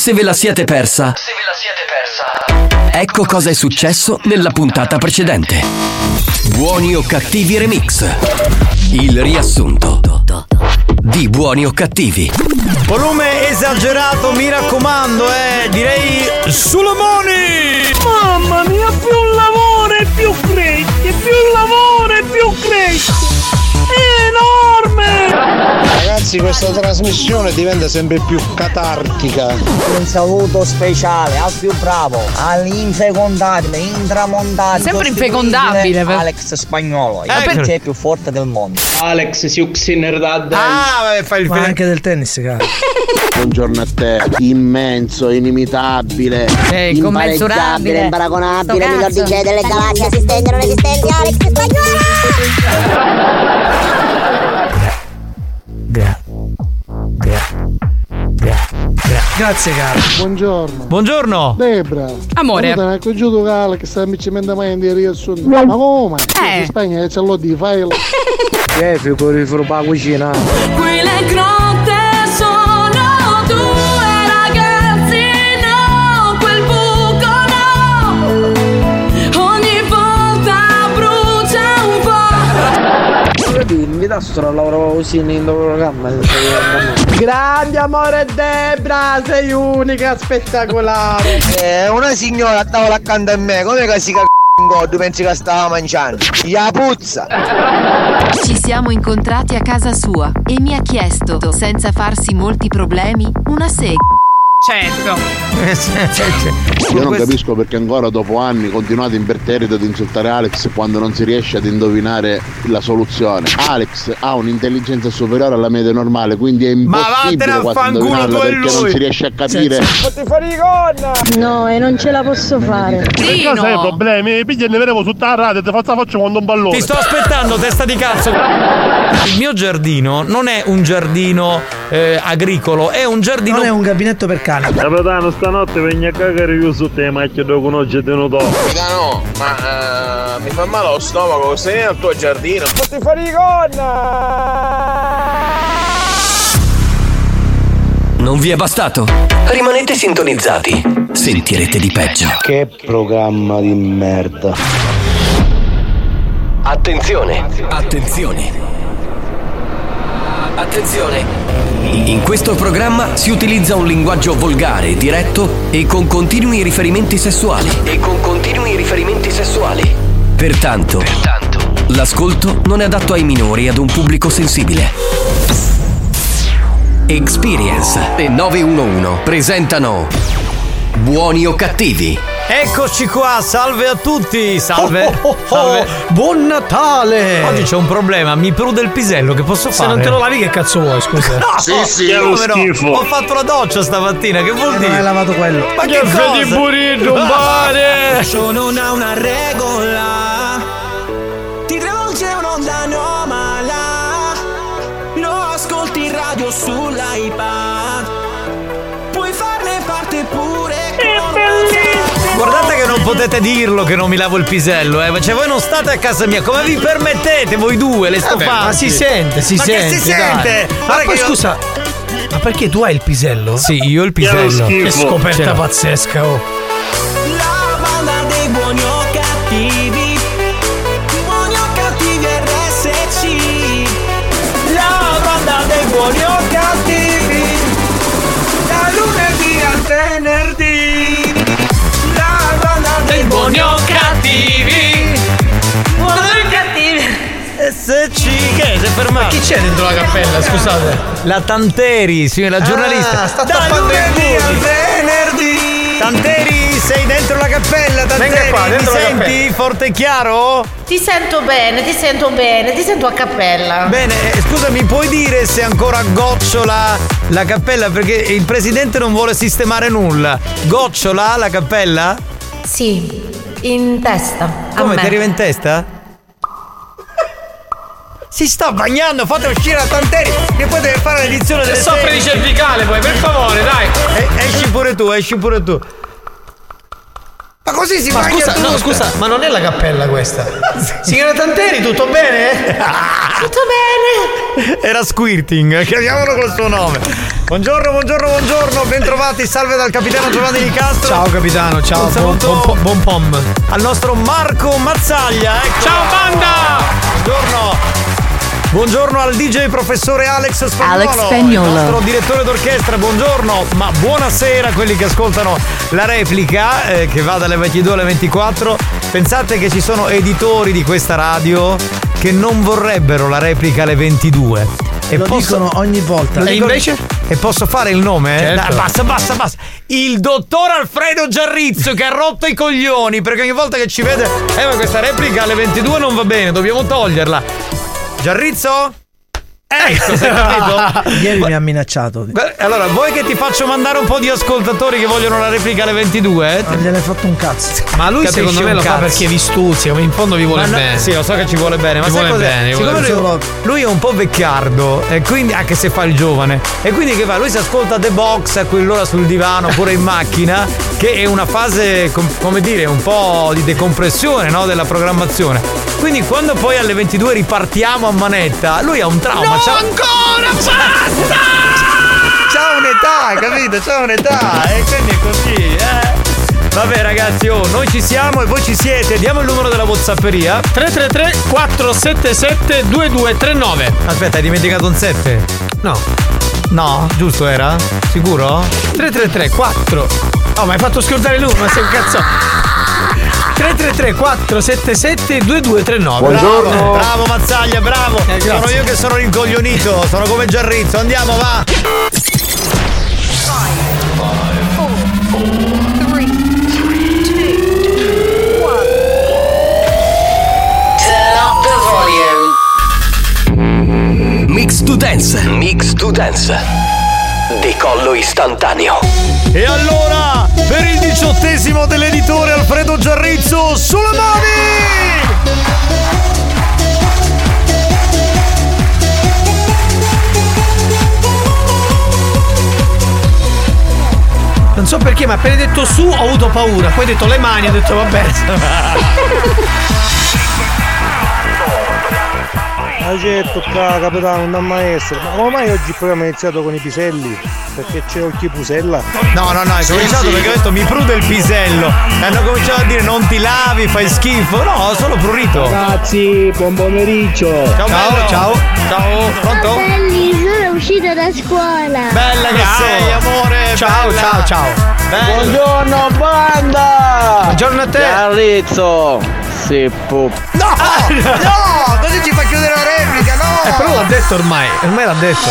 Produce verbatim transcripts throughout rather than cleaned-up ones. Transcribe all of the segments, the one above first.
Se ve la siete persa, Se ve la siete persa, ecco cosa è successo nella puntata precedente. Buoni o cattivi remix. Il riassunto di Buoni o cattivi. Volume esagerato, mi raccomando, eh, direi Sulemoni! Mamma mia, più lavoro e più cresce, più lavoro e più cresce! È enorme! Ragazzi, questa trasmissione diventa sempre più catartica. Un saluto speciale al più bravo, all'infecondabile, intramontabile, sempre infecondabile Alex Spagnolo, ecco. il P C più forte del mondo. Alex Siuxinerdad. Ah, vabbè, fai il Ma anche del tennis, cara. Buongiorno a te, immenso, inimitabile, eh, impareggiabile, imparagonabile, miglior D J delle galassie esistenti e non esistenti, Alex Spagnolo! Gra- gra- gra- gra- Grazie, cara. Buongiorno. Buongiorno. Debra. Amore. Mi ha accorgiuto che Alex sta amici mai in riassunto. Ma come? Eh. In Spagna c'è l'ho di file. Che figuri frutta la cucina. Quelle grotte sono due ragazzi, no, quel buco no, ogni volta brucia un po'. Mi da sto lavoro così in programma. Grande amore Debra, sei unica, spettacolare. Eh, una signora a tavola accanto a me, come che si cagà in godo, pensi che stava mangiando? Ya puzza! Ci siamo incontrati a casa sua e mi ha chiesto, senza farsi molti problemi, una sega. Certo. Io non capisco perché ancora dopo anni continuate imperterrito ad insultare Alex quando non si riesce ad indovinare la soluzione. Alex ha un'intelligenza superiore alla media normale, quindi è impossibile quasi indovinarla perché non si riesce a capire. Fatti fare i gonna! No, e non ce la posso fare. Sì, Cosa hai no. problemi? Piglia ne vedremo tutta la radio e ti faccio faccio quando un ballone. Ti sto aspettando, testa di cazzo. Il mio giardino non è un giardino eh, agricolo, è un giardino. Non è un gabinetto per cani. Capitano, stanotte venga a cagare io su te, ma che dopo non c'è tenuto. Capitano, ma uh, mi fa male lo stomaco, sei nel tuo giardino. Fatti fare i gonna! Non vi è bastato? Rimanete sintonizzati. Sentirete di peggio. Che programma di merda. Attenzione. Attenzione. Attenzione. In questo programma si utilizza un linguaggio volgare, diretto e con continui riferimenti sessuali. E con continui riferimenti sessuali. Pertanto, Pertanto, l'ascolto non è adatto ai minori e ad un pubblico sensibile. Experience e nove uno uno presentano Buoni o cattivi? Eccoci qua, salve a tutti, salve, Oh, oh, oh, salve. Buon Natale! Oggi c'è un problema, mi prude il pisello, che posso Se fare? non te lo lavi che cazzo vuoi, scusa? No, Sì, sì, come è lo no? schifo. Ho fatto la doccia stamattina, che vuol E dire? non hai lavato quello. Ma che cosa? burrito, un pane! Non ha una regola, ti rivolge un'onda anomala, lo ascolti in radio sull'iPad, puoi farne parte pure con Guardate che non potete dirlo che non mi lavo il pisello, eh. Cioè voi non state a casa mia, come vi permettete voi due, le sto Ma si sente, si Ma sente. che si dai. sente? Ma Guarda poi che io- scusa, ma perché tu hai il pisello? Sì, io ho il pisello. Che scoperta Ce l'ho. pazzesca, oh. la banda dei buoni o cattivi, buoni o cattivi R S C, la banda dei buoni o cattivi, da lunedì al venerdì, la banda dei buoni o cattivi, buoni o cattivi. S C che si è fermato? Chi c'è dentro la cappella, scusate? La Tanteri, sì, la giornalista. Ah, sta Da tappando il lunedì culo. al venerdì. Tanteri, sei dentro la cappella, Tanteri. Venga qua, dentro mi la senti cappella. forte e chiaro? Ti sento bene, ti sento bene, ti sento a cappella. Bene, eh, scusa, mi puoi dire se ancora gocciola la cappella? Perché il presidente non vuole sistemare nulla. Gocciola la cappella? Sì, in testa. a Come, me. ti arriva in testa? Si sta bagnando, fate uscire la Tanteri che poi deve fare l'edizione delle Soffre di cervicale poi, per favore, dai. E, esci pure tu, esci pure tu. Ma così si ma mangia scusa, tutto. no, scusa, ma non è la cappella questa. Signora Tanteri, tutto bene? Tutto bene. Era Squirting, chiamiamolo col suo nome. Buongiorno, buongiorno, buongiorno, bentrovati, salve dal capitano Giovanni Di Castro. Ciao capitano, ciao. Un saluto buon, buon, buon pom. al nostro Marco Mazzaglia. Ecco. Ciao banda! Buongiorno. Buongiorno al D J professore Alex Spagnuolo, Alex Spagnuolo. il nostro direttore d'orchestra, buongiorno, ma buonasera a quelli che ascoltano la replica eh, che va dalle ventidue alle ventiquattro. Pensate che ci sono editori di questa radio che non vorrebbero la replica alle ventidue. E Lo posso, dicono ogni volta. Lo E dico- invece? E posso fare il nome? Certo. Dai, basta, basta, basta. Il dottor Alfredo Giarrizzo che ha rotto i coglioni perché ogni volta che ci vede, eh ma questa replica alle ventidue non va bene, dobbiamo toglierla. Giarrizzo? Ecco, sei capito? Ieri mi ha minacciato. Beh, allora, vuoi che ti faccio mandare un po' di ascoltatori che vogliono la replica alle ventidue? Non gliene hai fatto un cazzo. Ma lui Capisci secondo me un lo fa cazzo. perché vi stuzzica, in fondo vi vuole Ma no, bene. sì, lo so che ci vuole bene, ma Ci sai vuole cos'è? bene, Siccome vuole lui, lui è un po' vecchiardo, e quindi anche se fa il giovane, e quindi che fa? Lui si ascolta The Box a quell'ora sul divano oppure in macchina, che è una fase, com- come dire, un po' di decompressione, no, della programmazione. Quindi quando poi alle ventidue ripartiamo a manetta, lui ha un trauma. No, c'ha... ancora, basta! C'ha un'età, capito? C'ha un'età, e quindi è così, eh. Vabbè ragazzi, oh, noi ci siamo e voi ci siete. Diamo il numero della WhatsApperia. tre tre tre quattro sette sette due due tre nove. Aspetta, hai dimenticato un sette? No. No, giusto era? Sicuro? tre tre tre quattro. Oh, ma hai fatto scordare lui, ma sei un cazzo. tre tre tre quattro sette sette due due tre nove. Bravo, bravo Mazzaglia, bravo. Eh, grazie. sono io che sono rincoglionito, sono come Giarrizzo. Andiamo, va. Mix to Dance. Mix to Dance. Decollo istantaneo. E allora, per il diciottesimo dell'editore Alfredo Giarrizzo, sulle mani! Non so perché, ma appena hai detto su ho avuto paura. Poi hai detto le mani, ho detto vabbè. Ah certo, qua, capitano, non maestro. Ma come mai oggi il programma è iniziato con i piselli? Perché c'è occhi pusella? No, no, no, hai cominciato perché ho detto mi prude il pisello. E hanno cominciato a dire non ti lavi, fai schifo. No, solo prurito. Ragazzi, buon pomeriggio. Ciao, ciao, ciao. Ciao, pronto? Belli, sono uscita da scuola. Bella che Ciao. sei, amore. Ciao, bella. ciao, ciao. Bella. Buongiorno banda! Buongiorno a te. Giarrizzo! Sì, pup. No, no, così ci fa chiudere la replica, no. Eh, però l'ha detto ormai, ormai l'ha detto.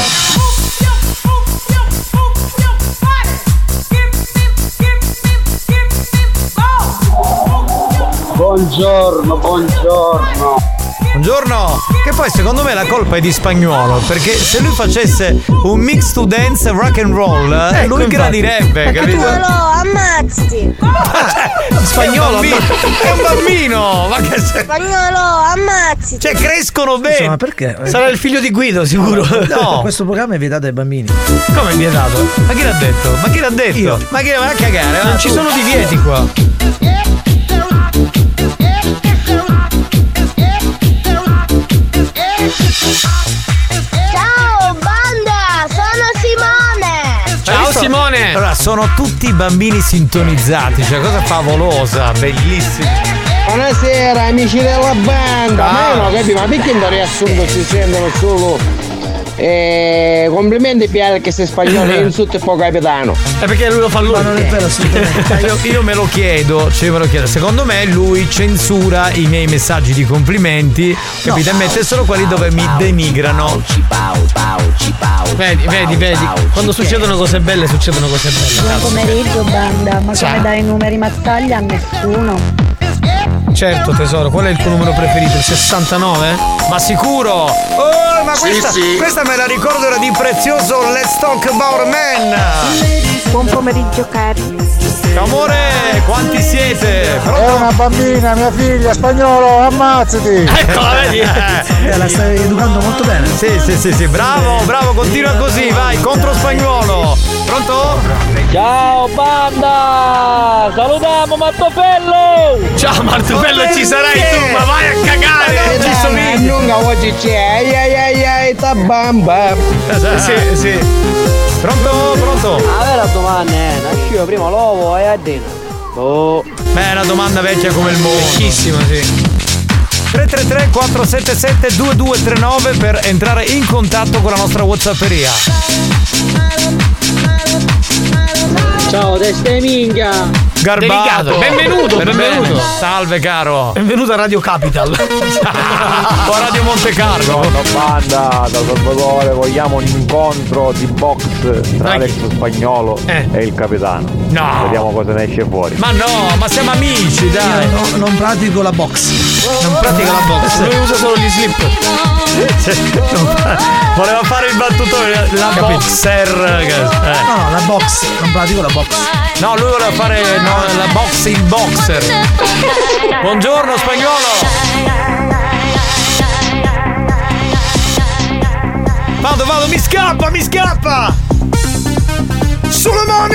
Buongiorno, buongiorno. Buongiorno. Che poi secondo me la colpa è di Spagnuolo, perché se lui facesse un mix to dance rock and roll, Ecco, lui infatti. gradirebbe, capito? Spagnolo, ammazzati. Spagnolo è un bambino, è un bambino, ma che se... Spagnolo, ammazzati. Cioè crescono Scusa, bene. ma perché? Sarà il figlio di Guido, sicuro. No. Questo programma è vietato ai bambini. Come è vietato? Ma chi l'ha detto? Ma chi l'ha detto? Io. Ma chi va a cagare? Non ci sono divieti qua. Ciao, banda, sono Simone. Ciao visto? Simone. Allora, sono tutti bambini sintonizzati, cioè cosa favolosa, bellissima. Buonasera amici della banda! Ciao. Ma io non capisco, ma perché in riassunto si sentono solo eh, complimenti per Alex che sei spagnolo e insulto e poi capitano? È perché lui lo fa lui. Ma non è vero assolutamente. io, io me lo chiedo, cioè me lo chiedo. Secondo me lui censura i miei messaggi di complimenti, capite? E mette solo quelli dove mi denigrano. Vedi, vedi, vedi. Quando succedono cose belle, succedono cose belle. Buon pomeriggio, banda. Ma Ciao. come dai i numeri Mazzaglia a nessuno? Certo tesoro, qual è il tuo numero preferito? Il sessantanove? Ma sicuro? Oh, ma Sì, questa, sì. questa me la ricordo, era di prezioso Let's Talk About Men. Buon pomeriggio, cari. Ciao amore, quanti siete? È Pronto? una bambina, mia figlia, spagnolo, ammazzati! Eccola, vedi? Eh, la stai educando molto bene. Sì, sì, sì, sì, bravo, bravo, continua così, vai, contro Spagnuolo. Pronto? Ciao banda! Salutiamo Martofello! Ciao Martofello, ci sarai tu, ma vai a cagare! Ci sono lunga oggi c'è ai ai ai ai ta bamba. Sì, sì. Pronto? Pronto? La vera domanda è, nascivo prima l'uovo e a dentro. Oh. Beh, è una domanda vecchia come il mondo. Vecchissima, sì. tre tre tre quattro sette sette due due tre nove per entrare in contatto con la nostra WhatsApperia. Ciao, teste minchia! Garbato, benvenuto, per benvenuto. Bene. Salve caro. Benvenuto a Radio Capital. O a Radio Monte Carlo. No, banda, da Salvatore vogliamo un incontro di box tra Alex Spagnolo eh. e il capitano. No. Vediamo cosa ne esce fuori. Ma no, ma siamo amici, dai. Io no, non pratico la box. Non pratico la box. Lui usa solo gli slip. Voleva fare il battutore, la Capito. boxer. Eh. No, no, la box. Non pratico la box. No, lui voleva fare no, la box il boxer. Buongiorno Spagnolo. Vado, vado, mi scappa, mi scappa. Sulle mani.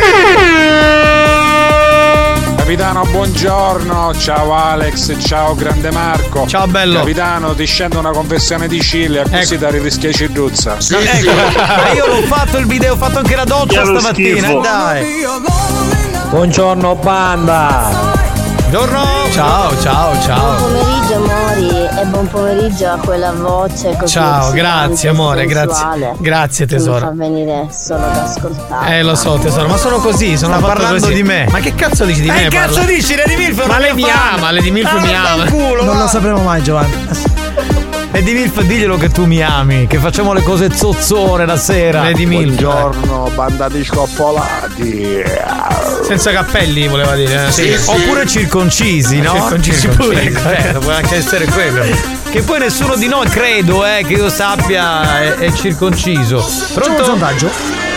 Capitano, buongiorno, ciao Alex, ciao grande Marco. Ciao bello. Capitano, ti scende una confessione di Cile, così ecco. Dare rischia Cirruzza. Sì, sì. Ecco. Io l'ho fatto il video, ho fatto anche la doccia stamattina, schifo. Dai. Buongiorno banda. Buongiorno. Ciao, ciao, ciao. Buon pomeriggio amori e buon pomeriggio a quella voce così. Ciao, grazie amore, grazie. Grazie tesoro. Mi fa venire solo ad ascoltare. Eh lo so tesoro, ma sono così, sono Sta parlando così. di me. Ma che cazzo dici di eh, me? Che cazzo parla? dici? Lady Milf? Ma lei mi ama, Lady Milf ah, mi ama. Culo, non va. lo sapremo mai Giovanni. Lady Milf, diglielo che tu mi ami, che facciamo le cose zozzone la sera. Lady Milf. Buongiorno, banda di scoppolati. Senza cappelli voleva dire. Eh? Sì, sì. Oppure circoncisi, no? Circoncisi, circoncisi pure. Certo, può anche essere quello. Che poi nessuno di noi, credo, eh, che io sappia, è, è circonciso. Pronto? Un sondaggio?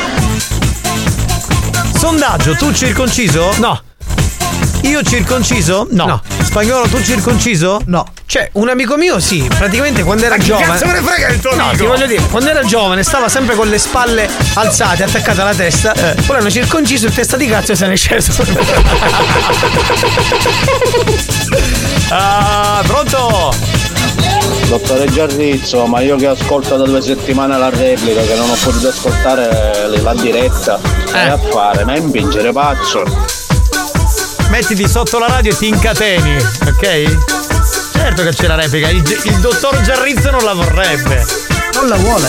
Sondaggio, tu circonciso? No. Io circonciso? No. No. Spagnolo, tu circonciso? No. Cioè, un amico mio sì, praticamente quando era Ma giovane. Che cazzo me ne frega il tuo no, amico? ti voglio dire, quando era giovane stava sempre con le spalle alzate, attaccate alla testa. Eh. Poi l'hanno circonciso in testa di cazzo e se ne è sceso. Ah, pronto? Dottore Giarrizzo, ma io che ascolto da due settimane la replica, che non ho potuto ascoltare la diretta, eh. Che a fare? Ma impingere pazzo. Mettiti sotto la radio e ti incateni, ok? Certo che c'è la replica, il, il dottor Giarrizzo non la vorrebbe. Non la vuole.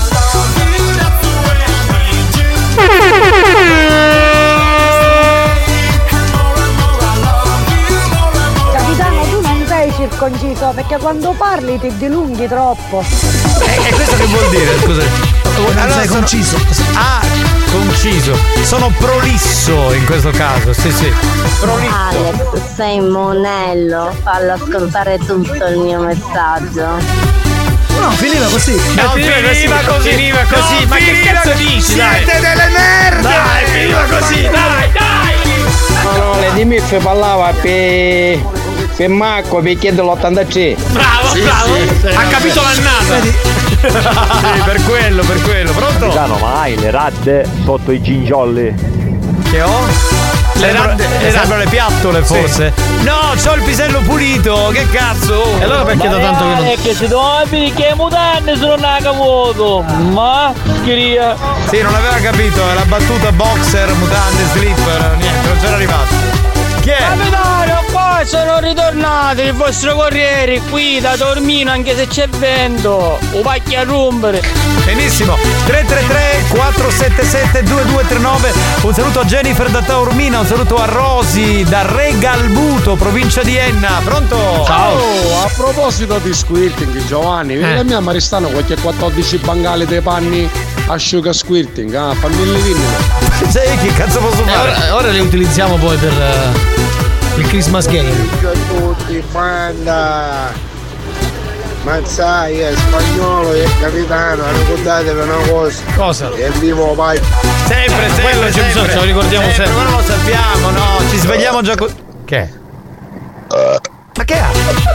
Capitano, tu non sei circonciso perché quando parli ti dilunghi troppo. E eh, questo che vuol dire, scusa? Non allora sei sono... conciso. Ah, conciso. Sono prolisso in questo caso, sì sì. Prolisso. Alex, sei monello, fallo ascoltare tutto il mio messaggio. No, finiva così. No, no finiva, finiva così, così. Finiva così. No, ma finiva che cazzo dici? Siete dai. Delle merde! Dai, finiva così, dai, dai! No, no, Lady Milf parlava per... per Marco, per chiedere l'ottantatré. Bravo, sì, bravo! Sì, ha capito l'annata! Sì, per quello, per quello. Pronto? Capitano, ma hai le radde sotto i gingiolli? Che ho? Le radde, le sembrano le piattole forse? Sì. No, c'ho il pisello pulito, che cazzo? E allora perché da tanto che non... è che se devo dire che mutande sono una cavuto. Ma schia. Sì, non aveva capito, la battuta boxer, mutande, slipper, niente, non c'era arrivato. Chi è? Capitano, qua sono ritornati il vostro corriere qui da Tormino, anche se c'è vento. O pacchi a rompere. Benissimo. tre tre tre quattro sette sette due due tre nove. Un saluto a Jennifer da Taormina, un saluto a Rosi da Regalbuto, provincia di Enna. Pronto? Ciao. Oh, a proposito di squirting, Giovanni, vieni da me a Maristano qualche quattordici bangale dei panni asciuga squirting, ah, fammi il dimmi. Sai che cazzo posso fare? Eh, ora, ora le utilizziamo poi per uh, il Christmas game. Ciao a tutti, banda! Ma sai, è Spagnolo e capitano, ricordatevi una cosa. Cosa? È vivo vai. Sempre, sempre, quello ci sempre. Bisogno, ce lo ricordiamo sempre. sempre. Ma non lo sappiamo, no, ci svegliamo già con... Che? Uh. Ma che ha?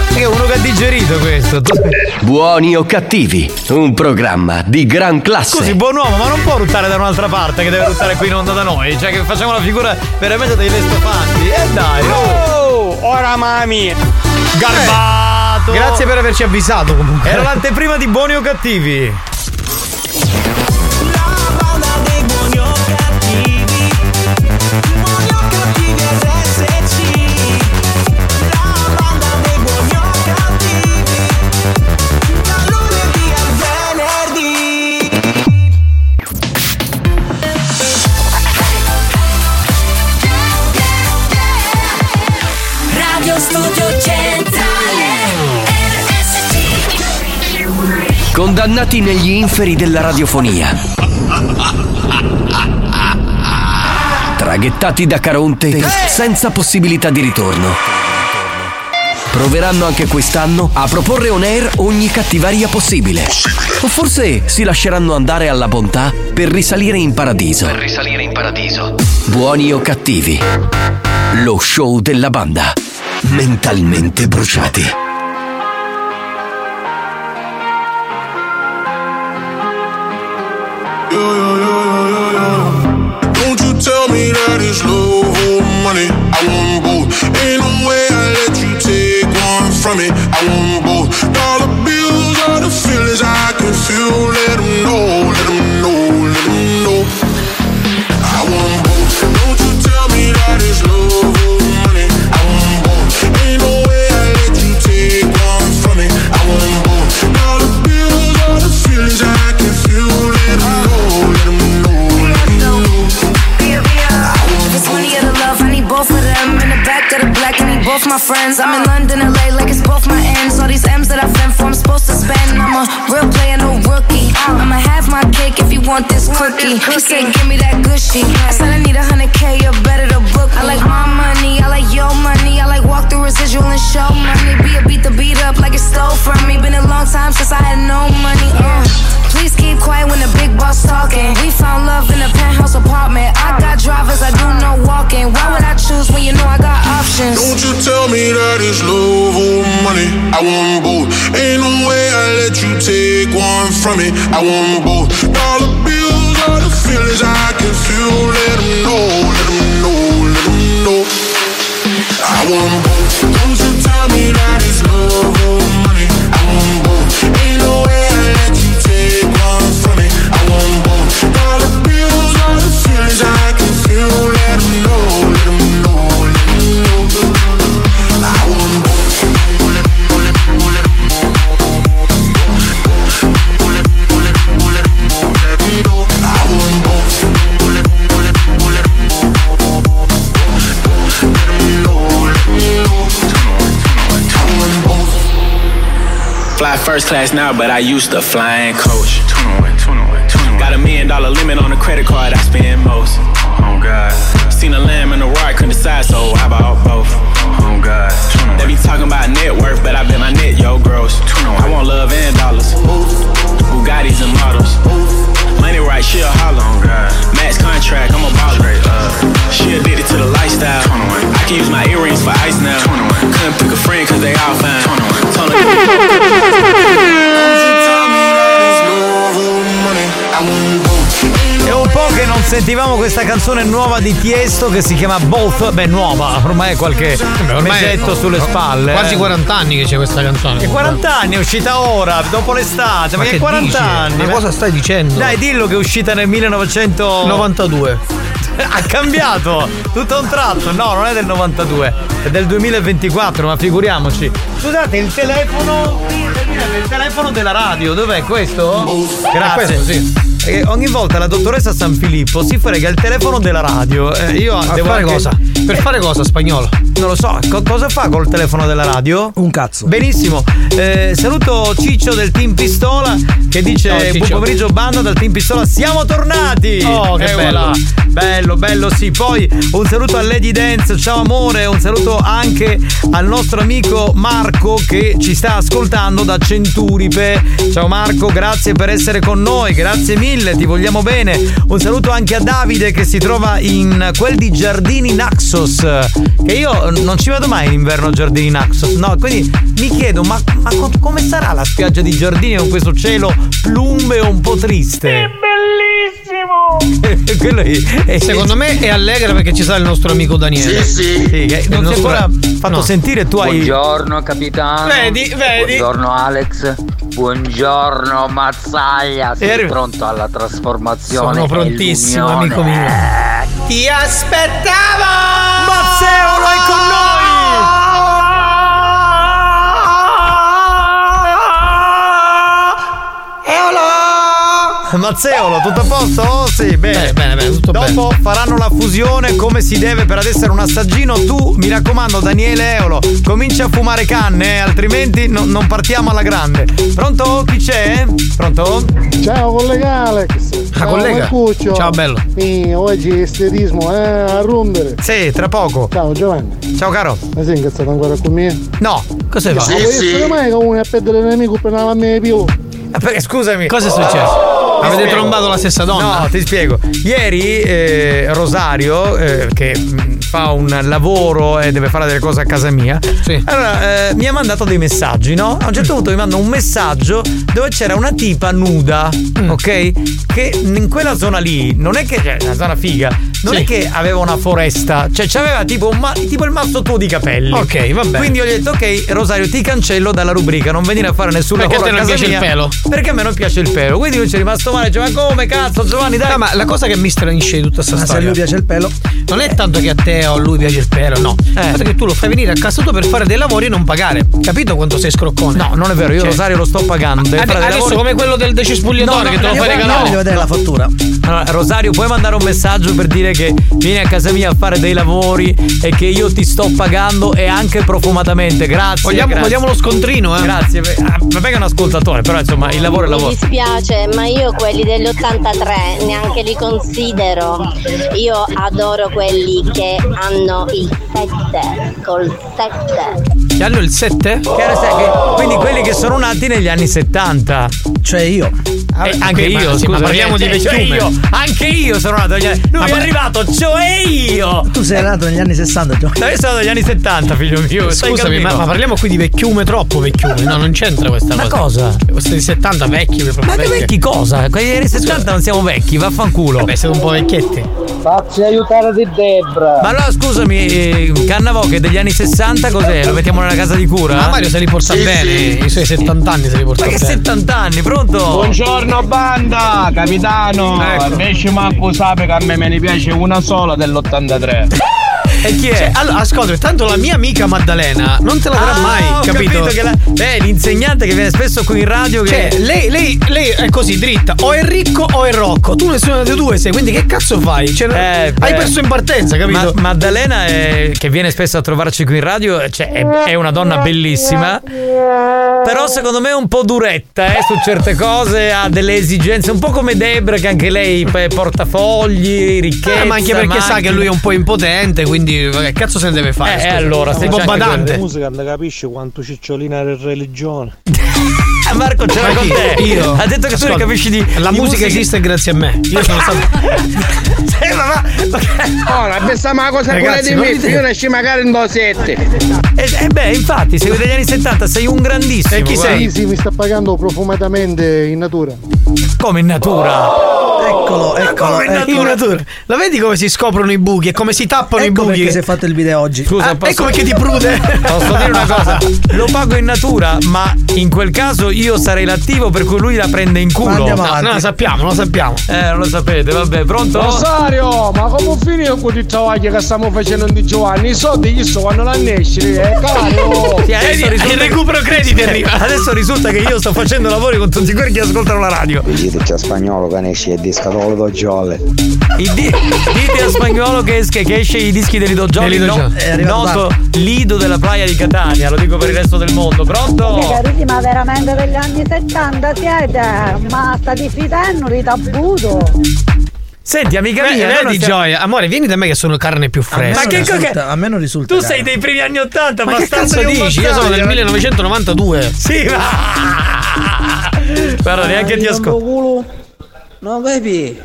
È uno che ha digerito questo. Buoni o cattivi, un programma di gran classe. Scusi, buon uomo, ma non può ruttare da un'altra parte che deve ruttare qui in onda da noi? Cioè che facciamo la figura veramente dei lestofanti. E eh dai, oh! Ora mami! Garbato! Eh, grazie per averci avvisato comunque. Era l'anteprima di Buoni o Cattivi. Studio Centrale R S C. Condannati negli inferi della radiofonia, traghettati da Caronte senza possibilità di ritorno, proveranno anche quest'anno a proporre on air ogni cattiveria possibile. O forse si lasceranno andare alla bontà per risalire in paradiso. Per risalire in paradiso. Buoni o cattivi, lo show della banda. Mentalmente bruciati. Don't you tell me that it's love or money. I want both. Ain't no way I let you take one from me. I want both. Dollar bills are the feelings I can feel. Let them know, let them know, let them know. I want both. Don't you tell me that it's love or money. I want both. Ain't no way I let you take one from me. I want both. Dollar bills are the feelings I can feel. Let them know, let them know, let them know. If it's money or the love, I need both of them. In the back of the black, I need both my friends. I'm in London, L A, like it's both my ends. All these M's that I've been for, I'm supposed to spend. I'm a real player, no rookie. I'ma have my cake if you want this cookie. He said, give me that gushy. I said, I need a hundred K, you better to book me. I like my money, I like your money. I like walk through residual and show money. Be a beat the beat up like it stole from me. Been a long time since I had no money. Uh. Please keep quiet when the big boss talking. We found love in a penthouse apartment. I got drivers, I do no walking. Why would I choose when you know I got options? Don't you tell me that it's love or money. I want both. Ain't no way I let you take one from me. I want both. Dollar bills are the feelings I can feel. Let them know, let them know, let them know. I want both. Don't you tell me that it's love or money. I want both. Ain't no way I let you take one from me. I want both. Dollar bills are the feelings I can feel. Let them know, let them know, let them know. I want both. Fly first class now, but I used to flying coach. Got a million dollar limit on the credit card I spend most. Oh God. Seen a lamb and a roar, couldn't decide, so I bought both. Oh God. They be talking about net worth, but I bet my net yo gross. I want love and dollars. Bugattis and models. Money right, she a holler. Oh God. Max contract, I'm a baller. Uh, she addicted to the lifestyle. I can use my earrings for ice now. Couldn't pick a friend cause they all fine. È un po' che non sentivamo questa canzone nuova di Tiesto che si chiama Both. Beh, nuova, ormai è qualche ormai mesetto no, sulle spalle. Quasi eh. quaranta anni che c'è questa canzone. E quaranta anni, è uscita ora, dopo l'estate. Ma, ma che quaranta dici? anni? Ma cosa stai dicendo? Dai, dillo che è uscita nel millenovecentonovantadue. Ha cambiato tutto a un tratto. No, non è del novantadue, è del duemilaventiquattro, ma figuriamoci. Scusate, il telefono il telefono della radio, dov'è questo? Grazie. Questo, sì. E ogni volta la dottoressa San Filippo si frega il telefono della radio. Eh, io Ma devo fare anche... cosa? Per fare cosa, Spagnolo? Non lo so, co- cosa fa col telefono della radio? Un cazzo. Benissimo. Eh, saluto Ciccio del Team Pistola che dice: Ciao, buon pomeriggio banda dal Team Pistola, siamo tornati! Oh, che eh, bello. Voilà. Bello, bello, sì. Poi un saluto a Lady Dance, ciao amore, un saluto anche al nostro amico Marco che ci sta ascoltando da Centuripe. Ciao Marco, grazie per essere con noi, grazie mille, ti vogliamo bene. Un saluto anche a Davide che si trova in quel di Giardini Naxos, che io non ci vado mai in inverno a Giardini Naxos, no, quindi mi chiedo ma, ma come sarà la spiaggia di Giardini con questo cielo plumbeo un po' triste? È bellissimo! Quello è, è, secondo me è allegra perché ci sarà il nostro amico Daniele. Sì, sì, sì che non si è ancora fatto no. sentire, tu hai. Buongiorno capitano. Vedi, vedi. Buongiorno Alex. Buongiorno Mazzaglia. Sei arri- pronto alla trasformazione? Sono prontissimo, amico mio. Ti aspettavo! Mazzeolo è con noi! Mazzeolo, tutto a posto? Oh, sì, bene. Bene, bene, bene, tutto Dopo bene. Dopo faranno la fusione come si deve per ad essere un assaggino. Tu, mi raccomando, Daniele Eolo, comincia a fumare canne, eh, altrimenti no, non partiamo alla grande. Pronto? Chi c'è? Pronto? Ciao collega Alex. Ah, Ciao collega. Marcuccio. Ciao bello. Mi, oggi estetismo, eh, a rompere. Sì, tra poco. Ciao Giovanni. Ciao caro. Ma sei incazzato ancora con me? No, cos'è no, fa? Sì, sì. Ma mai che uno è a perdere il nemico per la mia più? Perché scusami. Cosa è successo? Ti Avete spiego. trombato la stessa donna? No, ti spiego. Ieri eh, Rosario, eh, che mh, fa un lavoro e deve fare delle cose a casa mia, sì. allora eh, mi ha mandato dei messaggi, no? A un certo punto mi manda un messaggio dove c'era una tipa nuda, mm. ok? Che in quella zona lì, non è che cioè, una zona figa, non sì. è che aveva una foresta, cioè c'aveva tipo, un ma- tipo il mazzo tuo di capelli. Ok, va bene. Quindi ho detto, ok, Rosario, ti cancello dalla rubrica, non venire a fare nessun perché lavoro a casa mia. Perché a te non piace il pelo? Perché a me non piace il pelo. Quindi lui ci è rimasto male, cioè, ma come cazzo Giovanni dai. No, ma la cosa che mi stranisce di tutta sta ma storia, se a lui piace il pelo, non è tanto che a te o a lui piace il pelo, no. Eh. Il fatto che tu lo fai venire a casa tua per fare dei lavori e non pagare. Capito quanto sei scroccone? No, non è vero, io cioè, Rosario lo sto pagando. Deve ad, fare dei adesso lavori... come quello del decespugliatore no, no, che te lo io fai regalare. voglio vedere la fattura. Allora, Rosario, puoi mandare un messaggio per dire che vieni a casa mia a fare dei lavori e che io ti sto pagando e anche profumatamente. Grazie. Vogliamo, grazie. vogliamo lo scontrino, eh? Grazie. Ah, vabbè che è un ascoltatore, però insomma il lavoro è lavoro. Mi dispiace, ma io quelli dell'ottantatré neanche li considero. Io adoro quelli che hanno il sette, col sette. Che hanno il sette? Quindi quelli che sono nati negli anni settanta. Cioè io. Eh, anche qui, io, ma, scusa, sì, ma parliamo cioè, di vecchiume. Cioè io, anche io sono nato negli anni. Lui ma è pa- arrivato, cioè io. Tu sei nato negli anni sessanta, Gio. No, io sono negli anni settanta, figlio mio. Scusami, ma, ma parliamo qui di vecchiume, troppo vecchiume. No, non c'entra questa ma cosa. Ma cosa? Questi di settanta vecchi. Ma che vecchi cosa? Quelli degli anni settanta non siamo vecchi, vaffanculo. Beh, siete un po' vecchietti. Facci aiutare di Debra. Ma allora scusami, eh, Cannavò che degli anni sessanta cos'è? Lo mettiamo nella casa di cura? Ma Mario se li porta sì, bene, sì. i suoi settanta anni se li porta ma bene. Ma che settanta anni, pronto? Buongiorno banda, capitano. Ecco. Invece manco sape che a me me ne piace una sola dell'ottantatré. E chi è? Cioè, allora, ascolta, tanto la mia amica Maddalena non te la darà ah, mai, ho capito? capito che la... Beh, l'insegnante che viene spesso qui in radio che... Cioè, lei, lei, lei è così dritta, o è ricco o è Rocco. Tu nessuna delle due sei, quindi che cazzo fai? Cioè, eh, hai perso in partenza, capito? Ma, Maddalena è, che viene spesso a trovarci qui in radio, cioè, è, è una donna bellissima. Però secondo me è un po' duretta, eh, su certe cose, ha delle esigenze, un po' come Debra che anche lei portafogli, ricchezza. Eh, ma anche perché macchine. sa che lui è un po' impotente, quindi che cazzo se ne deve fare? Eh, allora, se un po' badante. La musica non capisci quanto cicciolina è religione. Marco c'era con te. Io ha detto che ascolta, tu ne capisci di la di musica, musica esiste grazie a me. Io sono stato sì, ma va oh, la besta ma cosa quella di me io nasci magari in dosette e eh, beh infatti sei degli anni settanta sei un grandissimo e chi guarda. sei? Sì, mi sta pagando profumatamente in natura. Come in natura? Eccolo, eccolo, in, natura. in natura. La vedi come si scoprono i buchi e come si tappano ecco i buchi? Perché si è fatto il video oggi. Scusa, ah, posso... ecco perché ti prude. Posso dire una cosa? Lo pago in natura, ma in quel caso io sarei l'attivo per cui lui la prende in culo. No, no, lo sappiamo, lo sappiamo. Eh, non lo sapete, vabbè, pronto? Rosario, ma come finito con il travaglio che stiamo facendo di Giovanni? I soldi gli sto quando l'hanno esce, eh, caro. Sì, adesso risulta... il recupero crediti arriva. Adesso risulta che io sto facendo lavori con tutti quelli che ascoltano la radio. Dite a spagnolo che ne esce il discatolo do Giole. I di- dite a spagnolo che, es- che esce i dischi dei Lido Gioli, no, noto Lido della playa di Catania, lo dico per il resto del mondo. Pronto? Sì, carissima, veramente degli anni settanta siete, ma sta diffidendo di tabbuto. Senti, amica Beh, mia, vedi stiamo... Gioia, amore, vieni da me che sono carne più fresca. Ma che risulta, a me non risulta. Tu cara. sei dei primi anni ottanta, ma che bastardo cazzo di un dici? Io sono del millenovecentonovantadue. Sì, ma guarda, neanche ti ascolto. No, baby.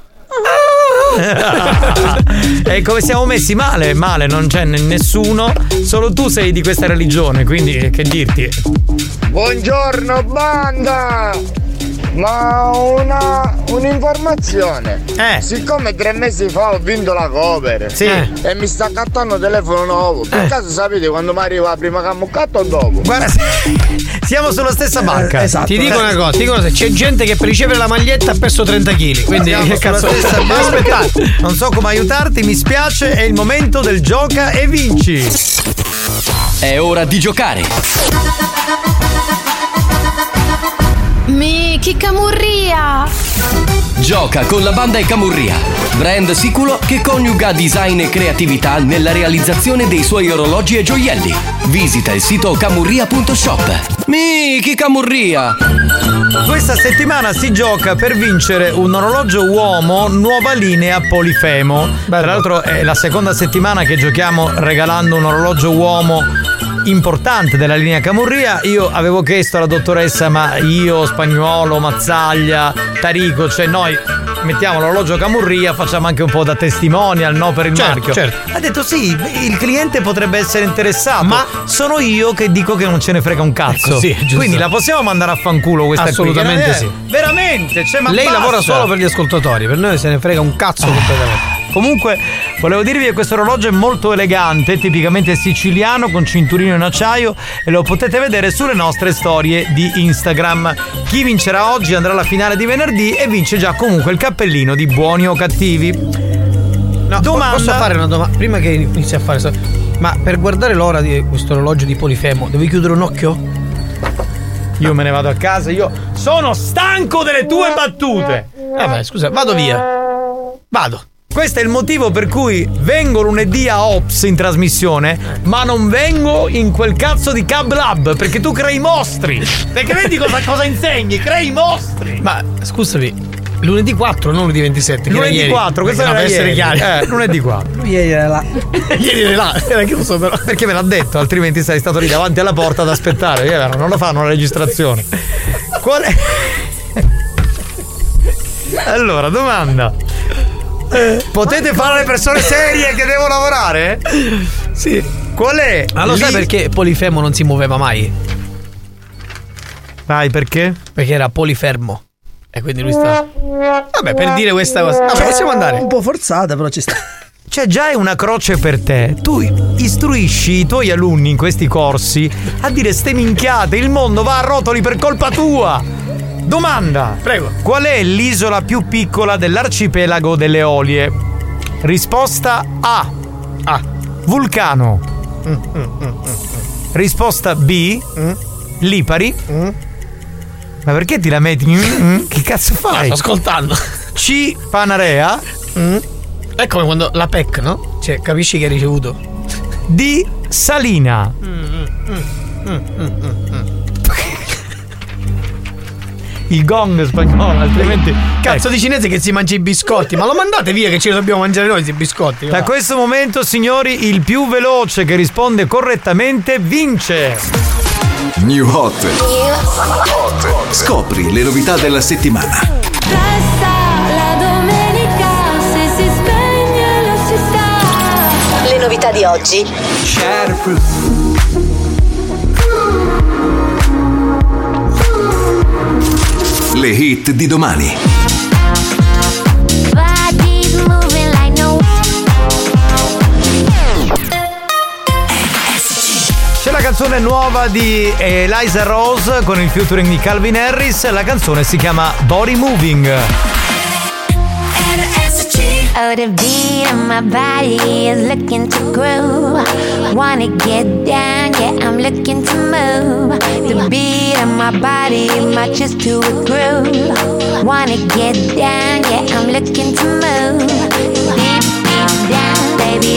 E come siamo messi male, male, non c'è n- nessuno, solo tu sei di questa religione, quindi che dirti? Buongiorno banda! Ma una un'informazione. Eh. Siccome tre mesi fa ho vinto la cover Sì. e mi sta accattando un telefono nuovo, per Eh. caso sapete quando mi arriva prima che mi accatto o dopo? Guarda, siamo sulla stessa barca. Eh, esatto. Ti dico una cosa, ti dico una cosa, c'è gente che per ricevere la maglietta ha perso trenta chili, quindi Siamo che sulla cazzo stessa barca. aspettate. Non so come aiutarti, mi spiace, è il momento del gioca e vinci. È ora di giocare. Mi, che camurria! Gioca con la banda E Camurria, brand sicuro che coniuga design e creatività nella realizzazione dei suoi orologi e gioielli. Visita il sito camurria punto shop. Mi, che camurria! Questa settimana si gioca per vincere un orologio uomo nuova linea Polifemo. Tra l'altro è la seconda settimana che giochiamo regalando un orologio uomo importante della linea Camurria. Io avevo chiesto alla dottoressa, ma io, Spagnuolo, Mazzaglia, Tarico, cioè noi mettiamo l'orologio Camurria, facciamo anche un po' da testimonial, no, per il Certo, marchio. certo. Ha detto sì, il cliente potrebbe essere interessato, ma sono io che dico che non ce ne frega un cazzo. Sì, giusto. Quindi la possiamo mandare a fanculo questa Assolutamente qui? Eh, sì. Veramente, cioè, ma Lei basta. lavora solo per gli ascoltatori, per noi se ne frega un cazzo completamente. Comunque, volevo dirvi che questo orologio è molto elegante, tipicamente siciliano, con cinturino in acciaio, e lo potete vedere sulle nostre storie di Instagram. Chi vincerà oggi andrà alla finale di venerdì e vince già comunque il cappellino di Buoni o Cattivi. No, domanda. Posso fare una domanda? Prima che inizi a fare. Ma per guardare l'ora di questo orologio di Polifemo, devi chiudere un occhio? Io me ne vado a casa, io sono stanco delle tue battute. Vabbè, scusa, vado via. Vado. Questo è il motivo per cui vengo lunedì a Ops in trasmissione, ma non vengo in quel cazzo di Cab Lab, perché tu crei mostri. Perché vedi cosa, cosa insegni? Crei mostri. Ma scusami, lunedì quattro, non lunedì ventisette. Lunedì ieri. quattro, questo no, era per essere ieri. chiari. Eh, lunedì quattro. Ieri era là. Ieri era là, era chiuso però. Perché me l'ha detto, altrimenti sei stato lì davanti alla porta ad aspettare. Io, non lo fanno la registrazione. Qual è? Allora, domanda. Potete fare le persone serie che devo lavorare? Sì. Qual è? Ma lo lì... sai perché Polifemo non si muoveva mai? Vai, perché? Perché era polifermo. E quindi lui sta. Vabbè, per dire questa cosa. Vabbè, Cioè, possiamo andare. Un po' forzata, però ci sta. C'è già una croce per te. Tu istruisci i tuoi alunni in questi corsi a dire ste minchiate, il mondo va a rotoli per colpa tua. Domanda. Prego. Qual è l'isola più piccola dell'arcipelago delle Eolie? Risposta A. A. Vulcano. Mm, mm, mm, mm. Risposta B. Mm. Lipari. Mm. Ma perché ti la metti? Mm? Che cazzo fai? No, sto ascoltando. C. Panarea. Mm. È come quando la P E C, no? Cioè, capisci che hai ricevuto. D. Salina. Mm, mm, mm, mm, mm, mm. Il gong spagnolo, altrimenti. Cazzo di cinese che si mangia i biscotti. Ma lo mandate via che ce li dobbiamo mangiare noi, questi biscotti. Da va. questo momento, signori, il più veloce che risponde correttamente vince. New Hot. Scopri le novità della settimana. Resta la domenica se si spegne la città. Le novità di oggi. Le hit di domani. C'è la canzone nuova di Eliza Rose con il featuring di Calvin Harris. La canzone si chiama Body Moving. Oh, the beat of my body is looking to groove. Wanna get down, yeah, I'm looking to move. The beat of my body matches to a groove. Wanna get down, yeah, I'm looking to move. Deep, deep down, baby.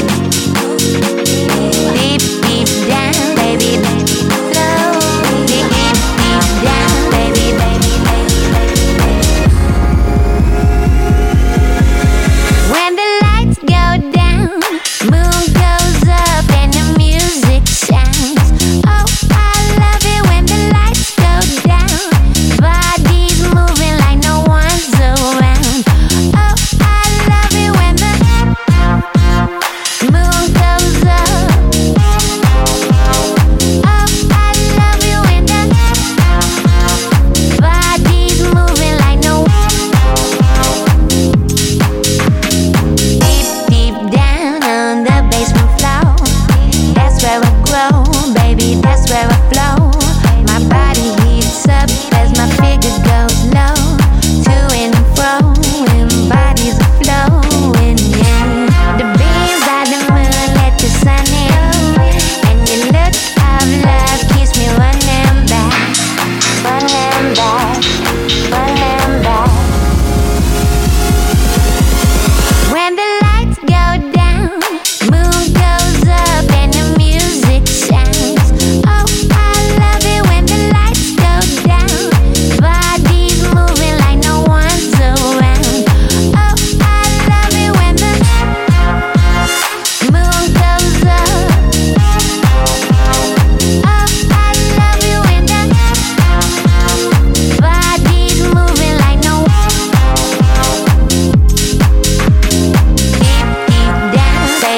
Deep, deep down, baby. Slow, deep, deep down, baby, baby, baby, baby.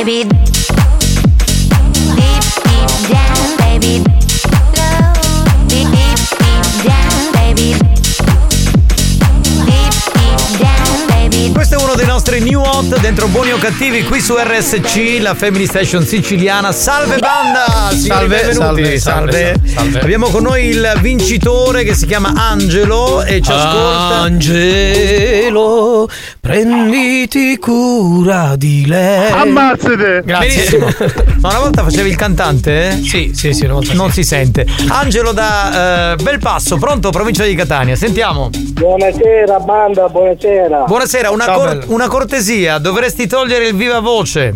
baby. Deep, deep down, baby. Deep, deep, deep down, baby. Deep, deep down, baby. Questo è uno dei nostri new hot dentro Buoni o Cattivi qui su R S C, la Family Station siciliana. Salve banda! Salve, salve, salve, salve. Abbiamo con noi il vincitore che si chiama Angelo e ci ascolta. Angelo, prenditi cura di lei. Ammazzate! Grazie. Ma una volta facevi il cantante? Eh? Sì, sì, sì, una volta non sì. si sente. Angelo da uh, Belpasso, pronto, provincia di Catania. Sentiamo. Buonasera banda, buonasera. Buonasera, una, cor- una cortesia, dovresti togliere il viva voce.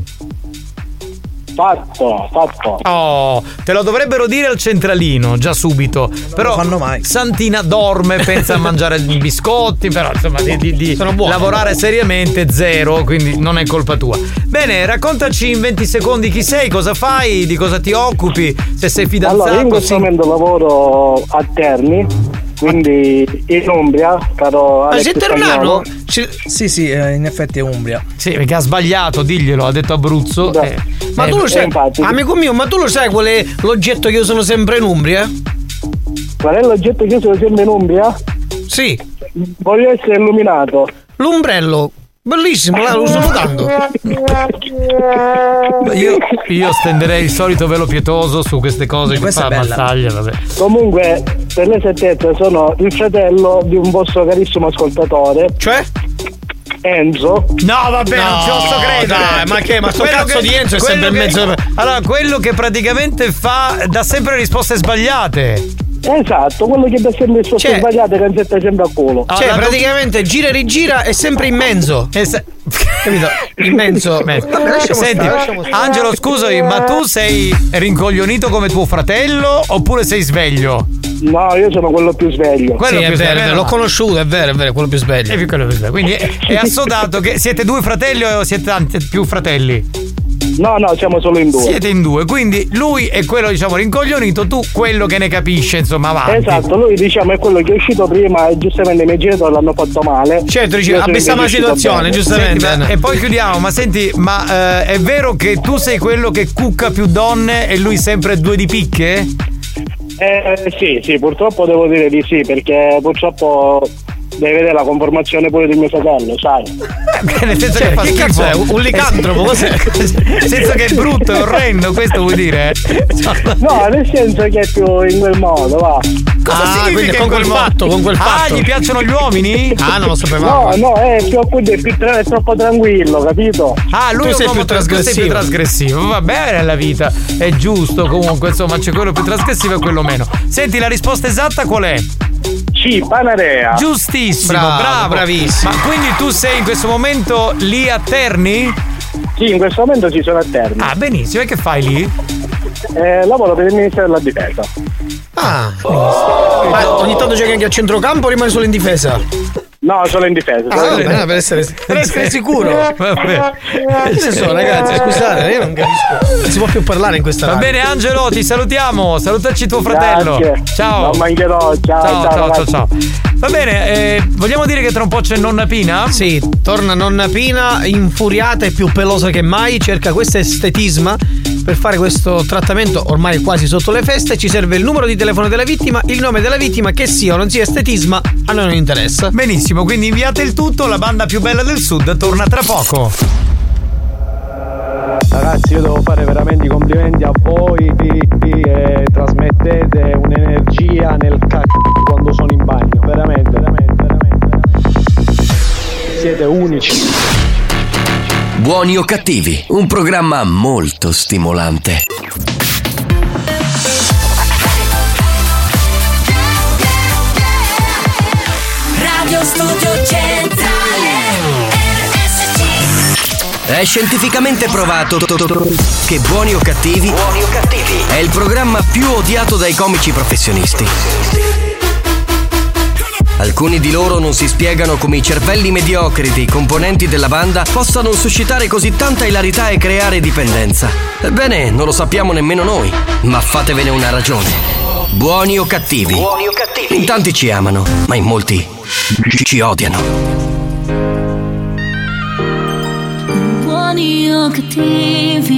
Fatto, fatto. Oh, te lo dovrebbero dire al centralino già subito. Non però lo fanno mai. Santina dorme, pensa a mangiare i biscotti, però insomma di, di, di lavorare seriamente zero, quindi non è colpa tua. Bene, raccontaci in venti secondi chi sei, cosa fai, di cosa ti occupi, se sei fidanzato. Allora, io in questo sì. momento lavoro a Terni, quindi in Umbria, caro Alex. Ma sei ternano? Sì, sì, eh, in effetti è Umbria. Sì, perché ha sbagliato, diglielo, ha detto Abruzzo. Eh, ma eh, tu lo sai, infatti. amico mio, ma tu lo sai qual è l'oggetto che io sono sempre in Umbria? Qual è l'oggetto che io sono sempre in Umbria? Sì. Voglio essere illuminato. L'ombrello. Bellissimo, là, lo uso tanto. Io, io stenderei il solito velo pietoso su queste cose che fa Mazzaglia, vabbè. Comunque, per l'esattezza, sono il fratello di un vostro carissimo ascoltatore. Cioè? Enzo. No, vabbè, no, non ci posso credere. Dai, ma che? Ma sto Quello cazzo che, di Enzo è sempre in che, mezzo. Allora, quello che praticamente fa dà sempre risposte sbagliate. Esatto, quello che dà sempre risposte cioè, sbagliate che non sempre a culo. Cioè, allora, praticamente tu... gira e rigira è sempre in mezzo. Es- Capito? Immenso. Senti, stare, Angelo, scusami, ma tu sei rincoglionito come tuo fratello oppure sei sveglio? No, io sono quello più sveglio. Quello sì, più è sveglio, vero, l'ho conosciuto, è vero, è vero, quello più sveglio. È più quello più sveglio. Quindi è, è assodato che siete due fratelli o siete tanti, più fratelli? No, no, siamo solo in due. Siete in due, quindi lui è quello, diciamo, rincoglionito, tu quello che ne capisce, insomma, avanti. Esatto, lui diciamo è quello che è uscito prima e giustamente i miei genitori l'hanno fatto male. Certo, dice, abbiamo la situazione, giustamente. Senti, ma, e poi chiudiamo, ma senti, ma eh, è vero che tu sei quello che cucca più donne e lui sempre due di picche? Eh sì, sì, purtroppo devo dire di sì, perché purtroppo devi vedere la conformazione pure del mio fratello, sai? Eh, nel senso cioè, che fa che schifo. cazzo è? Un licantropo? Cos'è? Nel senso che è brutto, è orrendo, questo vuoi dire? No, nel senso che è più in quel modo, va. Cosa ah, significa con quel fatto, con quel fatto? Ah, gli piacciono gli uomini? Ah, non lo sapevo. No, no, è più, è più tra- è troppo tranquillo, capito? Ah, lui tu sei più trasgressivo. Sei più trasgressivo. Va bene nella vita, è giusto comunque, insomma, c'è quello più trasgressivo e quello meno. Senti, la risposta esatta qual è? Sì, Panarea. Giustissimo, bravo, bravo, bravissimo. Ma quindi tu sei in questo momento lì a Terni? Sì, in questo momento ci sono a Terni. Ah, benissimo, e che fai lì? Eh, lavoro per il Ministero della Difesa. Ah, benissimo. Ma ogni tanto c'è anche a centrocampo o rimane solo in difesa? No, solo in difesa. Ah, bene, per essere, per essere sicuro. Vabbè. Che senso, ragazzi, scusate, io non capisco. Non si può più parlare in questa Va radio. bene, Angelo, ti salutiamo. Salutaci tuo fratello. Grazie. Ciao. Non mancherò. Ciao, ciao, ciao, ciao, ciao, ciao, ciao. Va bene, eh, vogliamo dire che tra un po' c'è nonna Pina? Sì, torna nonna Pina, infuriata e più pelosa che mai, cerca questo estetisma per fare questo trattamento ormai quasi sotto le feste. Ci serve il numero di telefono della vittima, il nome della vittima, che sia o non sia estetisma, a noi non interessa. Benissimo, quindi inviate il tutto, la banda più bella del sud torna tra poco. Ragazzi, io devo fare veramente i complimenti a voi e trasmettete un'energia nel c***o quando sono in bagno, veramente, veramente, veramente, veramente. Siete unici. Buoni o cattivi, un programma molto stimolante. Radio Studio Centrale R S C. È scientificamente provato che Buoni o cattivi, Buoni o cattivi è il programma più odiato dai comici professionisti. Alcuni di loro non si spiegano come i cervelli mediocri dei componenti della banda possano suscitare così tanta ilarità e creare dipendenza. Ebbene, non lo sappiamo nemmeno noi, ma fatevene una ragione. Buoni o cattivi? Buoni o cattivi? In tanti ci amano, ma in molti ci odiano. Buoni o cattivi,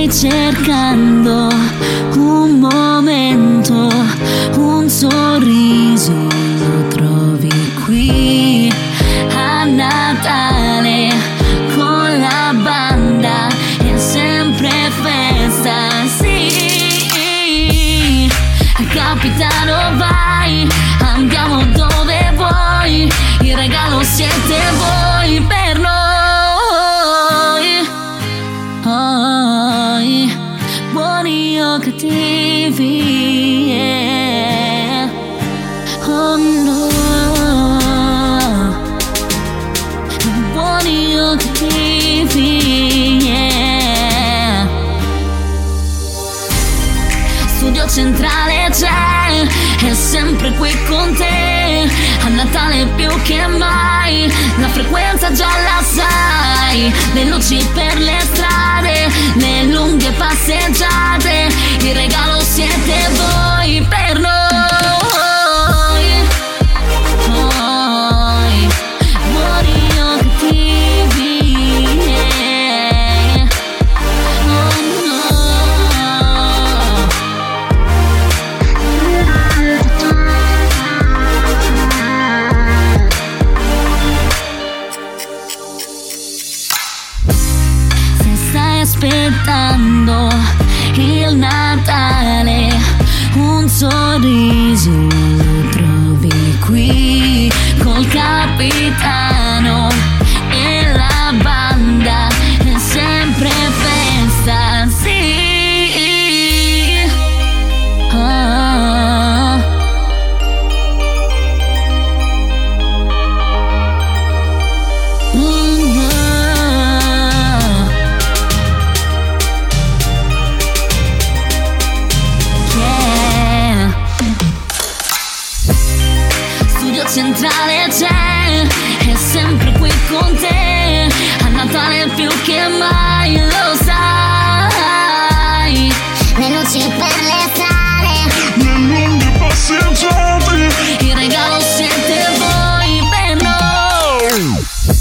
stai cercando un momento, un sorriso, lo trovi qui a Natale con la banda, è sempre festa, sì. Capitano vai, andiamo dove vuoi, il regalo siete voi per noi. Oh, buoni o cattivi, yeah. Oh no, buoni o cattivi, yeah. Studio centrale c'è, è sempre qui con te, a Natale più che mai, la frequenza già la sai, le luci per le strade, le lunghe passeggiate, il regalo siete voi per noi. Oh, buoni o cattivi, yeah. Oh no. Aspettando il Natale, un sorriso lo trovi qui col capitano e la banda, è sempre festa, sì. Oh. Mm-hmm. Centrale c'è, è sempre qui con te, a Natale più che mai, lo sai. Le luci per le strade, le lunghe passeggiate, il regalo siete voi per noi.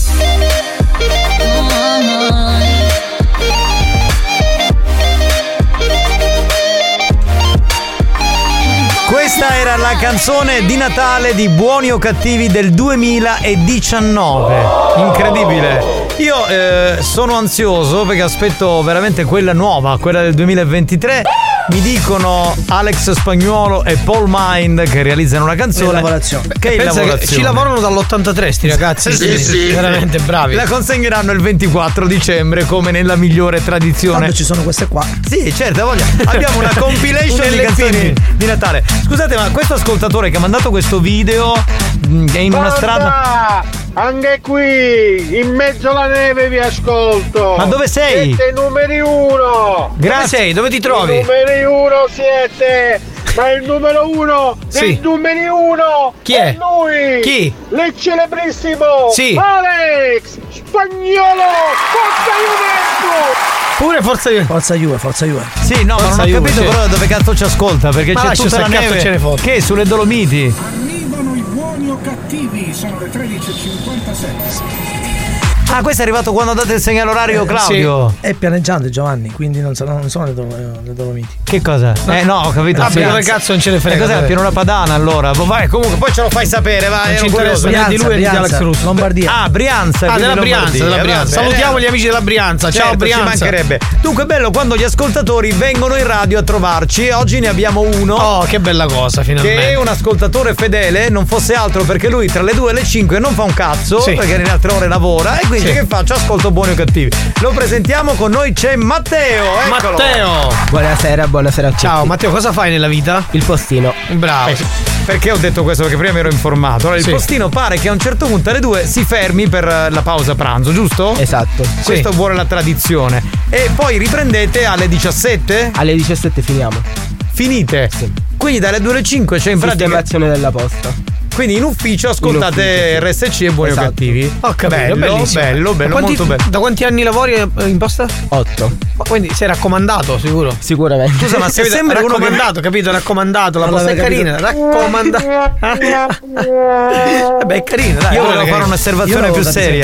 Questa era la canzone di Natale di Buoni o Cattivi del duemiladiciannove. Incredibile. Io eh, sono ansioso perché aspetto veramente quella nuova, quella del duemilaventitré. Mi dicono Alex Spagnuolo e Paul Mind che realizzano una canzone. Che lavorazione. Che è lavorazione. Che ci lavorano dall'ottantatré sti ragazzi. Sì, sì. Veramente bravi. La consegneranno il ventiquattro dicembre come nella migliore tradizione. Quando ci sono queste qua. Sì, certo, voglio. Abbiamo una compilation di canzoni di Natale. Scusate, ma questo ascoltatore che ha mandato questo video è in una strada. Anche qui, in mezzo alla neve vi ascolto. Ma dove sei? Siete numeri uno. Grazie. Dove sei? Dove ti trovi? I numeri uno siete. Ma il numero uno sì. Il numeri uno chi è? è lui. Chi? Il celebrissimo sì. Alex Spagnuolo. Forza Juventus. Pure Forza Juve. Forza Juve, Forza Juve. Sì, no, Forza ma non ho Juve, capito sì. però dove cazzo ci ascolta, perché ma c'è tutta la neve. Ce ne foto. Che sulle Dolomiti. Arrivano i buoni o cattivi, sono le tredici e cinquantasette. Ah, questo è arrivato quando date il segnale orario, Claudio. Sì. È pianeggiante, Giovanni, quindi non sono, non sono le, Dol- le Dolomiti. Che cosa? Eh no, ho capito. Ah, dove cazzo non ce ne frega? E cos'è? Pianura Padana allora? Vai, comunque poi ce lo fai sapere, vai. Non ci interessa Brianza, di lui e di Brianza, Alex Russo. Lombardia. Ah, Brianza. Ah, della Brianza, Lombardia. della Brianza. Vabbè. Salutiamo gli amici della Brianza. Ciao Certo, Brianza. ci mancherebbe. Dunque è bello quando gli ascoltatori vengono in radio a trovarci. Oggi ne abbiamo uno. Oh, che bella cosa, finalmente. Che è un ascoltatore fedele, non fosse altro perché lui tra le due e le cinque non fa un cazzo, sì. perché nelle altre ore lavora e quindi sì. che faccio? Ascolto Buoni o Cattivi. Lo presentiamo, con noi c'è Matteo. Eccolo. Matteo. Buonasera, buonasera a tutti. Ciao Matteo, cosa fai nella vita? Il postino. Bravo. Eh, perché ho detto questo? Perché prima mi ero informato. Allora, il sì. postino pare che a un certo punto alle due si fermi per la pausa pranzo, giusto? Esatto. Questo sì. vuole la tradizione. E poi riprendete alle diciassette? Alle diciassette finiamo. Finite? Sì. Quindi dalle due alle cinque c'è in pratica sistemazione della posta. Quindi in ufficio ascoltate in ufficio, sì. R S C e Buoni esatto. o Cattivi. Ho capito, bello, bellissimo. bello, bello, quanti, molto bello. Da quanti anni lavori in posta? Otto. Quindi sei raccomandato, sicuro? Sicuramente. Scusa, ma se capito? sembra uno che... raccomandato, capito? Raccomandato, la Allora, posta è capito. carina, raccomandato. Vabbè, è carina, dai. Io guarda volevo che- fare un'osservazione Io più l'avevo seria.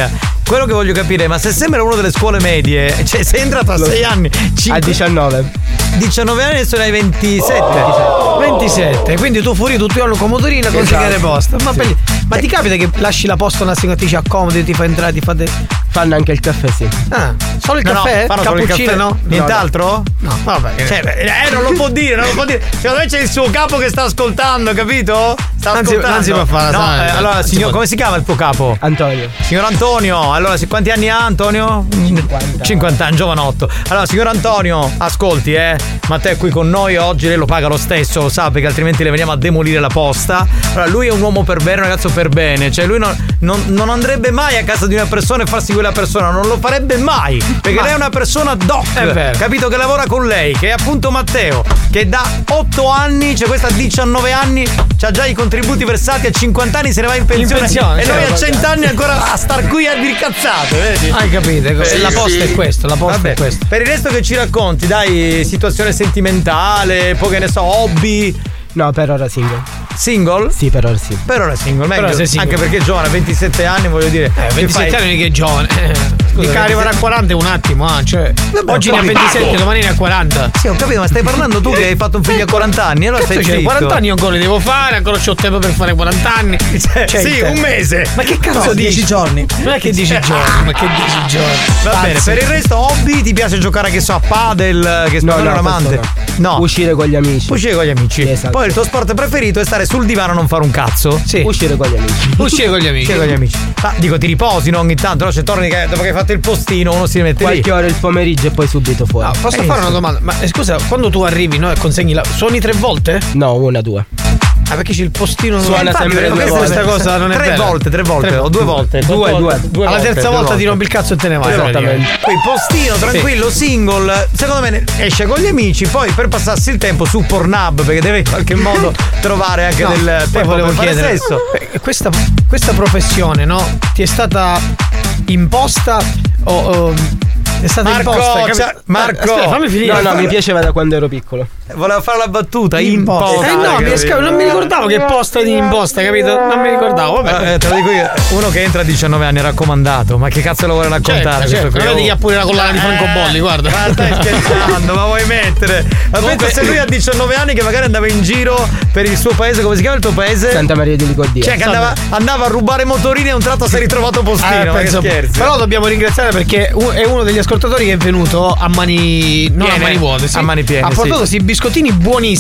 quello che voglio capire, ma se sembra uno delle scuole medie, cioè sei entrato a sei anni, a diciannove. diciannove anni e adesso ne hai ventisette. ventisette, quindi tu fuori tutto il giorno con motorino a consegnare Esatto. posta. Ma, Sì. per- ma ti capita che lasci la posta a una signora, ti ci accomodi, ti fa entrare, ti fa. De- Fanno anche il caffè, sì. Ah, solo il No, no, caffè? fanno solo il Cappuccino, caffè. no? Nient'altro? No, vabbè. Cioè, eh, non lo può dire, non lo può dire. Secondo me c'è il suo capo che sta ascoltando, capito? Sta Non si- ascoltando. non si può fare, No, sai, eh, allora, non si signor, può. come si chiama il tuo capo? Antonio. Signor Antonio, allora, si- quanti anni ha Antonio? cinquanta. cinquanta anni, giovanotto. Allora, signor Antonio, ascolti, eh. Matteo è qui con noi oggi, lei lo paga lo stesso, lo sa, perché altrimenti le veniamo a demolire la posta. Allora, lui è un uomo per bene, un ragazzo per bene. Cioè, lui non, non- non andrebbe mai a casa di una persona e farsi quella persona, non lo farebbe mai. Perché Ma- lei è una persona doc. È vero. Capito, che lavora con lei, che è appunto Matteo, che da otto anni, cioè questa a diciannove anni, c'ha già i contributi versati, a cinquanta anni se ne va in pensione, pensione, e noi a certo. cento anni ancora a star qui a dire cazzate, vedi? Hai capito? Sì, la posta sì. è questo, la posta Vabbè, è questo. per il resto che ci racconti, dai, situazione sentimentale, poi che ne so, hobby. No, per ora single. Single? Sì, per ora sì. Per ora single, meglio. Però sei single. Anche perché è giovane, ventisette anni, voglio dire. Eh, che ventisette fai? anni che è giovane. Scusa, Scusa, di arrivare a quaranta è un attimo, ah, cioè. Vabbè, oggi un ne ha po' di ventisette, pago. domani ne ha quaranta. Sì, ho capito, ma stai parlando tu che hai fatto un figlio a quaranta anni, allora Cazzo, stai c'è zitto. quaranta anni io ancora li devo fare, ancora c'ho tempo per fare quaranta anni. Cioè, C'è sì, il tempo. un mese. Ma che cazzo No, dici? dieci giorni. Non è che dieci giorni, ma che dieci giorni. Va Pazzi. bene, per il resto hobby, ti piace giocare, che so, a padel, che No, spazio no, un amante? questo No. Uscire con gli amici. Uscire con gli amici. Esatto. Poi il tuo sport preferito è stare sul divano e non fare un cazzo? Sì. Uscire con gli amici. Uscire con gli amici. Uscire con gli amici. Ma dico, ti riposi, no? Ogni tanto, no? Se torni che dopo che hai fatto il postino, uno si mette lì. Qualche ora il pomeriggio e poi subito fuori. Ah, posso Eh, fare sì. una domanda? Ma eh, scusa, quando tu arrivi, no, e consegni la. Suoni tre volte? No, una, due. Ah, perché c'è il postino. Suona Infatti, sempre questa, due volte. questa cosa non è tre bella. volte, tre volte, Tre o due volte. Due, due. due Alla volte, terza due volta volte. ti rompi il cazzo e te ne vai. Esattamente. Poi postino, tranquillo, single, secondo me esce con gli amici, poi per passarsi il tempo su Pornhub, perché deve in qualche modo trovare anche No, del poi tempo volevo per fare chiedere, sesso. eh, questa, questa professione, no? Ti è stata imposta o, o è stata Marco, imposta? capi- cioè, Marco. Aspetta, fammi finire. No, no, mi piaceva da quando ero piccolo. Voleva fare la battuta, Imposta. imposta. Eh no, mi è sca- non mi ricordavo che posta di imposta, capito? Non mi ricordavo. Vabbè. Eh, te lo dico io, uno che entra a diciannove anni è raccomandato, ma che cazzo lo vuole raccontare? Certo, questo certo. qui? Non vedi che ha pure la collana di Eh, Franco Bolli, guarda. Ma stai scherzando, ma vuoi mettere? Ma Comunque- pensa se lui a diciannove anni che magari andava in giro per il suo paese, come si chiama il tuo paese? Santa Maria di Licodia. Cioè che andava, andava a rubare motorini e a un tratto si è ritrovato postino, Eh, ma che penso- scherzi? Però dobbiamo ringraziare perché u- è uno degli ascoltatori che è venuto a mani. non Piene. a mani vuote, sì. A mani piene, Ha portato sì. questi biscottini buonissimi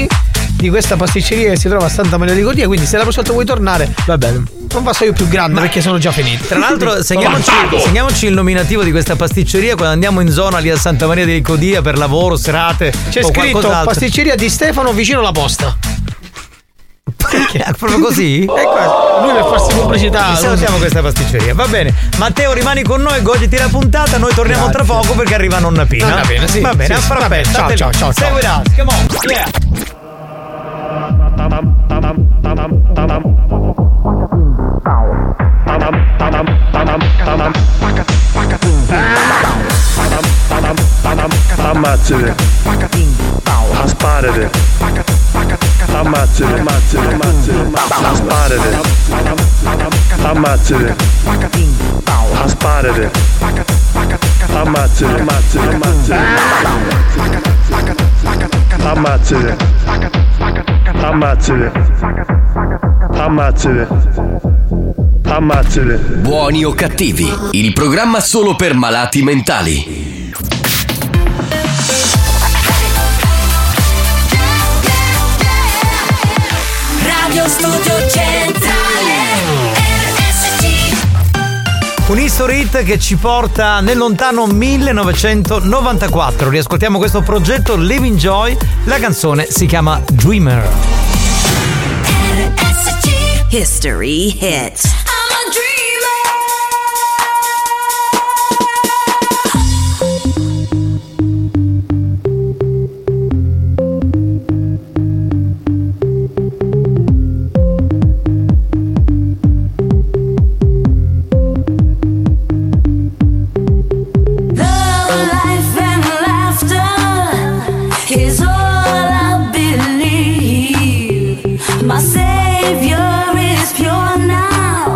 di questa pasticceria che si trova a Santa Maria di Licodia. Quindi se la prossima volta vuoi tornare, Va bene. non passo io più grande perché sono già finiti. Tra l'altro segniamoci, segniamoci il nominativo di questa pasticceria quando andiamo in zona lì a Santa Maria di Licodia per lavoro, serate. C'è o scritto qualcos'altro. pasticceria di Stefano vicino alla posta. È proprio così? E qua, lui per farsi pubblicità. Ci salutiamo questa pasticceria. Va bene. Matteo, rimani con noi, goditi la puntata. Noi torniamo Grazie. tra poco perché arriva Nonna Pina. Nonna Pina, sì. Va bene, Sì, sì. aspetta, Va bene. Ciao, ciao, ciao, ciao. Segui us, come on. Yeah. Ammazzate. Asparate. Ammazzate, ammazzate, ammazzate. Asparate. Ammazzate. Asparate. Ammazzate, ammazzate, ammazzate. Ammazzate. Ammazzate. Ammazzate. Ammazzate. Buoni o cattivi, il programma solo per malati mentali. Radio Studio Centrale R S C. Un history hit che ci porta nel lontano millenovecentonovantaquattro. Riascoltiamo questo progetto Living Joy. La canzone si chiama Dreamer. R S C. History hit. I'm a dreamer. Love, life, and laughter is all I believe. My Savior is pure now.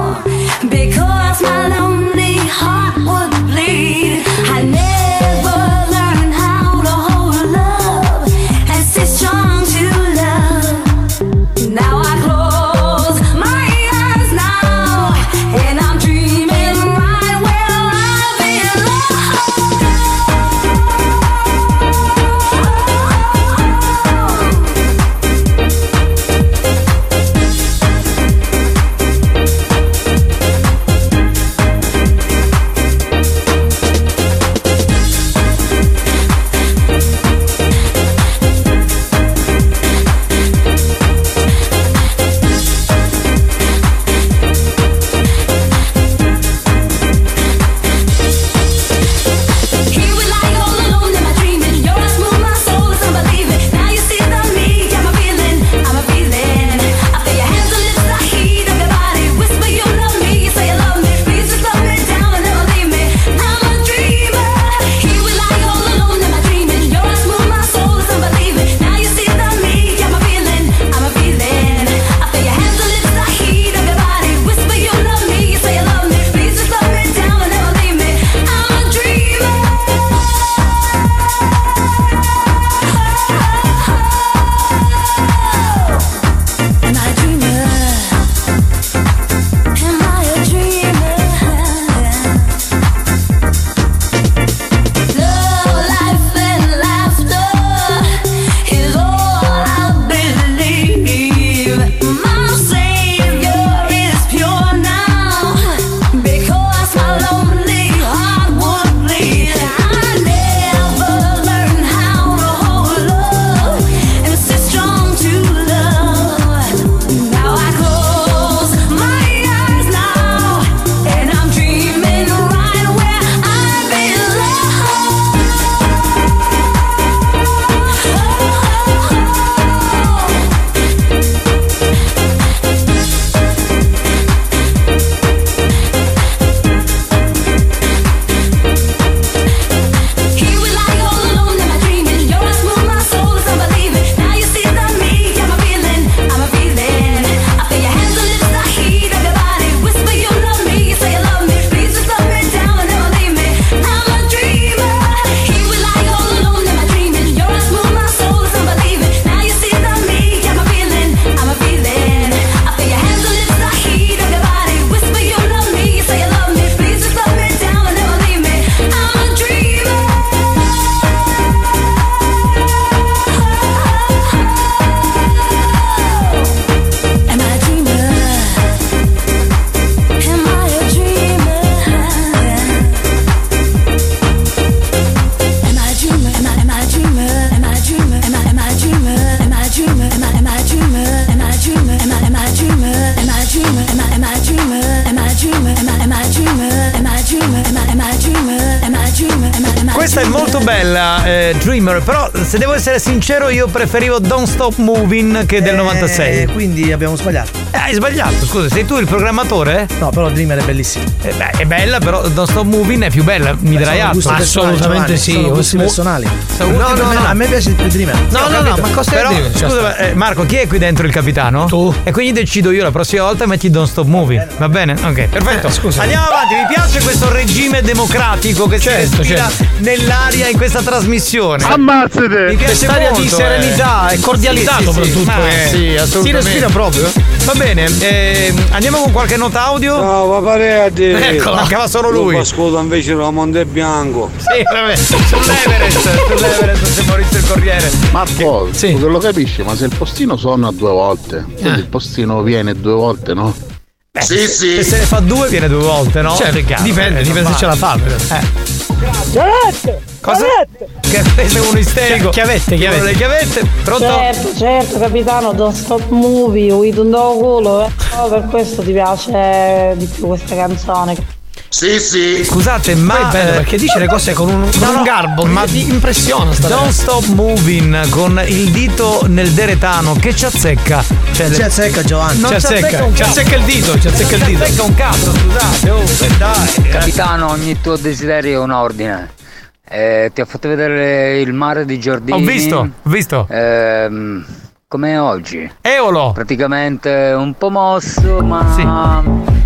questa è molto bella, eh, Dreamer, però se devo essere sincero io preferivo Don't Stop Moving che del novantasei. Quindi abbiamo sbagliato. Eh, hai sbagliato, scusa, sei tu il programmatore? No, però Dreamer è bellissima. Eh, beh, è bella, però Don't Stop Moving è più bella, mi Beh, darai atto. Assolutamente sì. Sono gusti personali. Sono gusti no, no, personali. no, a me piace più Dreamer. No, no, no, ma cosa però, dire? Scusa, eh, Marco, chi è qui dentro il capitano? Tu. E quindi decido io la prossima volta metti Don't Stop Moving. Va bene? Ok, perfetto. Eh, scusa. Andiamo avanti, mi piace questo regime democratico che Certo, si respira certo. nell'aria in questa trasmissione. Ammazzate! Mi piace Quest'aria molto, di serenità eh. e cordialità Sì, sì, sì. soprattutto. Ma eh. sì, assolutamente. Si respira proprio. Va bene, eh, andiamo con qualche nota audio? No, va paretti. Ecco, mancava solo lui. Ascolta invece la Monte Bianco. Sì, vabbè, sull'Everest, sull'Everest se morisse il Corriere. Marco, Sì. tu lo capisci, ma se il postino suona due volte, quindi Eh. il postino viene due volte, no? Beh, sì, sì. Se se ne fa due viene due volte, no? Certo, È chiaro, dipende, è dipende se ce la fa. Eh. Chiavette! Cosa? Che è uno isterico. Chiavette, chiavette. Uno delle chiavette. Pronto? Certo, certo, capitano, Don't Stop Movie, With un culo, eh. Oh, per questo ti piace di più questa canzone. Sì, sì. Scusate, ma Poi è bello eh, perché dice le cose con un, con no, un no, garbo ma che ti impressiona sta Don't ragazza. Stop Moving con il dito nel deretano che ci azzecca. Cioè, Ci azzecca Giovanni. non Ci azzecca, un ci cazzo. azzecca il dito, ci azzecca il Ci dito. azzecca un cazzo, scusate. Oh, eh, dai. Capitano, ogni tuo desiderio è un ordine. Eh, ti ho fatto vedere il mare di Giardini. Ho visto, ho visto. Ehm, come oggi. Eolo. Praticamente un po' mosso, ma. Sì. Ma,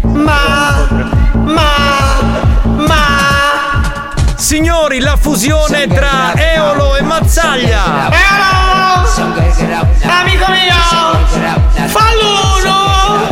ma, ma. Signori, la fusione tra Eolo e Mazzaglia. Eolo! Amico mio! Fallo uno!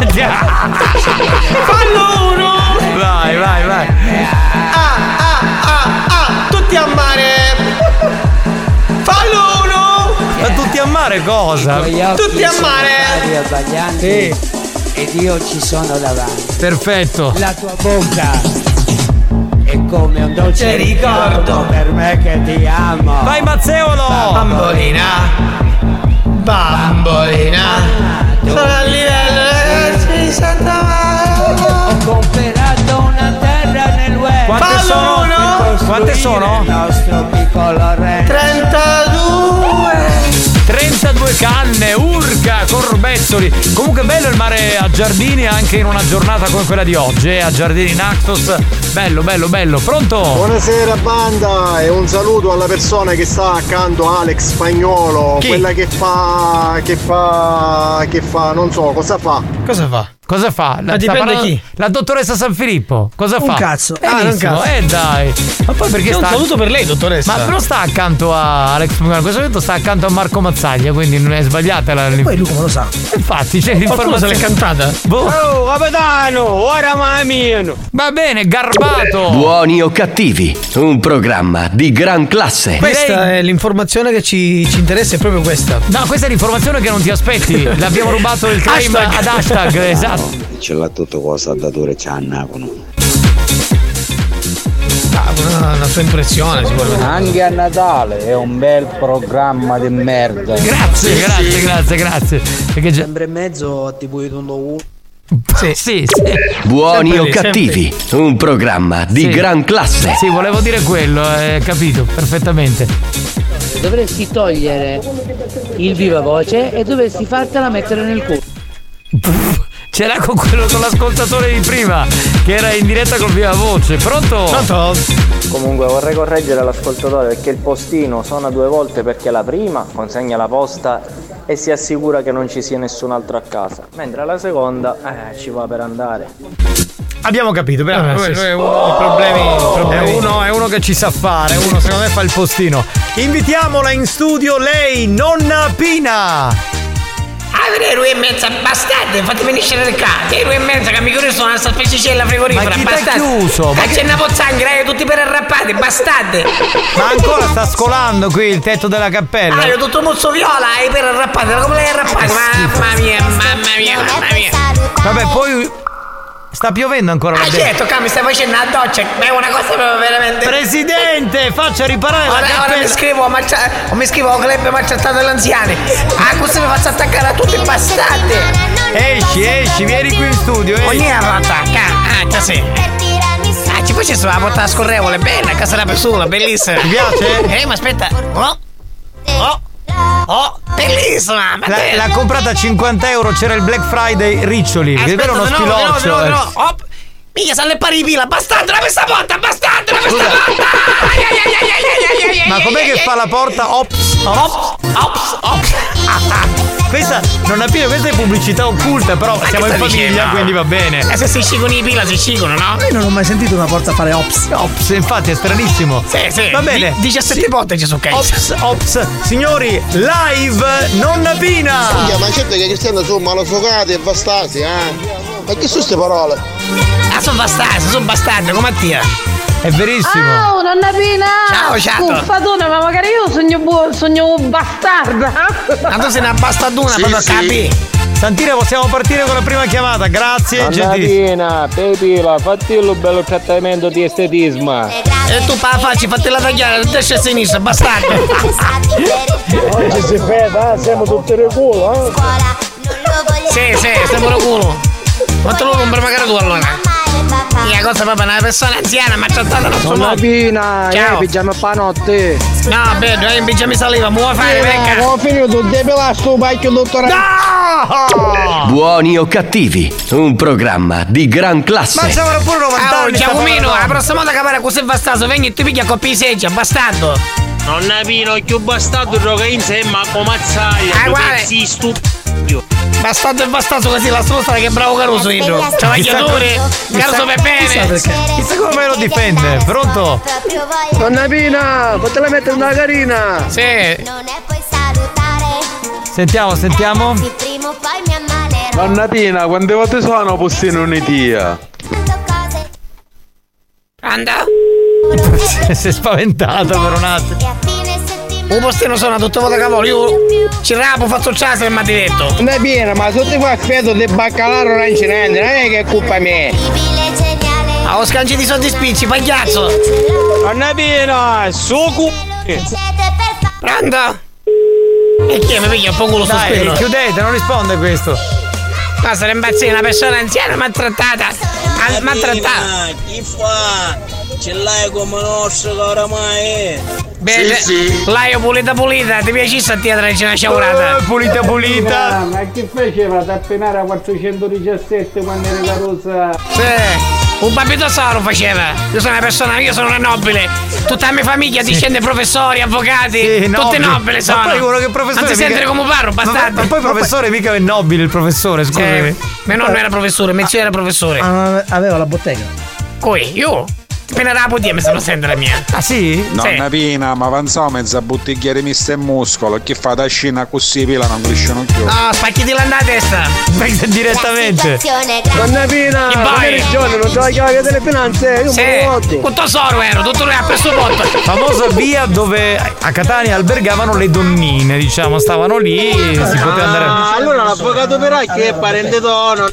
Fallo uno! Vai, vai, vai. Ah, ah, ah, ah! Tutti a mare! Fallo uno! Ma tutti a mare cosa? Tutti a mare! Sì. Ed io ci sono davanti. Perfetto. La tua bocca è come un dolce ricordo per me che ti amo. Vai Mazzeolo! Bambolina! Bambolina! Sono a livello di Santa Maria! Ho comprato una terra nel web. Quante Fallo sono? uno! Quante sono? Il nostro piccolo re. trentadue! trentadue canne, urca, corbezzoli. Comunque bello il mare a Giardini anche in una giornata come quella di oggi, eh? A Giardini Naxos. Bello, bello, bello. Pronto? Buonasera banda e un saluto alla persona che sta accanto a Alex Spagnolo. Chi? Quella che fa. che fa. che fa. non so cosa fa. Cosa fa? Cosa fa? Ma Sta dipende parlando- chi? La dottoressa San Filippo. Cosa Un fa? cazzo. Ah, non cazzo. Eh dai. Ma poi perché Io un sta saluto per lei, dottoressa. Ma però sta accanto a Alex Spagnolo. In questo momento sta accanto a Marco Mazzaglia, quindi non è sbagliata la. Poi lui come lo sa? Infatti c'è Qualcuno se l'è l'informazione. cantata? Boh. Oh, capitano, ora mamino. Va bene, garbato. Buoni o cattivi, un programma di gran classe. Questa è l'informazione che ci, ci interessa, è proprio questa. No, questa è l'informazione che non ti aspetti. L'abbiamo rubato il claim Hashtag. ad hashtag, esatto. Ce l'ha tutto con la saldatura ci annavano. Ah, una, una sua impressione sicuramente. Anche a Natale è un bel programma di merda. Grazie, grazie, grazie, grazie. Perché già. Sempre e mezzo attribuito un uno. Sì, sì, sì. Buoni Sempre o lì, cattivi, un programma di Sì. gran classe. Sì, volevo dire quello, hai capito perfettamente. Dovresti togliere il viva voce e dovresti fartela mettere nel culo. Ce l'ha con quello con l'ascoltatore di prima, che era in diretta col viva voce. Pronto? Pronto? Comunque vorrei correggere l'ascoltatore perché il postino suona due volte perché la prima consegna la posta e si assicura che non ci sia nessun altro a casa, mentre la seconda eh, ci va per andare. Abbiamo capito, però Eh, lui- sì, lui sì. è uno, I problemi- i problemi. È, uno, è uno che ci sa fare, uno secondo me fa il postino. Invitiamola in studio lei, nonna Pina. Ah, due e mezza, bastarde, fatemi venire le carte. Due e mezza che mi chiuso una salsicella frigorifera. Ma chi t'ha bastarde. chiuso? Ma Ma c'è una pozzanghera, eh, tutti per arrappati, bastarde. Ma ancora sta scolando qui il tetto della cappella. Ah, io tutto muzzo viola, e per arrappati, come l'hai arrappato? Mamma mia, mamma mia, mamma mia. Vabbè, poi sta piovendo ancora là Ah, dentro. certo, che mi stai facendo la doccia, ma è una cosa proprio veramente. Presidente, faccia riparare la Ora, ora cappella. mi scrivo, ma mi scrivo al club maltrattato dagli anziani. Ah, così mi faccio attaccare a tutti i bastardi. Esci, esci, vieni qui in studio, esci. Ogni rata, ah, già sì. Ah, ci facessimo la porta scorrevole, bella, a casa della persona, bellissima. Ti piace? Eh, ma aspetta. Oh. Oh. Oh, bellissima! Ma La, te- l'ha comprata a cinquanta euro, c'era il Black Friday Riccioli, che Aspetta, era uno di nuovo, di nuovo, spiloccio. di nuovo, di eh. nuovo. Oh, mica sa le pari di pila, bastardo, apri sta porta, bastardo, apri sta porta! Ai, ai, ai, ai, ai, ai, ai, Ma ai, com'è ai, che ai, fa la porta? Ops, ops, ops, ops. Questa non appena, questa è pubblicità occulta, però Ma siamo che in stai famiglia, dicendo? quindi va bene. E se si scigono i pila, si scigono, no? Io non ho mai sentito una porta fare ops. Ops, infatti è stranissimo. Sì, sì. Va bene. Di- diciassette volte ci sono cazzo. Ops, ops. Signori, live Nonna Pina. Minchia, ma certo che Cristiano sono malofocati e bastati, eh? Ma che sono queste parole? Ah, sono bastardi, sono bastardi, come a te. È verissimo. Ciao, nonna Pina! Ciao, ciao. Uffatona, ma magari io sogno, bu- sogno bastarda. Ma tu sei una bastarduna, Sì, proprio sì. capi. Santina, possiamo partire con la prima chiamata, grazie. gentilissimo. Annatina, pepila, fattillo bello trattamento di estetismo. E tu pa' facci, fatti la tagliare a destra e a sinistra, bastardo. Oggi si vede, eh? Siamo tutti in culo, eh? Sì, sì, stiamo in culo. Ma te lo compri magari tu allora. La cosa proprio una persona anziana ma trattata non so Nonna Pina, Ciao. eh, pigiama pa' notte. No, bello, io in pigiama saliva, mi vuoi fare, venga. Ho finito di depilare sto pacchio, dottore. No! Buoni o cattivi, un programma di gran Ma classe. siamo pure novanta Oh, anni. sta Giacomino, parola. la prossima volta che pare così bastato, vieni e ti piglia coppia di seggia, bastardo. Nonna Pina, più bastardo gioca insieme a comazzaglia. Ah, guarda. Pezzi stupido. Bastardo e bastato così la strozza che bravo Caruso io. Travagliatore, Caruso per Chissà bene. perché. Chissà come me lo difende. Pronto? Nonna Pina, fatela mettere una carina. Sì. Sentiamo, sentiamo. Nonna Pina, quante volte sono postino un'idea? Anda. Si è spaventato per un attimo. Un postino sono tutto voto cavolo, io ci rapo, faccio il ciaso e mi ha detto. Nonna Pina, ma se ti fa effetto di baccalaro rancinante, non è che è colpa mia. Ah, ho scanci di soldi spicci, pagliazzo. Nonna Pina, su cu... Pronto? E chi è? Mi piglia un po' culo sto Dai, spillo. chiudete, non risponde questo. Ma sarà impazzita, una persona anziana maltrattata. Al- Maltrattata. Chi fa? Ce l'hai come nostro che oramai. Bene, Sì, sì. l'hai pulita pulita, ti piacesse a te tra una sciaurata? Eh, pulita pulita. Ma che faceva da penare a quattrocentodiciassette quando era la rosa? Sì. Un papitosoro faceva. Io sono una persona, io sono una nobile. Tutta la mia famiglia discende professori, avvocati. Sì, tutte nobili. nobili Ma sono. poi uno che è professore Non si mica- sente come parlo, Ma, bastardo. ma poi professore mica è nobile il professore, scusami. Eh, mio nonno era professore, mio zio era professore. Ah, aveva la bottega. Qui, io? Appena la podia mi sono sente la mia. Ah sì? Nonna Pina, ma avanzavo mezza bottigliere mista e muscolo. Chi fa da scina così pila non crescono più. No, spacchi di là a testa. Direttamente. Nonna Pina, Che come vai? regione non c'ho la chiave delle finanze, io Sì, mi voto. tutto soro ero, tutto lui ha preso botto. Famosa via dove a Catania albergavano le donnine, diciamo, stavano lì, si poteva andare. Ah, allora l'avvocato Peracchi è parente dono.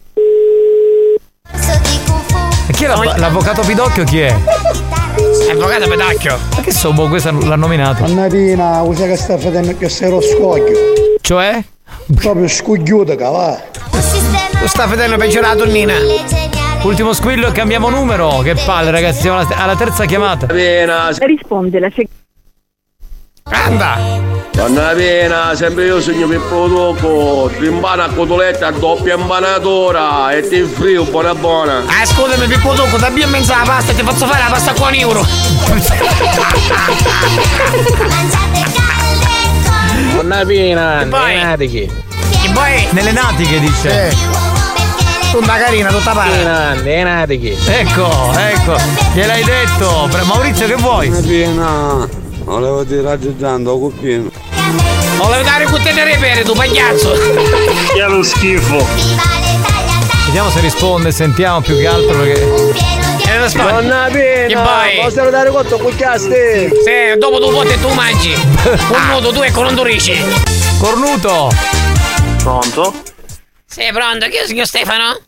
E chi è l'avv- l'avvocato Pidocchio chi è? Avvocato Pedacchio. Ma che so, boh, questo l'ha nominato. Nonna Pina, usa che sta facendo che sei lo scoglio. Cioè? Proprio scogliuta, va. Tu sta vedendo peggio la donnina. Ultimo squillo e cambiamo numero. Che palle, ragazzi, siamo alla, alla terza chiamata. Risponde la seconda. Anda. Nonna Pina, sempre io sogno Pippo Tocco, ti impana a cotoletta a doppia impanatura e ti frio buona buona. Ah, scusami Pippo Tocco, da in mezzo alla pasta e ti faccio fare la pasta con un euro. Nonna Pina, E poi? natichi. E poi? Nelle natiche dice. Eh. Tu una carina, tutta pare. Pina, nei natichi. Ecco, ecco, gliel'hai detto. Pre- Maurizio, che vuoi? Nonna Pina, volevo dire raggiungendo cupino. Volevo dare un cuttino di repere, tu pagliazzo. Che è lo schifo. Vediamo se risponde, sentiamo più che altro perché. E lo spazio. Nonna Che Pina, vai? posso dare conto con chiaste? Sì, dopo tu vuoti e tu mangi. Un nudo, tu e con un durisci. Cornuto! Pronto? Sei pronto? Chi è il signor Stefano?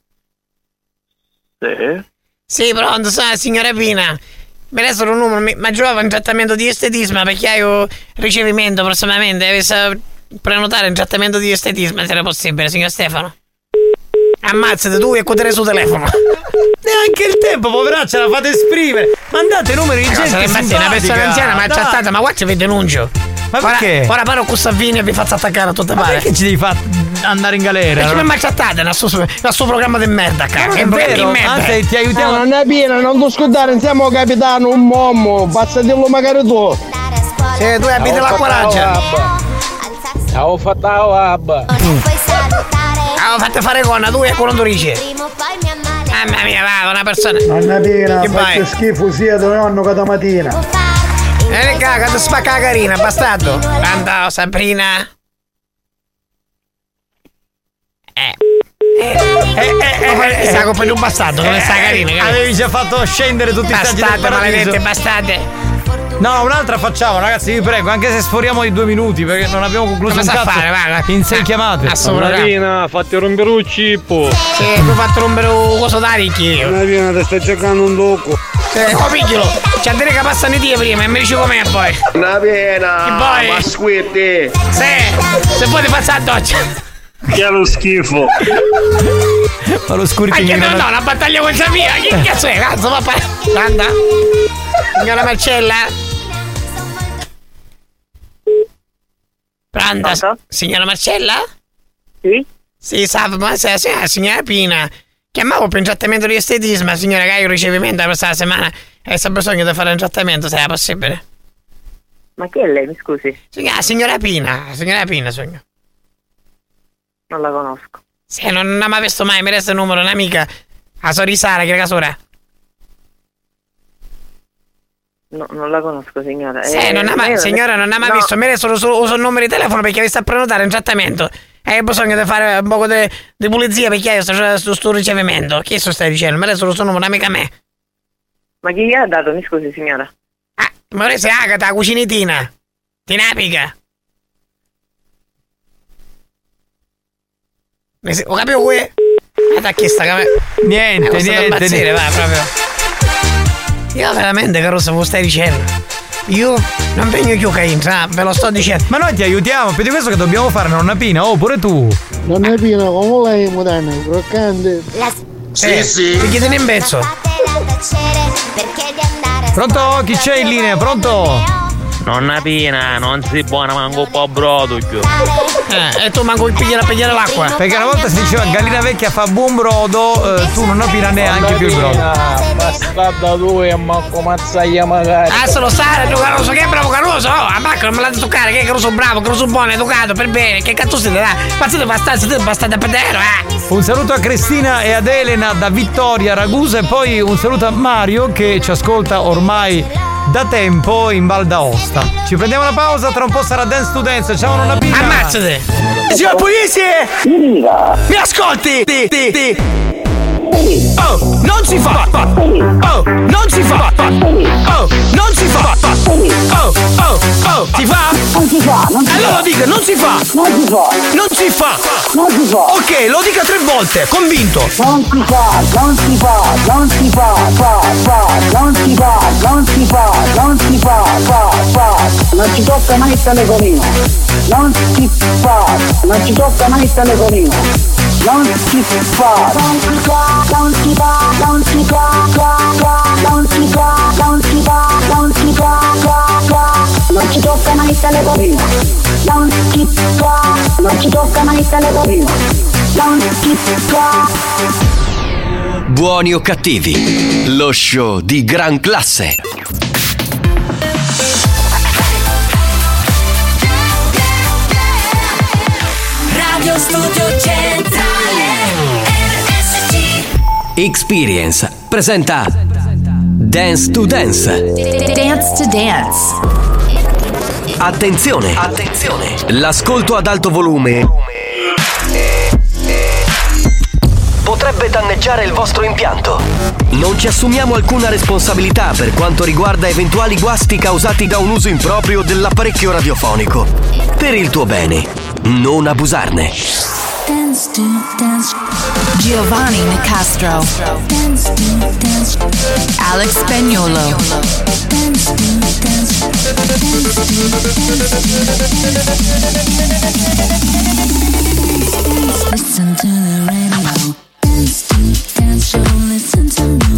Sì. Sì, pronto, sono la signora Pina. Mi resta un numero, mi, mi giova un trattamento di estetismo perché hai un ricevimento prossimamente. Devi sa- prenotare un trattamento di estetismo se era possibile, signor Stefano. Ammazzate tu e cuotere sul telefono. neanche il tempo, poveraccia, la fate esprimere. Mandate numeri di gente simpatica. Una persona anziana mi ha chattata, ma guarda vi denuncio. Ma perché? Ora, ora parlo con Salvini e vi faccio attaccare a tutte ma pare. Perché ci devi far andare in galera? Perché no? mi ha chattata nel suo, nel suo programma di merda, cazzo. È vero, anzi ti aiutiamo. No, non è piena, non ti scordare, insieme al capitano, un mommo, basta dirlo magari tu. Sì, tu abiti la quaraccia. Ciao fatta la abba. Avevo fatto fare gonna, tu e quello non dici. Mamma mia, va, una persona. Nonna Pina, Che faccio vai? schifo sia dove nonno che mattina. Eh, caga, ti spacca la carina, bastardo. Andò, Sabrina. Eh. Eh, eh, eh, eh, sta colpa di un bastardo, non è sta carina. Eh, avevi già fatto scendere tutti i stati del Bastardo, paradiso. maledette, bastate. No, un'altra facciamo, ragazzi, vi prego, anche se sforiamo di due minuti, perché non abbiamo concluso Come un sa cazzo fare, va, va. in sei chiamate. Marina, fatti rompere un cippo. Sì, tu hai fatto rompere un coso d'aricchi. Marina, ti stai cercando un tocco. Sì, oh, pigliolo. C'è a dire che passano i die prima e mi dici com'è poi. Una pena. Che poi? Ma squirti. Sì, se poi ti faccio la doccia. Che è lo schifo. Ma lo scurti Ma che no, no, una battaglia con mia. Che cazzo è? Cazzo, va pa- Anda. Signora Marcella? Pronto? Signora Marcella? Sì? Sì, salve, ma se sì, signora Pina. Chiamavo per un trattamento di estetismo, signora, che hai un ricevimento la prossima settimana e se ha bisogno di fare un trattamento, sarà possibile? Ma chi è lei, mi scusi? Signora, signora Pina, signora Pina, sogno. Non la conosco. Sì, non, non mi ha visto mai, mi resta il numero, un'amica, a Sorisara, che è la casora. No, non la conosco, signora. Sì, eh, non ha mai, lei signora, non ha mai no. visto, mi resta solo uso il numero di telefono perché vi sta a prenotare un trattamento. E hai bisogno di fare un po' di, di pulizia perché io sto su sto ricevimento. Chi sto stai dicendo? Mi resta solo il numero, un'amica a me. Ma chi gli ha dato, mi scusi, signora? Ah, mi resta Agata, la cucinitina. Tinapica. Ho capito qui? Guarda chi sta che Niente, eh, niente, impazzire, niente. va, proprio. Io veramente, Caruso, ve lo stai dicendo. Io non vengo più che entra, ve lo sto dicendo. Ma noi ti aiutiamo, più di questo che dobbiamo fare, nonna Pina, oh, pure tu. Nonna Pina, come lei, mutane, croccante. Sì, sì. Perché te ne imbezzo? Pronto? Chi c'è in linea? Pronto? Nonna Pina, non si buona manco un po' brodo. Eh, e tu manco il pigliare a pigliare l'acqua. Perché una volta si diceva gallina vecchia fa buon brodo, eh, tu non Pina neanche più il brodo. Bastarda tu e manco mazzaglia magari. Ah, se lo sai, tu Caruso, che bravo Caruso! Oh, a Marco non me l'ha toccare, che Caruso bravo, Caruso buono, educato, per bene, che cazzo siete là? Ma siete bastardi, siete bastardi a pedero, eh! Un saluto a Cristina e ad Elena da Vittoria Ragusa e poi un saluto a Mario che ci ascolta ormai da tempo in Val d'Aosta. Ci prendiamo una pausa, tra un po' sarà Dance to Dance. Ciao nonna Pina. Ammazzate! Signor Pugliese! Mi ascolti? Ti, ti, ti. Oh, non si fa! Oh, non si fa! Oh, non si fa! Oh, oh, oh, si fa? Non si fa, non si allora fa. lo dica, non si fa! Non si fa. Non si fa! Non si fa. Ok, lo dica tre volte, convinto! Non si fa, non si fa, non si fa, fa, fa, non si fa, non si fa, non si fa, fa, fa. Non ci tocca mai il telefonino. Non si fa, non ci tocca mai il telefonino. Non si fa, non si fa, non si fa, non si fa, fa, fa, non si fa, non si fa, non si fa, fa, fa. Non ci tocca mai il telefonino. Non si fa, non ci tocca mai il telefonino. Non si fa. Buoni o cattivi, lo show di gran classe. Radio Studio Centrale R S C. Experience presenta Dance to Dance. Dance to Dance. Attenzione, attenzione. L'ascolto ad alto volume potrebbe danneggiare il vostro impianto. Non ci assumiamo alcuna responsabilità per quanto riguarda eventuali guasti causati da un uso improprio dell'apparecchio radiofonico. Per il tuo bene, non abusarne. Dance to dance. Giovanni Nicastro. Dance to dance. Alex Spagnuolo. Dance to dance. Dance to dance. Listen to the radio. Dance to dance show. Listen to me.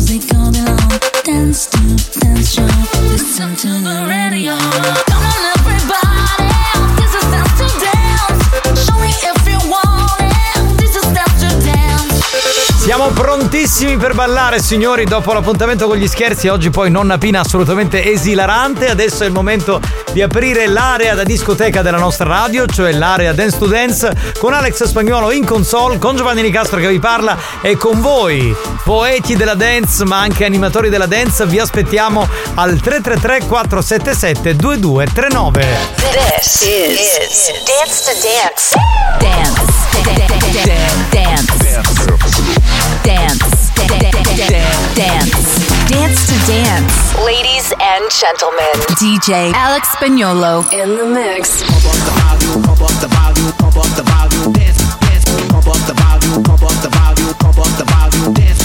Prontissimi per ballare, signori, dopo l'appuntamento con gli scherzi. Oggi poi nonna Pina assolutamente esilarante. Adesso è il momento di aprire l'area da discoteca della nostra radio, cioè l'area Dance to Dance, con Alex Spagnuolo in console, con Giovanni Nicastro che vi parla e con voi, poeti della dance ma anche animatori della dance. Vi aspettiamo al tre tre tre quattro sette sette due due tre nove. This is Dance to Dance. Dance. Dance. Dance. Dance. Dance to Dance. Ladies and gentlemen, D J Alex Spagnuolo in the mix. Pump up the volume, pump up the volume, pump up the volume, dance, dance. Pump up the volume, pump up the volume, pump up the volume, dance,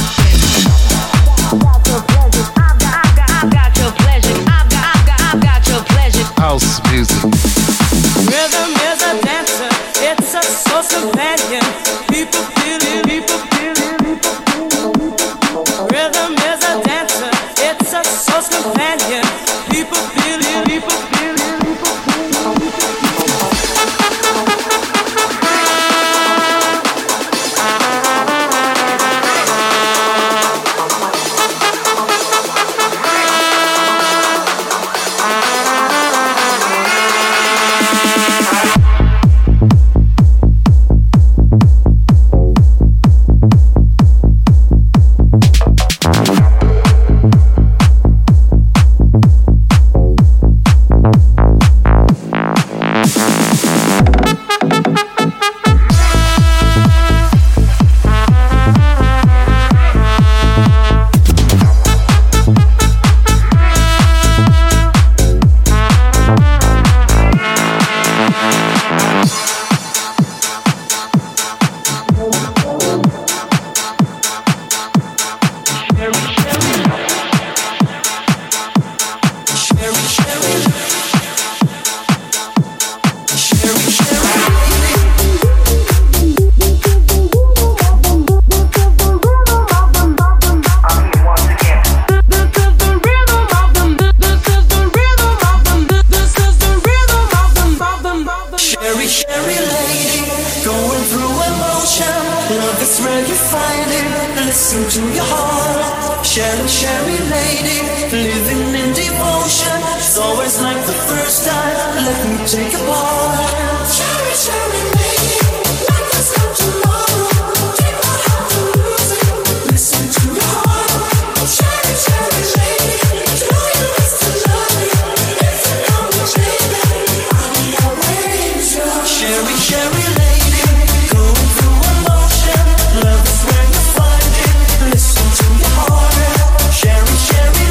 I've got your pleasure. I've got, I've got, I've got your pleasure. House music. Rhythm is a dancer, it's a source companion. People feel it, people feel it, people feel it. Rhythm is a dancer, it's a source companion. People feel it, people feel it, people feel it.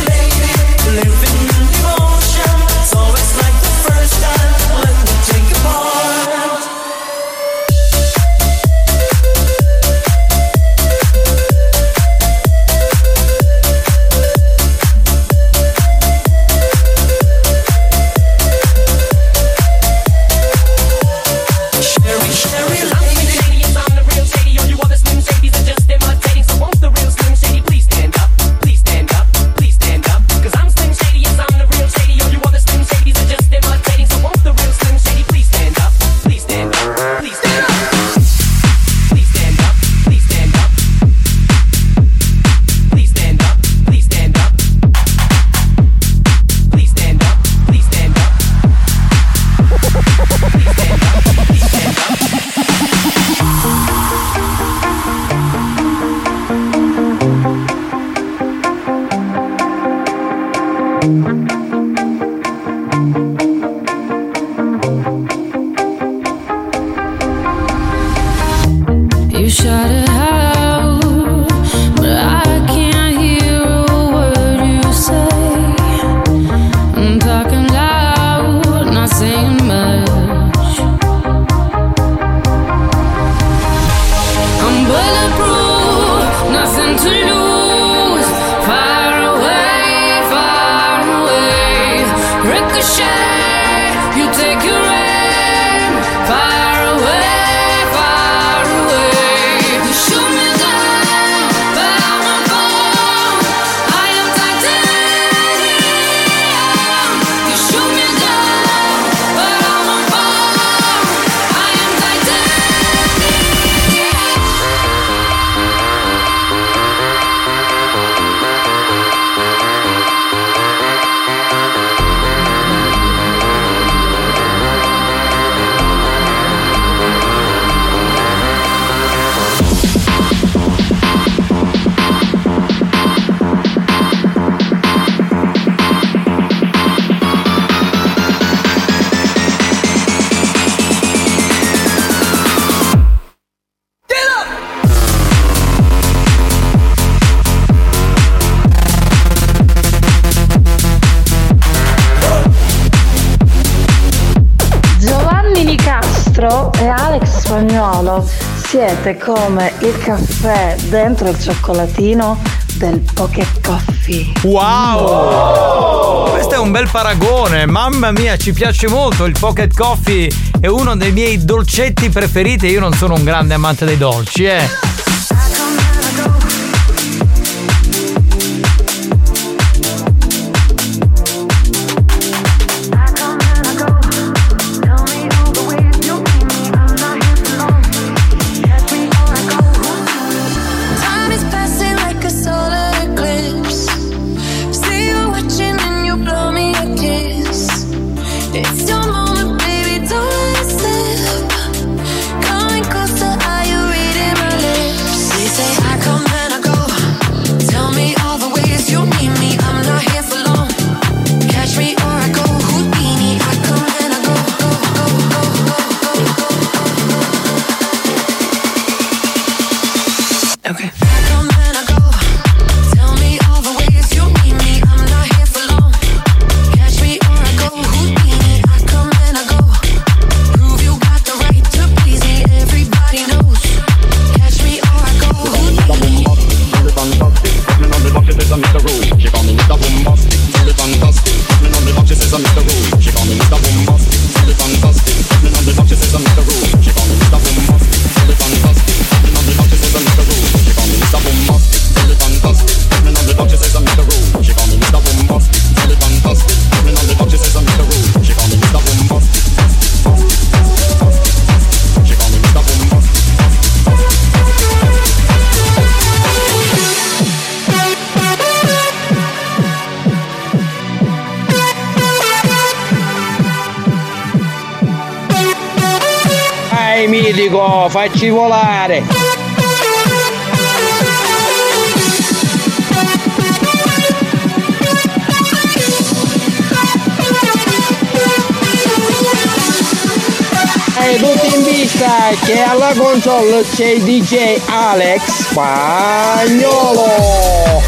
Take a Pietro e Alex Spagnolo, siete come il caffè dentro il cioccolatino del Pocket Coffee. Wow! wow! Questo è un bel paragone, mamma mia, ci piace molto. Il Pocket Coffee è uno dei miei dolcetti preferiti. Io non sono un grande amante dei dolci, eh. It's your moment, baby, don't let it slip. Coming closer, are you reading my lips? They say I come and I go. Tell me all the ways you need me. I'm not here for long. Catch me or I go Houdini. I come and I go, go, go, go, go, go, go. Okay. I come and I go. Tell me all the ways you need me. I'm not here for long. Catch me or I go Houdini. Mister Rude, she call me Mister Bombastic, tell it fantastic. Coming on the box, she says I'm Mister Rude. She call me Mister Bombastic, tell it fantastic. Coming on the box, she says I'm Mister Rude. She call me Mister Bombastic, tell it fantastic. Coming on the box, she says I'm Mister Rude. She call me Mister Bombastic, tell it fantastic. Coming on the box, she says I'm Mister Rude. She call me Mister Bombastic, tell it fantastic. Coming on the box, she says I'm Mister Rude. She call me Mister Bombastic, she call me Mister Bombastic. Dai mitico, facci volare! E tutti in vista che alla console c'è il D J Alex Spagnolo!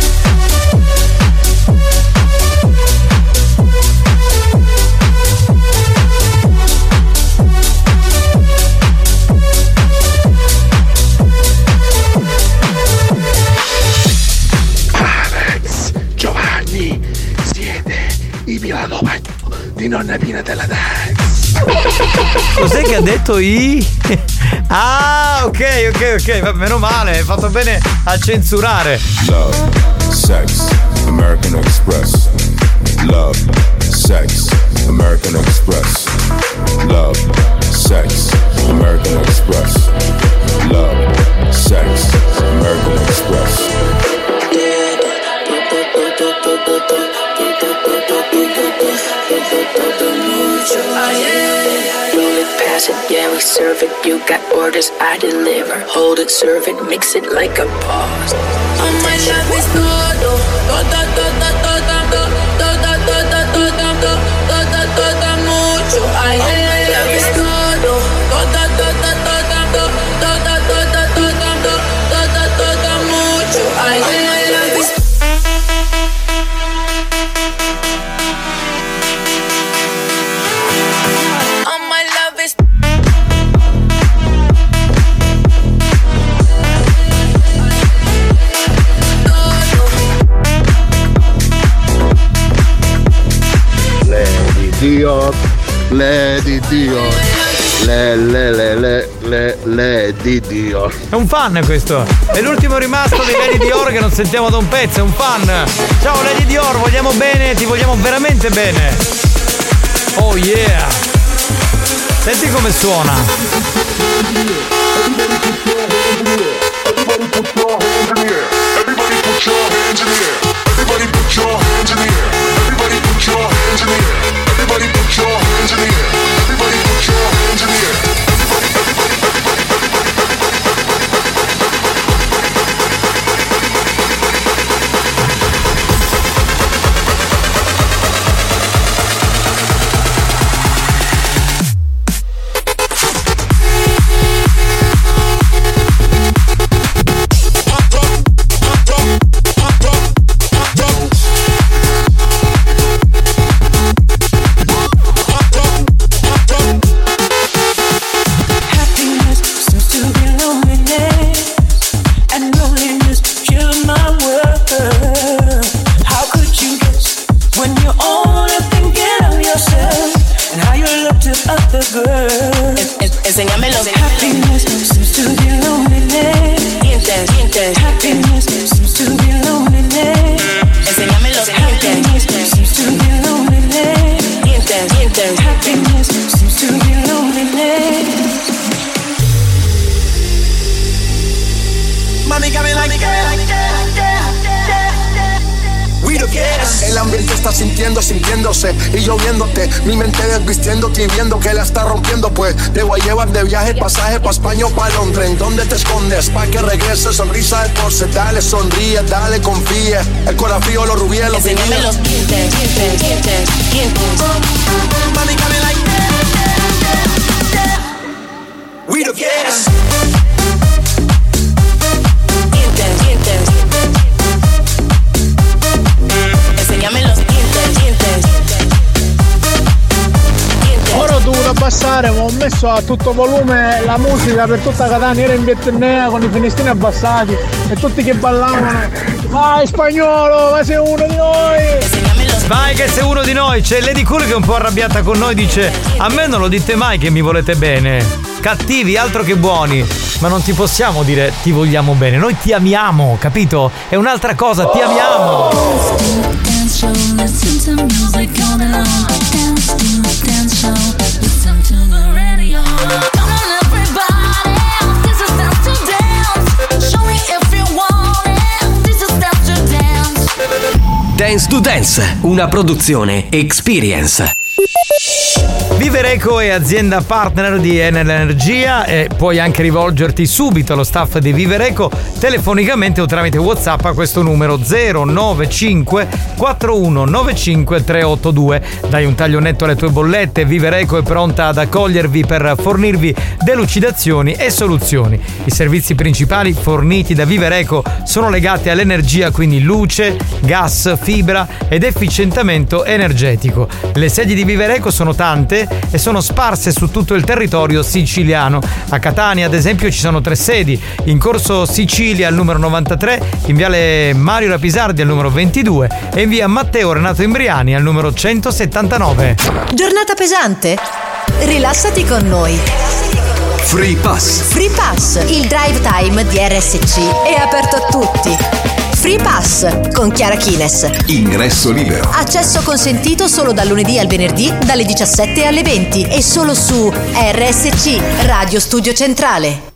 I Milano Bagno di nonna Pina della Dance. Cos'è che ha detto i? Ah, ok, ok, ok, va, meno male, hai fatto bene a censurare. Love, sex, American Express. Love, sex, American Express. Love, sex, American Express. Love, sex, American Express. Roll it, pass it, yeah, we serve it. You got orders, I deliver. Hold it, serve it, mix it like a boss. Oh, my love is todo, todo, todo, todo, todo, todo, todo, todo, todo, mucho. Ay, my love is todo, todo, todo, todo, todo, todo, todo, todo, todo, mucho. Ay, my love is Dior, Lady Dior, le le le le le Lady Dior. È un fan questo, è l'ultimo rimasto di Lady Dior che non sentiamo da un pezzo, è un fan. Ciao Lady Dior, vogliamo bene, ti vogliamo veramente bene. Oh yeah. Senti come suona. Everybody put your hands in the air. Everybody put your hands in the air. Everybody put your hands in the air. Everybody put your hands in the air. Everybody put your hands in the air. Everybody put your hands in the air. Everybody, everybody, everybody, the girl. Es, es, enséñame los happiness seems to be loneliness. Dientes, dientes. Happiness seems to be loneliness. Enséñame los happiness seems to be loneliness. Dientes, dientes. Happiness seems to be loneliness. Mami, come like el ambiente está sintiendo, sintiéndose y yo viéndote, mi mente desvistiéndote y viendo que la está rompiendo. Pues te voy a llevar de viaje, pasaje pa' España o pa' Londres. ¿En dónde te escondes? Pa' que regrese, sonrisa de porce. Dale, sonríe, dale, confía. El corazón frío, los rubíes, los enséñame vinillos. los dientes, dientes, dientes, dientes. Mami, come like we don't get it. Dientes, dientes. Enséñame los dientes, dientes. Ora ho dovuto abbassare, ma ho messo a tutto volume la musica per tutta Catania, era in Vietnamese con i finestrini abbassati e tutti che ballavano. Vai Spagnolo, ma sei uno di noi! Vai che sei uno di noi. C'è Lady Cool che è un po' arrabbiata con noi, dice: a me non lo dite mai che mi volete bene. Cattivi, altro che buoni. Ma non ti possiamo dire ti vogliamo bene, noi ti amiamo, capito? È un'altra cosa, ti amiamo. Dance to Dance, una produzione Experience. Vivereco è azienda partner di Enel Energia e puoi anche rivolgerti subito allo staff di Vivereco telefonicamente o tramite WhatsApp a questo numero zero nove cinque quattro uno nove cinque tre otto due. Dai un taglio netto alle tue bollette, Vivereco è pronta ad accogliervi per fornirvi delucidazioni e soluzioni. I servizi principali forniti da Vivereco sono legati all'energia, quindi luce, gas, fibra ed efficientamento energetico. Le sedi di Vivereco sono tante e sono sparse su tutto il territorio siciliano. A Catania, ad esempio, ci sono tre sedi: in Corso Sicilia al numero novantatré, in viale Mario Rapisardi al numero ventidue e in via Matteo Renato Imbriani al numero centosettantanove. Giornata pesante? Rilassati con noi. Free Pass. Free Pass, il drive time di R S C è aperto a tutti. Free Pass con Chiara Kines. Ingresso libero. Accesso consentito solo dal lunedì al venerdì dalle diciassette alle venti e solo su R S C Radio Studio Centrale.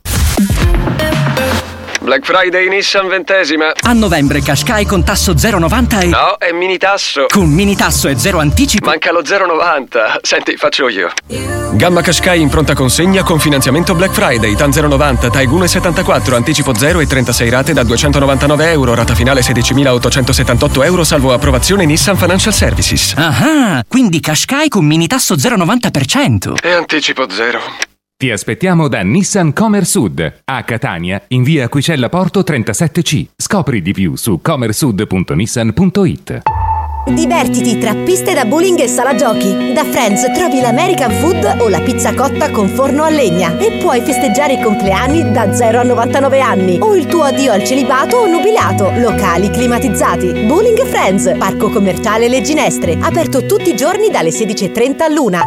Black Friday Nissan ventesima. A novembre Qashqai con tasso zero virgola novanta e... No, è mini tasso. Con mini tasso e zero anticipo. Manca lo zero virgola novanta. Senti, faccio io. Gamma Qashqai in pronta consegna con finanziamento Black Friday. TAN zero virgola novanta, TAEG uno virgola settantaquattro, anticipo zero e trentasei rate da duecentonovantanove euro. Rata finale sedicimilaottocentosettantotto euro salvo approvazione Nissan Financial Services. Ah, quindi Qashqai con mini tasso zero virgola novanta per cento. E anticipo zero. Ti aspettiamo da Nissan Comer Sud, a Catania, in via Aquicella Porto trentasette C. Scopri di più su comersud punto nissan punto it. Divertiti tra piste da bowling e sala giochi. Da Friends trovi l'American Food o la pizza cotta con forno a legna e puoi festeggiare i compleanni da zero a novantanove anni o il tuo addio al celibato o nubilato. Locali climatizzati. Bowling Friends, parco commerciale Le Ginestre, aperto tutti i giorni dalle sedici e trenta all'una.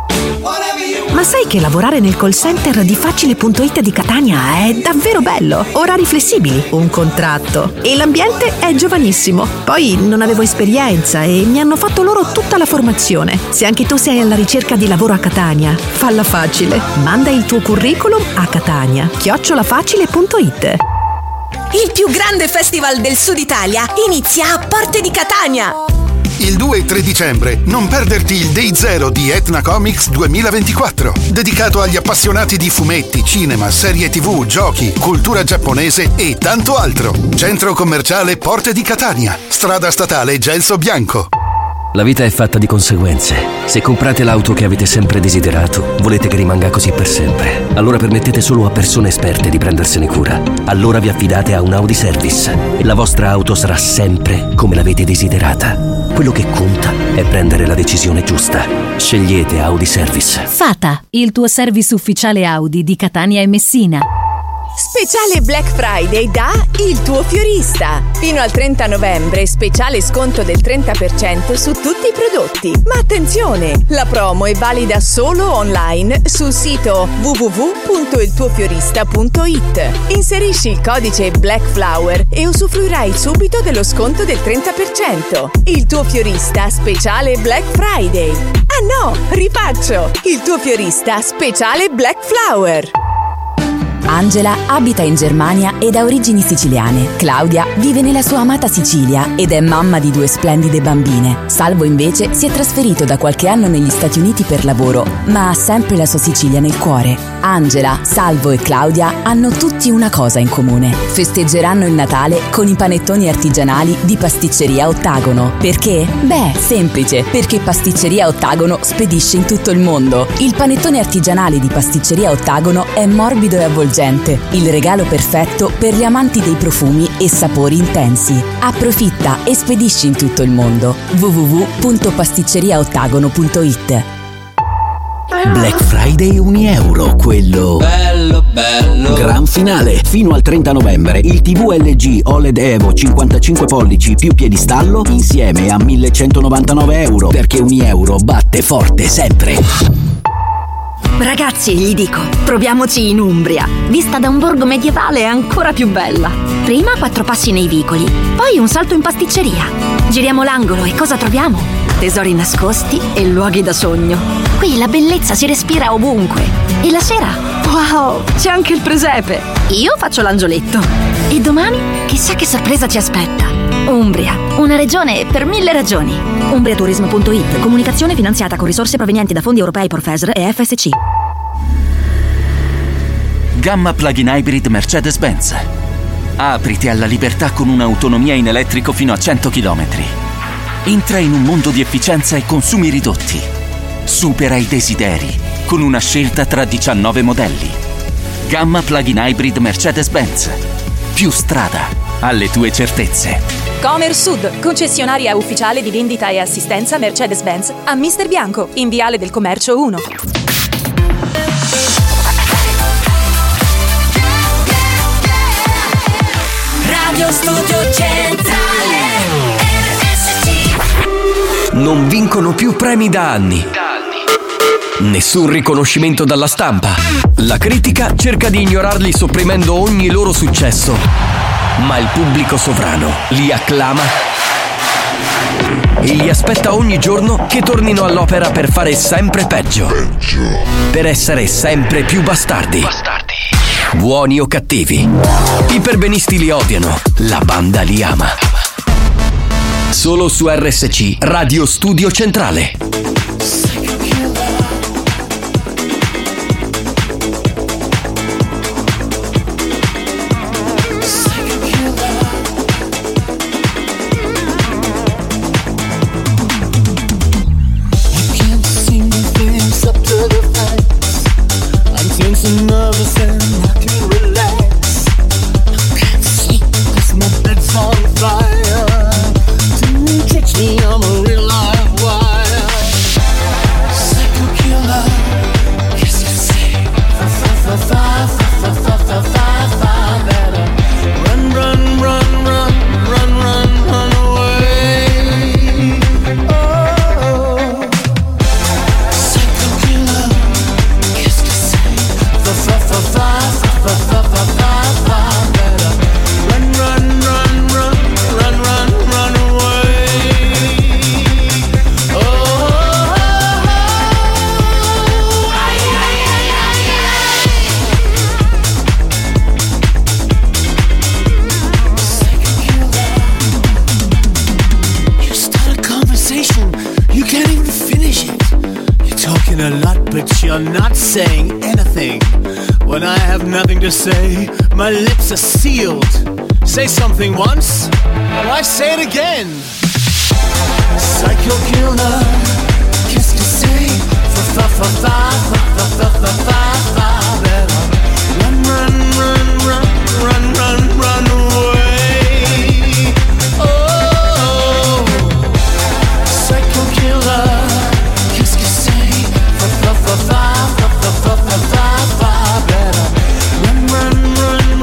Ma sai che lavorare nel call center di Facile punto it di Catania è davvero bello? Orari flessibili, un contratto e l'ambiente è giovanissimo. Poi non avevo esperienza e mi hanno fatto loro tutta la formazione. Se anche tu sei alla ricerca di lavoro a Catania, falla facile. Manda il tuo curriculum a Catania chiocciola facile punto it. Il più grande festival del Sud Italia inizia a Porte di Catania. Il due e tre dicembre non perderti il Day Zero di Etna Comics duemilaventiquattro, dedicato agli appassionati di fumetti, cinema, serie tv, giochi, cultura giapponese e tanto altro. Centro commerciale Porte di Catania, strada statale Gelso Bianco. La vita è fatta di conseguenze. Se comprate l'auto che avete sempre desiderato, volete che rimanga così per sempre. Allora permettete solo a persone esperte di prendersene cura. Allora vi affidate a un Audi Service e la vostra auto sarà sempre come l'avete desiderata. Quello che conta è prendere la decisione giusta. Scegliete Audi Service. Fata, il tuo service ufficiale Audi di Catania e Messina. Speciale Black Friday da Il Tuo Fiorista. Fino al trenta novembre speciale sconto del trenta per cento su tutti i prodotti. Ma attenzione, la promo è valida solo online sul sito w w w punto il tuo fiorista punto i t. Inserisci il codice Black Flower e usufruirai subito dello sconto del trenta per cento. Il Tuo Fiorista speciale Black Friday. Ah no, rifaccio! Il Tuo Fiorista speciale Black Flower. Angela abita in Germania ed ha origini siciliane. Claudia vive nella sua amata Sicilia ed è mamma di due splendide bambine. Salvo invece si è trasferito da qualche anno negli Stati Uniti per lavoro, ma ha sempre la sua Sicilia nel cuore. Angela, Salvo e Claudia hanno tutti una cosa in comune. Festeggeranno il Natale con i panettoni artigianali di Pasticceria Ottagono. Perché? Beh, semplice, perché Pasticceria Ottagono spedisce in tutto il mondo. Il panettone artigianale di Pasticceria Ottagono è morbido e avvolgente. Il regalo perfetto per gli amanti dei profumi e sapori intensi. Approfitta e spedisci in tutto il mondo. w w w punto pasticceria ottagono punto i t. Black Friday un euro, quello bello bello. Gran finale, fino al trenta novembre il tivù L G O L E D Evo cinquantacinque pollici più piedistallo insieme a millecentonovantanove euro, perché un euro batte forte sempre. Ragazzi, gli dico, troviamoci in Umbria. Vista da un borgo medievale è ancora più bella. Prima quattro passi nei vicoli, poi un salto in pasticceria. Giriamo l'angolo e cosa troviamo? Tesori nascosti e luoghi da sogno. Qui la bellezza si respira ovunque. E la sera, wow, c'è anche il presepe. Io faccio l'angioletto. E domani, chissà che sorpresa ci aspetta. Umbria, una regione per mille ragioni. umbriaturismo punto i t. Comunicazione finanziata con risorse provenienti da fondi europei Profesr e F S C. Gamma plug-in hybrid Mercedes-Benz. Apriti alla libertà con un'autonomia in elettrico fino a cento chilometri. Entra in un mondo di efficienza e consumi ridotti. Supera i desideri con una scelta tra diciannove modelli. Gamma plug-in hybrid Mercedes-Benz. Più strada alle tue certezze. Comer Sud, concessionaria ufficiale di vendita e assistenza Mercedes-Benz a Mister Bianco, in Viale del Commercio uno. Radio Studio Centrale R S C. Non vincono più premi da anni. Nessun riconoscimento dalla stampa. La critica cerca di ignorarli sopprimendo ogni loro successo. Ma il pubblico sovrano li acclama e li aspetta ogni giorno che tornino all'opera per fare sempre peggio. peggio. Per essere sempre più bastardi. bastardi. Buoni o cattivi. I perbenisti li odiano, la banda li ama. Solo su R S C, Radio Studio Centrale. Nervous and I can't relax. I can't sleep 'cause my bed's on fire. Don't touch me, I'm a real live wire. Psycho killer, qu'est-ce que c'est? Fa fa fa fa fa fa fa fa fa better run, run, run, run, run, run, run away. Oh, psycho killer, qu'est-ce que c'est? Fa fa fa fa fa fa fa fa fa better run, run, run, run, run, run, run away. Oh, oh, oh, oh. Ay, ay, ay, ay, ay. You start a conversation, you can't even finish it. You're talking a lot, but you're not saying anything. When I have nothing to say, my lips are sealed. Say something once, why say it again? Psycho killer, qu'est-ce que c'est? Fa fa fa fa fa fa fa fa fa better run, run, run, run, run, run, run away. Oh, psycho killer, qu'est-ce que c'est? Fa fa fa fa fa fa fa fa fa better run, run, run,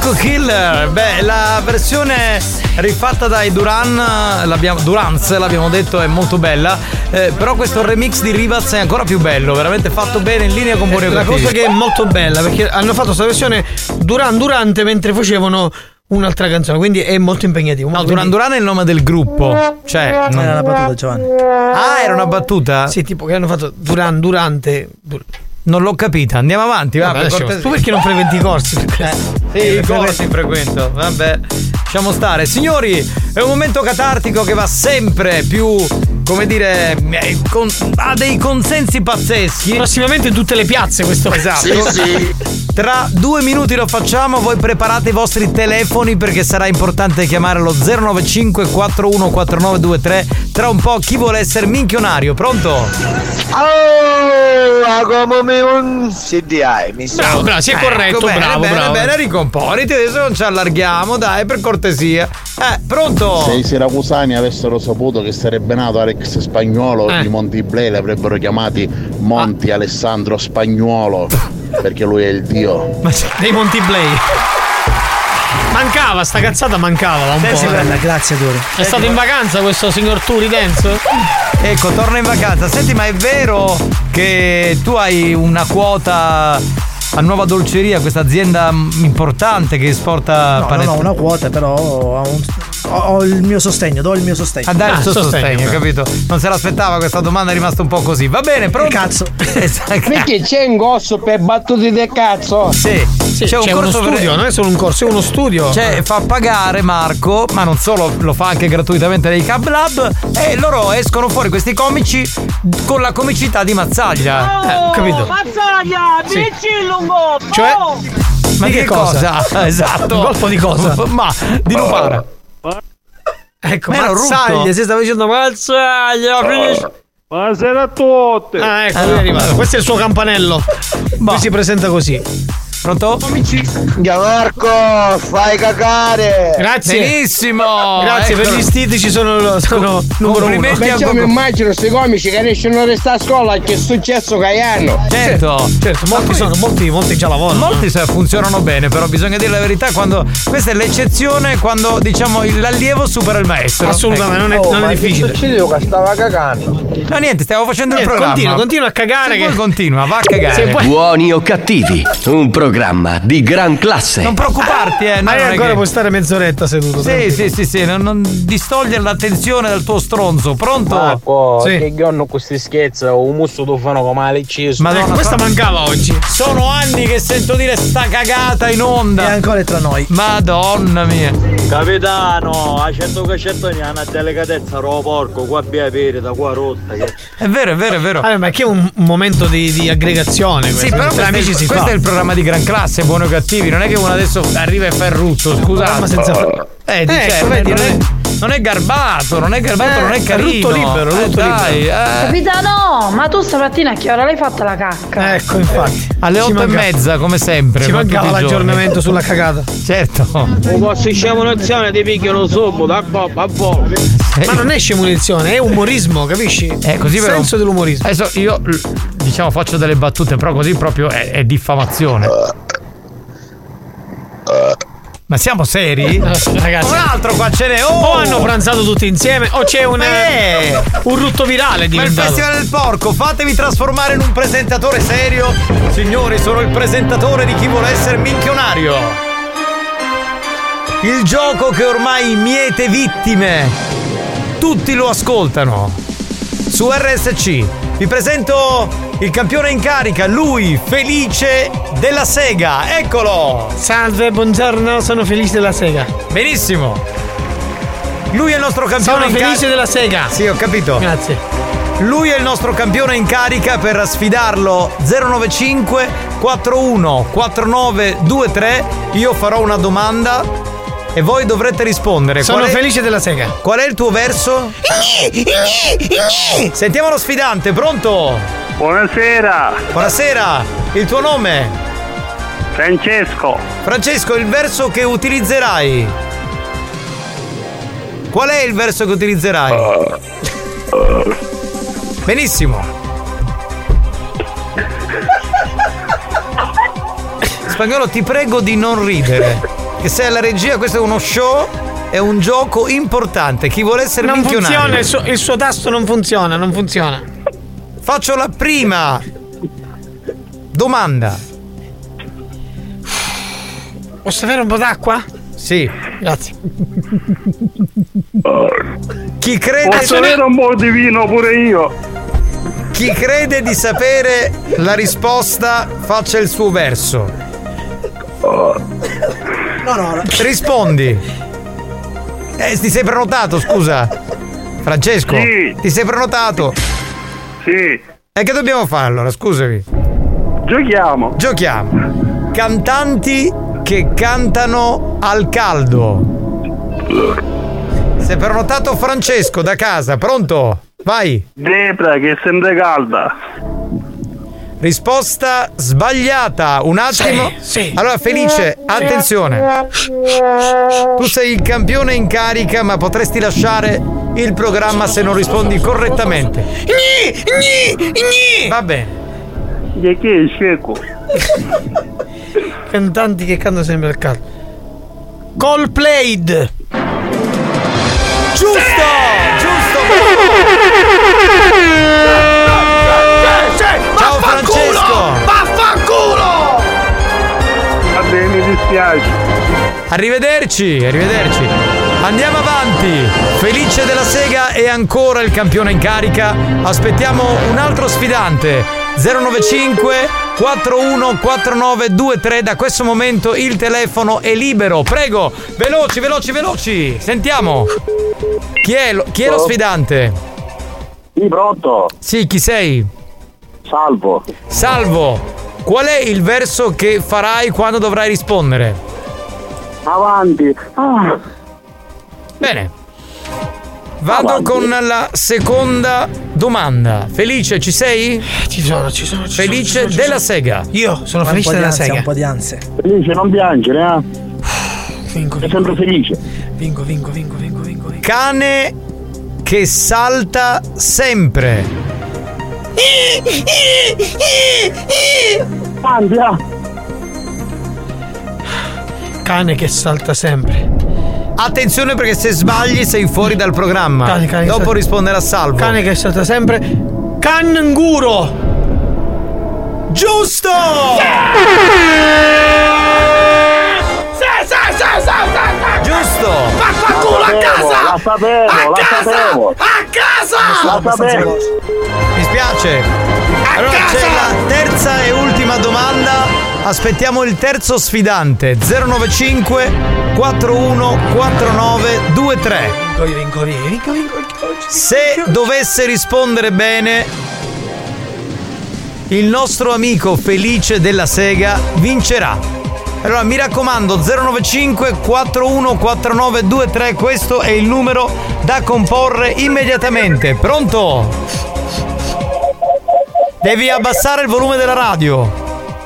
Psycho Killer, beh, la versione rifatta dai Duran, l'abbiamo, Durans, l'abbiamo detto, è molto bella, eh, però questo remix di Rivaz è ancora più bello, veramente fatto bene, in linea con Buoni o La Cattivi. cosa che è molto bella, perché hanno fatto questa versione Duran Durante mentre facevano un'altra canzone, quindi è molto impegnativo. No, Duran Duran è il nome del gruppo, cioè non... Era una battuta, Giovanni. Ah, era una battuta? Sì, tipo che hanno fatto Duran Durante. Non l'ho capita, andiamo avanti, va, Vabbè, per adesso, cortesia. tu perché non frequenti i corsi? Eh, sì, i corsi frequento, vabbè, lasciamo stare. Signori, è un momento catartico che va sempre più, come dire, eh, con, ha dei consensi pazzeschi. Prossimamente in tutte le piazze questo. Esatto. Sì, sì. Tra due minuti lo facciamo, voi preparate i vostri telefoni perché sarà importante chiamare lo zero nove cinque quattro uno quattro nove due tre. Tra un po' chi vuole essere minchionario, pronto? Oh, come un C D I, mi sa. Bravo, bravo, si è corretto, Ecco, bene, bravo, bene, bravo. bene, ricomponiti, adesso non ci allarghiamo, dai, per cortesia. Eh, pronto? Se i siracusani avessero saputo che sarebbe nato Alex Spagnuolo, Eh. i Monti Blay l'avrebbero chiamati Monti Alessandro Spagnuolo, perché lui è il dio. Dei Monti Blay. Mancava, sta cazzata mancava da un Sì, po'. sì, eh. bella, grazie Turi. È stato in vacanza questo signor Turi Dance? Ecco, torna in vacanza. Senti, ma è vero che tu hai una quota a Nuova Dolceria, questa azienda importante che esporta No, panettone? non ho una quota, però ho, un- ho- ho il mio sostegno, do il mio sostegno. A dare il suo sostegno, sostegno, capito? Non se l'aspettava questa domanda, è rimasta un po' così. Va bene, pronto? Cazzo. Perché c'è un corso per battute del cazzo? Sì, Sì, c'è un c'è corso uno studio, per- non è solo un corso, è uno studio. Cioè, fa pagare Marco, ma non solo, lo fa anche gratuitamente nei Cab Lab. E loro escono fuori questi comici con la comicità di Mazzaglia. Eh, ho capito. Mazzaglia, Sì. bici lungo. Cioè? oh! Ma Di che che cosa? cosa? Esatto. Un colpo di cosa? Ma di Lupara. Ecco, Ma ero Mazzaglia, rutto. si stava dicendo Mazzaglia, finisci. Buonasera a tutti. Ah, ecco, Ah, lui è no. arrivato. Questo è il suo campanello. Lui si presenta così. Pronto? Marco, fai cagare. Grazie. Benissimo. Grazie per Eccolo. gli stitici, sono, sono numero uno. Perché io mi immagino questi comici che riescono a restare a scuola, che è successo che hanno. Certo, certo, molti sono, molti, molti già lavorano. Molti se- funzionano bene, però bisogna dire la verità, quando questa è l'eccezione, quando diciamo il- l'allievo supera il maestro. Assolutamente, non è, Oh, non ma è difficile. che succede che stava cagando? No, niente, stiamo facendo Niente, il programma. continua, continua a cagare Se che- vuoi continua, va a cagare. Se vuoi- Buoni o cattivi, un programma di gran classe. Non preoccuparti, eh. Ma non è ancora che- puoi stare mezz'oretta seduto. Sì, tranquillo. sì, sì, sì, non, non distogliere l'attenzione dal tuo stronzo. Pronto? Marco, Sì. che io hanno questi scherzi, un musso tu fanno come Aleciso. Madonna, Ecco, questa fa- mancava oggi. Sono anni che sento dire sta cagata in onda. E ancora è tra noi. Madonna mia. Capitano, a cento che c'è ne ha una delicatezza, ro porco, qua abbia pere da qua rotta. Che... È vero, è vero, è vero. Vabbè, ma che è un, un momento di, di aggregazione. Sì, questo. però tra questo, amici è, si questo fa. è il programma di gran classe, buoni o cattivi. Non è che uno adesso arriva e fa il rutto, Programma scusate. senza- Eh, Ecco, dice, vedi, non, è, non non è garbato, non è garbato, Eh, non è carino. rutto libero, Eh, rutto dai, libero. eh. Capitano, ma tu stamattina a che ora l'hai fatta la cacca? Ecco, infatti. Alle Ci otto e manca- mezza, come sempre. Ci come mancava tutti i giorni. l'aggiornamento sulla cagata. Certo. Un po' se c'è munizione ti picchiano subito, da qua, a po'. Ma non esce munizione, è umorismo, capisci? Eh, così Il però- senso dell'umorismo. Adesso io l- diciamo faccio delle battute, però così proprio è, è diffamazione. Ma siamo seri? Ragazzi, Un altro qua ce n'è. o Oh! hanno pranzato tutti insieme o c'è un, Ma è? un rutto virale Ma il diventato. Festival del Porco, fatevi trasformare in un presentatore serio. Signori, sono il presentatore di Chi vuole essere minchionario. Il gioco che ormai miete vittime. Tutti lo ascoltano. Su R S C vi presento il campione in carica, lui, Felice della Sega. Eccolo! Salve, buongiorno, sono Felice della Sega. Benissimo. Lui è il nostro campione Sono in Felice carica. della Sega. Sì, ho capito. Grazie. Lui è il nostro campione in carica per sfidarlo. Zero nove cinque quattro uno quattro nove due tre. Io farò una domanda e voi dovrete rispondere. Sono Qual è- Felice della Sega. Qual è il tuo verso? Sentiamo lo sfidante, pronto? Buonasera, Buonasera, il tuo nome? Francesco. Francesco, il verso che utilizzerai? Qual è il verso che utilizzerai? Benissimo. Spagnolo, ti prego di non ridere. che sei alla regia, questo è uno show, è un gioco importante. Chi vuole essere non minchionario. funziona, il suo, il suo tasto non funziona, non funziona. Faccio la prima domanda. Posso avere un po' d'acqua? Sì. Grazie. Chi crede Posso avere un po' di vino pure io? Chi crede di sapere la risposta faccia il suo verso. No, no. Rispondi. Eh, ti sei prenotato, scusa. Francesco? Sì. Ti sei prenotato? Sì. E che dobbiamo fare allora? Scusami. Giochiamo. Giochiamo. Cantanti che cantano al caldo. Si è prenotato Francesco da casa, pronto? Vai. Debra che è sempre calda. Risposta sbagliata. Un attimo. Sì, sì. Allora Felice, attenzione. Tu sei il campione in carica, ma potresti lasciare il programma se non rispondi correttamente. Gni, gni, gni. Va bene. Che è scecco? Cantanti che cantano sempre al caldo. Coldplayed. Giusto! Giusto! Ciao Francesco! Vaffanculo! Va bene, mi dispiace. Arrivederci, arrivederci. Andiamo avanti. Felice della Sega è ancora il campione in carica. Aspettiamo un altro sfidante. zero nove cinque quattro uno quattro nove due tre. Da questo momento il telefono è libero. Prego, veloci, veloci, veloci. Sentiamo. Chi è lo, chi è lo sfidante? Sì, pronto? Sì, chi sei? Salvo. Salvo. Qual è il verso che farai quando dovrai rispondere? Avanti. Ah. Bene. Vado Avanti. con la seconda domanda. Felice, ci sei? Ci sono, ci sono, ci Felice sono, ci sono, della ci sono. Sega. Io sono Un Felice po' di della ansia, Sega. un po' di ansia. Felice, non piangere, eh? Vinco, Sei sempre felice. vinco, vinco, vinco, vinco, vinco, vinco. Cane che salta sempre. Andia. Cane che salta sempre. Attenzione perché se sbagli sei fuori dal programma. Cane, cane, Dopo salta. risponderà Salvo. Cane che salta sempre. Canguro. Giusto! Sì, sì, sì, sì, sì. Giusto! Vaffanculo a casa! La sapevo, A la casa! sapevo. A casa! La sapevo. Mi spiace. Allora c'è la terza e ultima domanda. Aspettiamo il terzo sfidante. zero nove cinque quattro uno quattro nove due tre. Vinco, io vinco, io vinco, vinco, vinco. Se dovesse rispondere bene, il nostro amico Felice della Sega vincerà. Allora mi raccomando, zero nove cinque quattro uno quattro nove due tre, questo è il numero da comporre immediatamente. Pronto? Devi abbassare il volume della radio.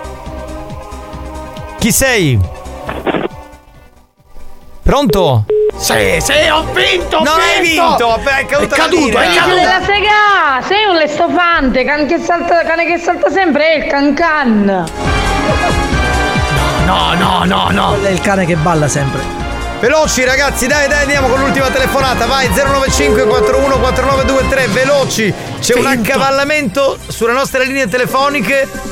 Chi sei? Pronto? Sì, sì, ho vinto! Ho Non hai vinto! È caduto, è caduto, è caduto. Della Sega, sei un lestofante, can che salta, cane che salta sempre è il cancan. No, no, no, no. È il cane che balla sempre. Veloci ragazzi, dai dai, andiamo con l'ultima telefonata. Vai, zero nove cinque quattro uno quattro nove due tre, veloci. C'è un accavallamento sulle nostre linee telefoniche.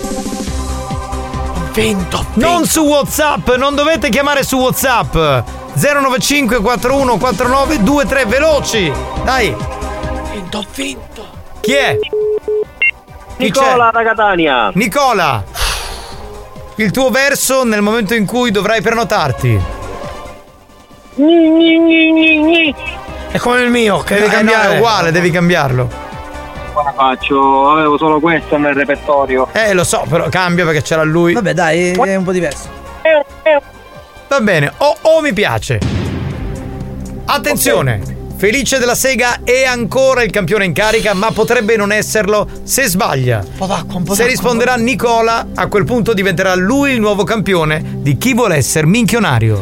Vinto, Non su WhatsApp, non dovete chiamare su WhatsApp. zero nove cinque quattro uno quattro nove due tre, veloci. Dai. vinto, vinto. Chi è? Chi Nicola c'è? da Catania. Nicola. Il tuo verso nel momento in cui dovrai prenotarti. Gni, gni, gni, gni, gni. È come il mio, che devi Eh, no, cambiare. è uguale, devi cambiarlo. Cosa faccio? Avevo solo questo nel repertorio. Eh, lo so, però cambia perché c'era lui. Vabbè, dai, è un po' diverso. Va bene, o, o mi piace. Attenzione, okay. Felice della Sega è ancora il campione in carica, ma potrebbe non esserlo se sbaglia. Un po' d'acqua, un po' Se d'acqua, risponderà Nicola, a quel punto diventerà lui il nuovo campione di Chi vuole essere minchionario.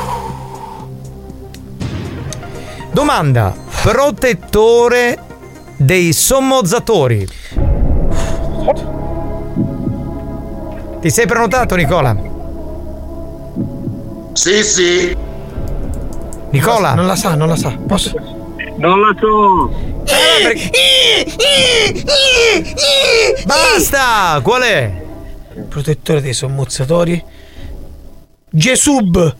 Domanda: protettore dei sommozzatori. Ti sei prenotato, Nicola? Sì, sì. Nicola. Non la sa, non la sa. Posso? Non la so. Basta! Qual è? Protettore dei sommozzatori. Gesub.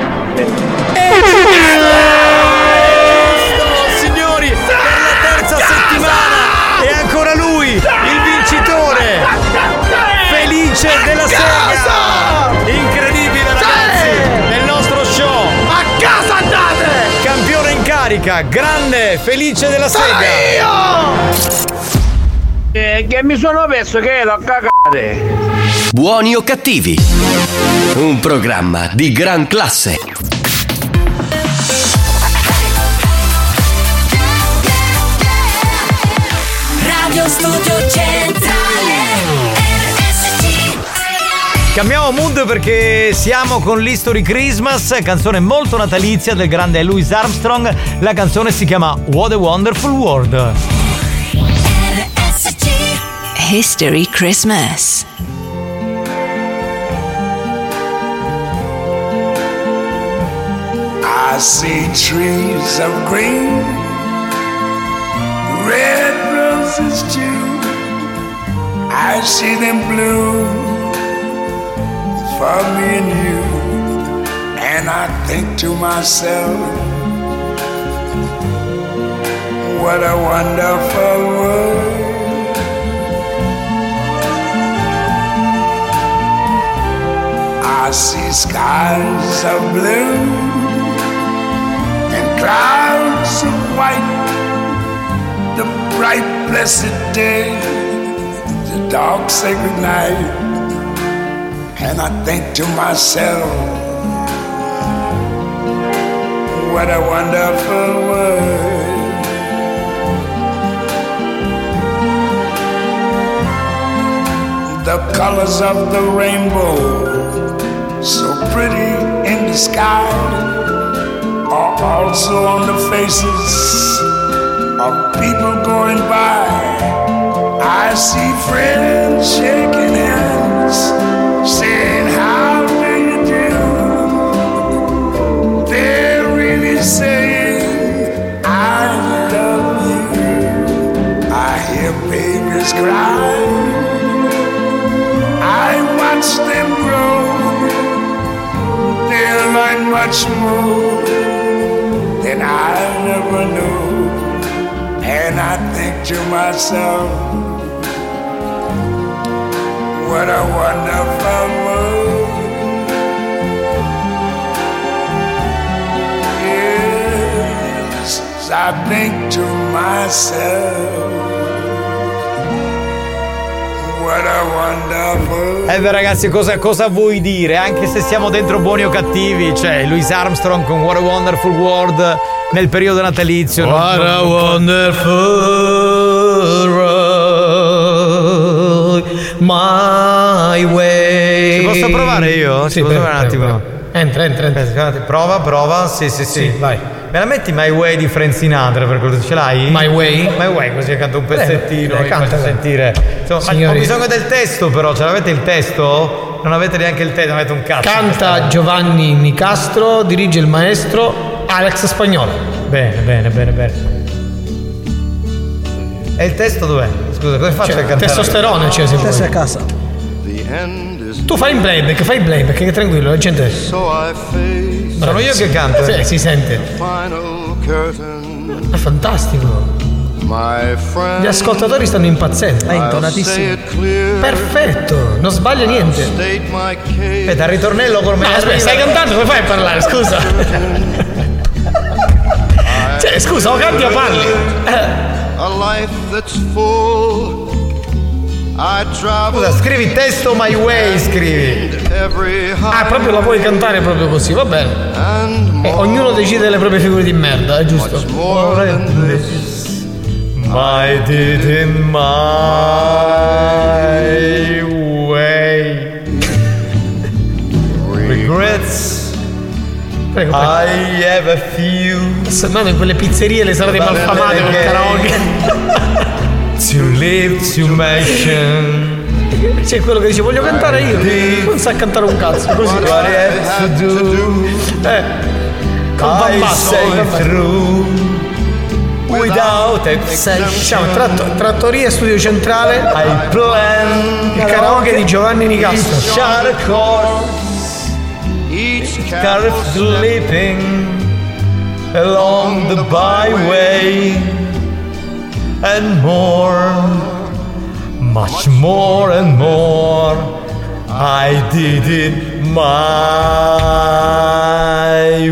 Signori, per la terza settimana è ancora lui, il vincitore. Felice della Sega. Incredibile, ragazzi, nel nostro show. A casa andate! Campione in carica, grande, Felice della Sega. Io! Eh, che mi sono perso che l'ho cagate. Buoni o cattivi? Un programma di gran classe. Radio Studio Centrale R S C. Cambiamo mood perché siamo con l'History Christmas, canzone molto natalizia del grande Louis Armstrong. La canzone si chiama What a Wonderful World. R S C. History Christmas. I see trees of green, red roses too. I see them bloom for me and you. And I think to myself, what a wonderful world. I see skies of blue, clouds of white, the bright blessed day, the dark sacred night. And I think to myself, what a wonderful world. The colors of the rainbow, so pretty in the sky, are also on the faces of people going by. I see friends shaking hands, saying, how do you do? They're really saying, I love you. I hear babies cry, I watch them grow. They'll learn much more than I never knew. And I think to myself, what a wonderful world. Yes, I think to myself, what a wonderful. Eh beh ragazzi, cosa, cosa vuoi dire? Anche se siamo dentro buoni o cattivi, cioè Louis Armstrong con What a Wonderful World nel periodo natalizio. What a wonderful world, my way. Ci posso provare io? Sì, Ci posso prego, provare un attimo? prego, prego. Entra, entra, entra. Aspetta, prova, prova. Sì, sì, sì, Sì, vai. Me la metti My Way di Frank Sinatra, per quello ce l'hai? My Way? My Way, così canto un pezzettino, Prego, vi canta, faccio sentire. Insomma, ma ho Signori. bisogno del testo però, ce l'avete il testo? Non avete neanche il testo, non avete un cazzo. Canta Giovanni Nicastro, dirige il maestro Alex Spagnola. Bene, bene, bene, bene. E il testo dov'è? Scusa, come faccio Cioè, a cantare? testosterone c'è sempre. Adesso è a casa. Tu fai in playback, fai in playback, che tranquillo, la gente. Sono io che canto? Sì, si sente. È fantastico. Gli ascoltatori stanno impazzendo. È intonatissimo. Perfetto, non sbaglia niente. Aspetta, il ritornello come No, aspetta, stai cantando, come fai a parlare? Scusa. Cioè, scusa, o canti o parli? A life that's full. I travel. Scusa, scrivi testo My Way, scrivi. Ah, proprio la puoi cantare proprio così, va bene. E ognuno decide le proprie figure di merda, è giusto? My did in my way. Regrets. Prego, prego. I have a few. Se andate in quelle pizzerie, le serate malfamate col karaoke. To live to mention Sì, è quello che dice voglio cantare io. Non sa cantare un cazzo. Così. Eh. Con Van Basten. Without exception. Siamo tratto, trattoria studio centrale. I plan. Il karaoke di Giovanni Nicastro. Each car sleeping along the byway, and more, much more and more, I did it my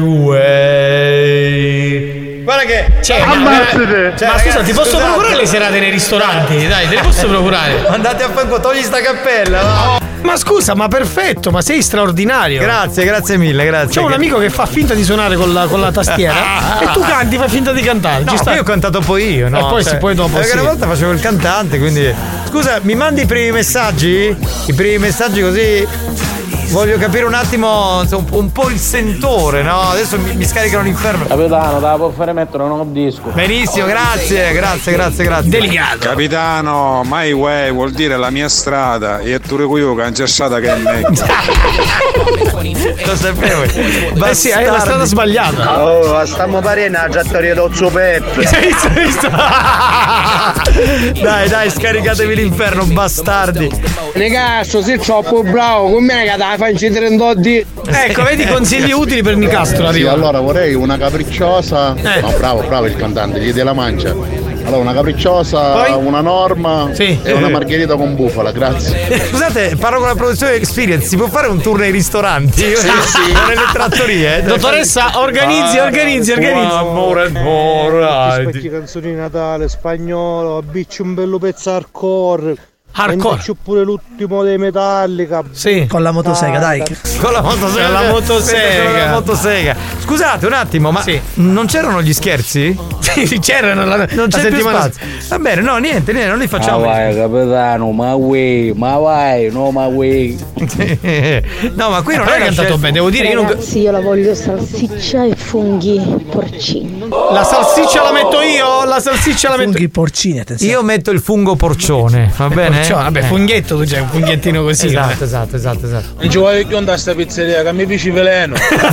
way. Guarda che cioè, ammazzate! Cioè, ma scusa, ti posso scusate. procurare le serate nei ristoranti? Dai, te le posso procurare. Andate a fanculo, togli sta cappella. No? Ma scusa, ma perfetto, ma sei straordinario. Grazie, grazie mille, grazie. C'è un amico che fa finta di suonare con la, con la tastiera e tu canti, fai finta di cantare. No, Ci sta. io ho cantato poi io, no? E poi cioè, sì, poi dopo perché sì. una volta facevo il cantante, quindi. Scusa, mi mandi i primi messaggi? I primi messaggi così. Voglio capire un attimo un, un po' il sentore, no? Adesso mi, mi scaricano l'inferno. Capitano, te la può fare mettere un nuovo disco. Benissimo, grazie, grazie, grazie, grazie. Delicato. Capitano, my way vuol dire la mia strada e tu io che non strada che è meglio. Lo sapevo. Eh sì, è la strada sbagliata. Oh, stiamo parendo la trattoria d'Ozzo Peppe. Dai, dai, scaricatevi l'inferno, bastardi. Nicastro, sei troppo bravo, con me che la fai incidere in dodi. Ecco, vedi consigli utili per Nicastro. Sì, Arriva. allora vorrei una capricciosa. Eh. No, bravo, bravo il cantante, gli della mancia. Allora, una capricciosa, Poi? una norma Sì. e una margherita con bufala, grazie. Scusate, parlo con la produzione Experience, si può fare un tour nei ristoranti? Sì, sì. Nelle trattorie? Dottoressa, organizzi, organizzi, organizzi. Amore, amore. Specchi canzoni di Natale, spagnolo, abbicci un bello pezzo hardcore. Hardcore. C'ho pure l'ultimo dei Metallica. Sì. Con la motosega, dai. Con la motosega. Con la motosega. Con la motosega. Scusate un attimo, ma Sì. non c'erano gli scherzi? Sì, c'erano la, Non la c'è più settimana. spazio. Va bene, no, niente, niente, non li Ma facciamo. vai capitano, ma way, ma vai, no ma way. No, ma qui Eh, non però è hai cantato bene, devo dire, io non. Ragazzi, io la voglio salsiccia e funghi porcini. La salsiccia la metto io? La salsiccia la metto Funghi porcini, attenzione. Io metto il fungo porcione, va bene? Cioè, vabbè, Eh. funghetto, tu c'hai un funghettino così. Esatto, esatto, esatto, esatto. Non ci voglio più andare a sta pizzeria che mi piace veleno.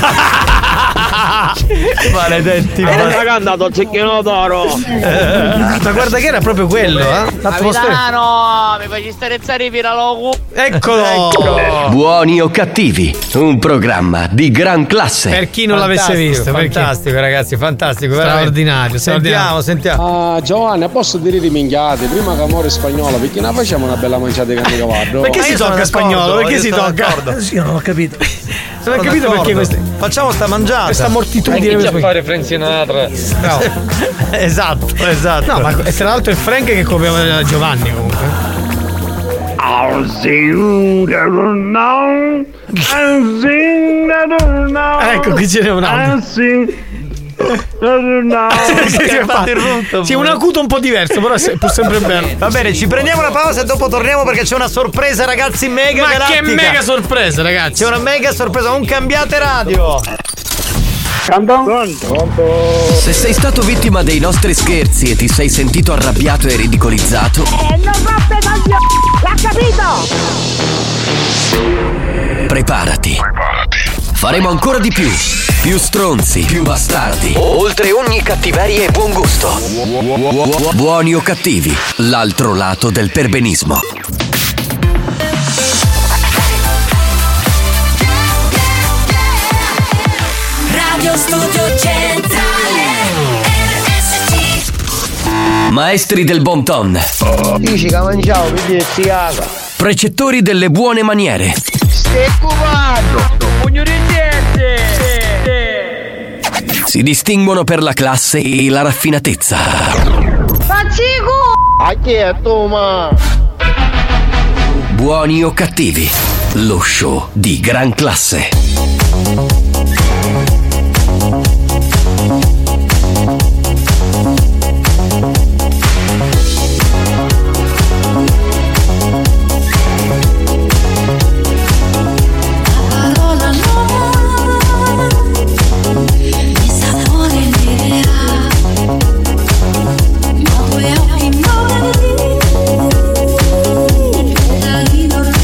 Maledetti. Ma non ha cantato il cecchino d'oro. Ma guarda che era proprio quello, eh? Capitano, mi fai sterezzare i piralogu. Eccolo! Buoni o cattivi, un programma di gran classe. Per chi non l'avesse visto, per chi- fantastico, ragazzi, fantastico. veramente. Straordinario, Sentiamo, straordinario. sentiamo. Ah, Giovanni, posso dire di minchiate? Prima che amore spagnolo, perché non facciamo una bella manciata di canne cavallo? Perché Ma si io sono tocca d'accordo, spagnolo? Perché io si sono tocca? d'accordo. Sì, io non ho capito. Non ho capito d'accordo. perché queste. Facciamo sta mangiata. Questa mortitudine. Anche questa- a fare Frank Sinatra. No. Esatto, esatto. No, ma tra l'altro è Frank che copiava Giovanni comunque. I'll sing that now. I'll sing that now. Ecco, qui ce n'è un altro. I'll sing Sì, un acuto un po' diverso, però è pur sempre bello. Va bene, ci prendiamo una pausa e dopo torniamo perché c'è una sorpresa, ragazzi, mega Ma galattica. che mega sorpresa, ragazzi! C'è una mega sorpresa, non cambiate radio. Se sei stato vittima dei nostri scherzi e ti sei sentito arrabbiato e ridicolizzato, E non roppe coglioni! L'ha capito! preparati. Faremo ancora di più. Più stronzi, più bastardi. Oltre ogni cattiveria e buon gusto. Buoni o cattivi, l'altro lato del perbenismo. Radio Studio Centrale R S C. Maestri del bon ton. Dici che mangiavo, mi dici caga. Precettori delle buone maniere. Stai cubando. Pugno di gente. Si distinguono per la classe e la raffinatezza. Faccico! A chi è tu, ma? Buoni o cattivi, lo show di gran classe. Parola nuova, mi sapore liberà, ma tuoi occhi morti, da lì non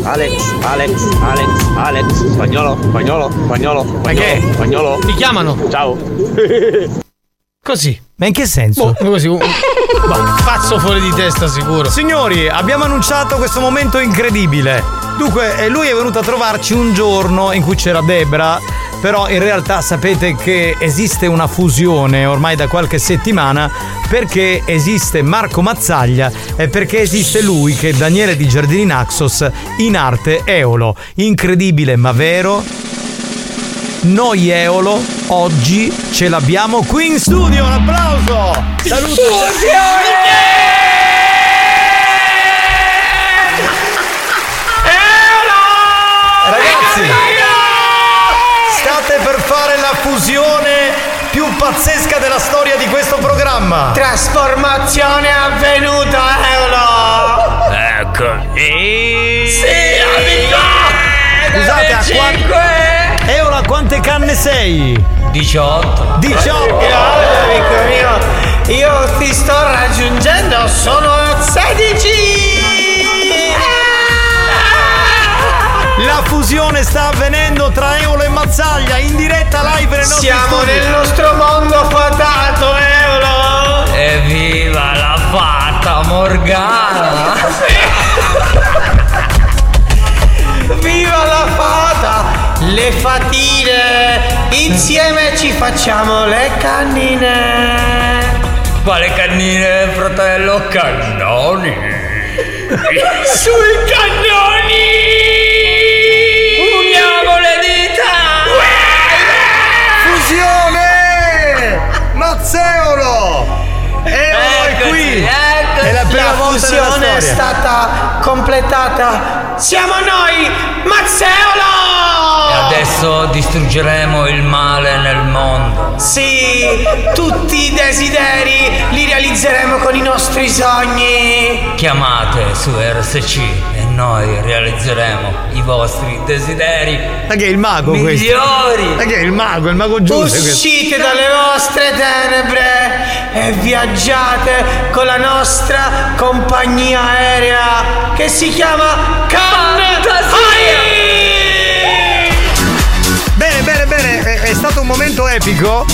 Alex, Alex, Alex, Alex, spagnolo, spagnolo, spagnolo, Ma che? spagnolo. Mi chiamano? Ciao. Così. Ma in che senso? Boh, così. Boh, pazzo fuori di testa sicuro. Signori, abbiamo annunciato questo momento incredibile. Dunque, eh, lui è venuto a trovarci un giorno in cui c'era Debra, però in realtà sapete che esiste una fusione ormai da qualche settimana, perché esiste Marco Mazzaglia e perché esiste lui che è Daniele di Giardini Naxos in arte Eolo. Incredibile ma vero. Noi Eolo oggi ce l'abbiamo qui in studio, un applauso! Saluto! Ragazzi, state per fare la fusione più pazzesca della storia di questo programma. Trasformazione avvenuta, Eolo! Ecco. Sì, amico! Scusate, a quante... Eolo, a quante canne sei? diciotto. diciotto! Grazie, amico mio! Io ti sto raggiungendo, sono sedici! La fusione sta avvenendo tra Eolo e Mazzaglia in diretta live nel nostro Siamo studio. nel nostro mondo fatato, Eolo! Evviva la fata Morgana! Viva la fata! Le fatine! Insieme ci facciamo le cannine! Quale cannine, fratello? Cannoni! Sui cannoni! Uniamo le dita! Fusione! Mazzeolo! Eolo è qui! È la prima La volta nella fusione storia. è stata completata! Siamo noi! Mazzeolo! E adesso distruggeremo il male nel mondo. Sì! Tutti i desideri li realizzeremo con i nostri sogni! Chiamate su R S C e noi realizzeremo i vostri desideri. Ma che è il mago questo? Migliori! Ma che è il mago, il mago giusto? Uscite dalle vostre tenebre e viaggiate con la nostra compagnia aerea che si chiama Fantasia! Bene, bene, bene, è, è stato un momento epico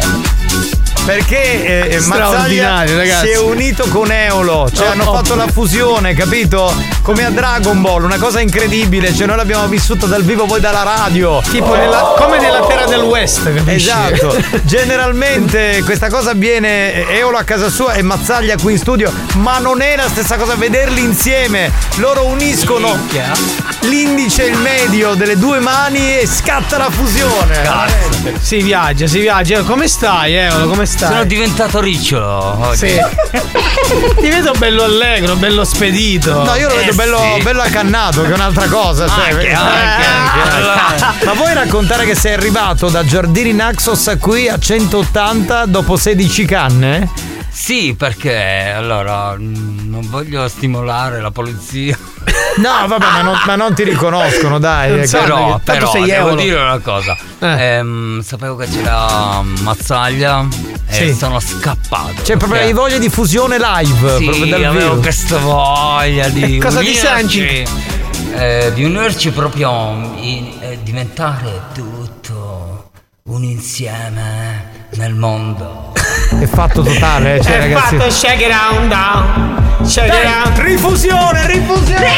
perché eh, Mazzaglia Straordinario, ragazzi. si è unito con Eolo, cioè Oh, hanno oh. fatto la fusione, capito? Come a Dragon Ball, una cosa incredibile, cioè noi l'abbiamo vissuta dal vivo, voi dalla radio. Tipo nella, come nella terra del West, capisci? Esatto. Generalmente questa cosa avviene Eolo a casa sua e Mazzaglia qui in studio, ma non è la stessa cosa vederli insieme. Loro uniscono l'indice e il medio delle due mani e scatta la fusione. Cazzo. Si viaggia, si viaggia. Come stai, Eolo? Come stai? Sono diventato ricciolo oggi. Sì. Ti vedo bello allegro, bello spedito. No, io lo Eh vedo bello, sì. bello accannato, che è un'altra cosa. Cioè, Anche, eh, anche, anche, anche. Ma vuoi raccontare che sei arrivato da Giardini Naxos qui a centottanta dopo sedici canne? Sì, perché allora mh, non voglio stimolare la polizia. No, vabbè, ma non, ma non ti riconoscono, dai. Non eh, so, guarda Però, che tanto però sei devo Eolo. dire una cosa. Eh. Ehm, sapevo che c'era Mazzaglia e Sì. sono scappato. Cioè, proprio perché- hai voglia di fusione live, Sì, proprio dal avevo vivo. questa voglia di Cosa ti unirci, eh, di unirci proprio in, eh, diventare tutto un insieme nel mondo. È fatto totale, eh, cioè, È ragazzi. fatto shake it down, down. Shake it Dai, down. rifusione, rifusione.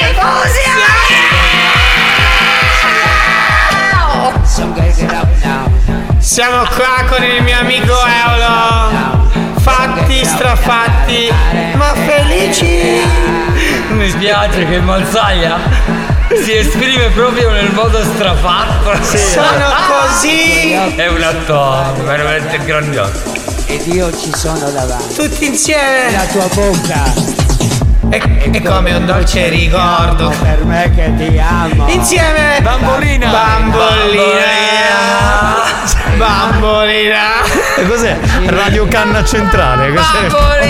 Siamo qua con il mio amico Eolo. Fatti, strafatti, ma felici. Mi spiace che Mazzaglia si esprime proprio nel modo strafatto. Sono così. È un attore veramente grandioso. Ed io ci sono davanti. Tutti insieme. La tua bocca È, è come un dolce ricordo. per me che ti amo. Insieme. Bambolina. Bambolina. Bambolina. E cos'è? Radio Canna Centrale. Cos'è?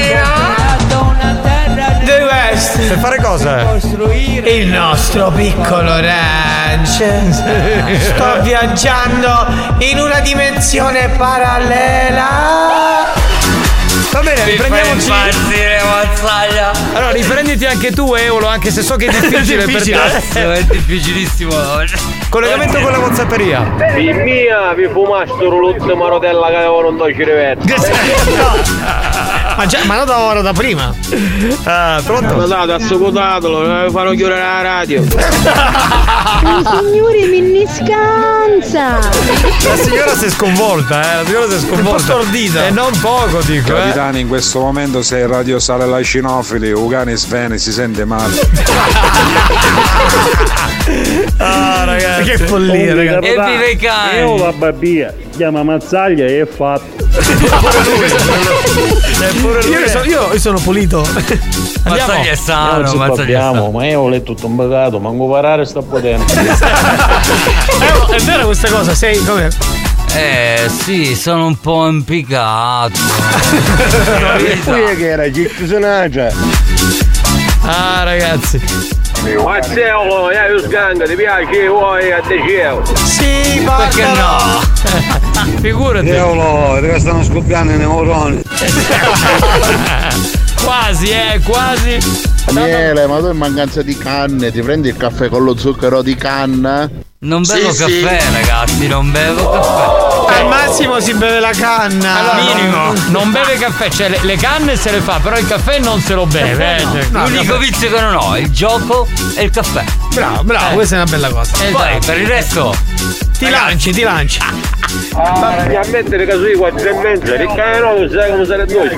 The West. Per fare cosa? Costruire Il nostro piccolo ranch. Sto viaggiando in una dimensione parallela. Va bene, bene, riprendiamoci. Impazzire, Mazzaglia. Allora, riprenditi anche tu, Eolo, anche se so che è difficile, difficile per te. è difficilissimo. Collegamento con la WhatsApperia. Di mia, vi fumassero l'ultima rotella che avevo non ci riverte. Ma già, ma non da ora, da prima. Ah, pronto? Guardate, assocotatelo, deve fare chiudere la radio. Signori, mi scansa. La signora si è sconvolta, eh. La signora si è sconvolta. Un po' stordita. E non poco, dico. Capitano, in questo momento se il radio sale la cinofili, Ugani Sveni si sente male. Ah, ragazzi. Che follia, ragazzi. E vive i cani. Io la babbia, chiama Mazzaglia e è fatto. Io sono, io sono pulito. Mazzaglia è sano, Mazzaglia è sano. Ma io ho tutto un bagato, manco parare sta potendo. Eh, è vera questa cosa, sei come? Eh sì, sono un po' impiccato. E qui è che era Gittisonagia. Ah, ragazzi. Ma se io io sganga, ti piace, vuoi a dieci euro? Sì, ma perché no? Figurati. Eolo, stanno scoppiando i neuroni. Quasi, eh, quasi. Daniele, ma tu in mancanza di canne ti prendi il caffè con lo zucchero di canna? Non bevo Sì, caffè, sì. ragazzi, non bevo caffè. Al massimo si beve la canna. Allora, minimo. non, non beve caffè, cioè le, le canne se le fa, però il caffè non se lo beve. Eh. Cioè, no, L'unico caffè. vizio che non ho è il gioco e il caffè. Bravo, bravo, Eh. questa è una bella cosa. Esatto. Poi per il resto Ti lanci, ti lanci. Ma mi ammettere che sui quattro e mezza, ricano, sai come sarà due.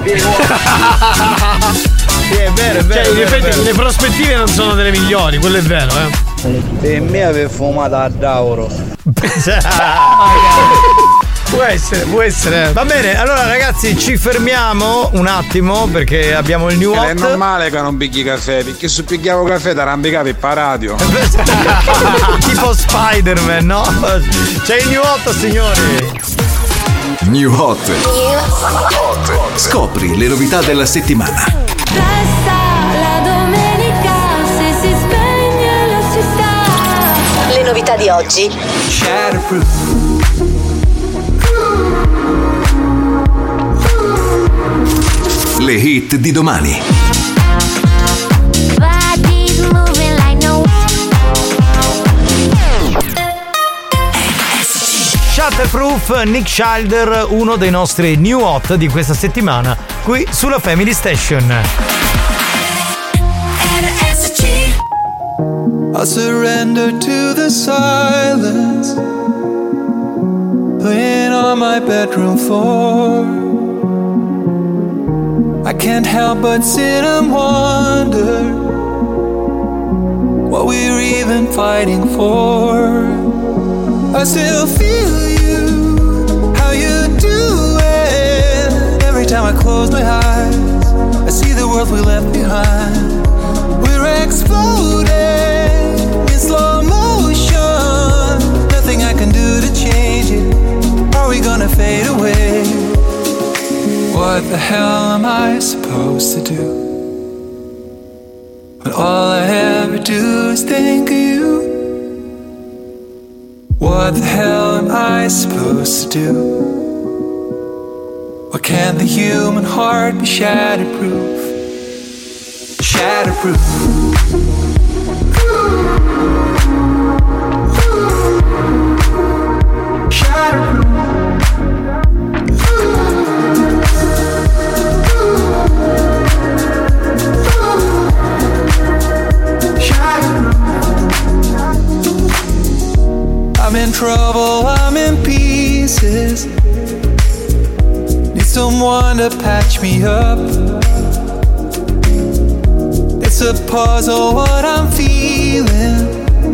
Sì, è vero, è vero. Cioè, in è vero, effetti è vero. le prospettive non sono delle migliori, quello è vero, eh. E me aveva fumato a Dauro. Può essere, può essere. Va bene, allora ragazzi ci fermiamo un attimo perché abbiamo il new hot. È normale che non picchi caffè, perché se picchiavo caffè ti arrampicavi per radio. Tipo Spider-Man, no? C'è il new hot, signori. New Hot. Scopri le novità della settimana. Resta la domenica se si spegne la città. Le novità di oggi. Le hit di domani. Body's moving like no. Shatterproof, Nick Schilder, uno dei nostri new hot di questa settimana, qui sulla Family Station. I surrender to the silence, playing on my bedroom floor. I can't help but sit and wonder what we're even fighting for. I still feel you, how you do it. Every time I close my eyes, I see the world we left behind. We're exploding in slow motion. Nothing I can do to change it. Are we gonna fade away? What the hell am I supposed to do when all I ever do is think of you? What the hell am I supposed to do? Why can't the human heart be shatterproof? Shatterproof. Shatterproof. I'm in trouble, I'm in pieces. Need someone to patch me up. It's a puzzle what I'm feeling,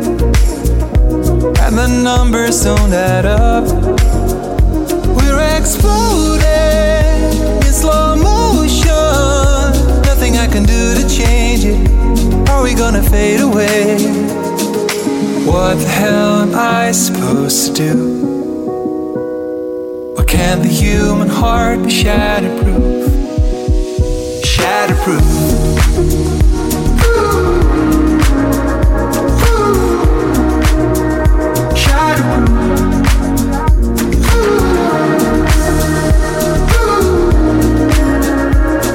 and the numbers don't add up. We're exploding in slow motion. Nothing I can do to change it. Are we gonna fade away? What the hell am I supposed to do? Why can't the human heart be shatterproof? Shatterproof. Shatterproof.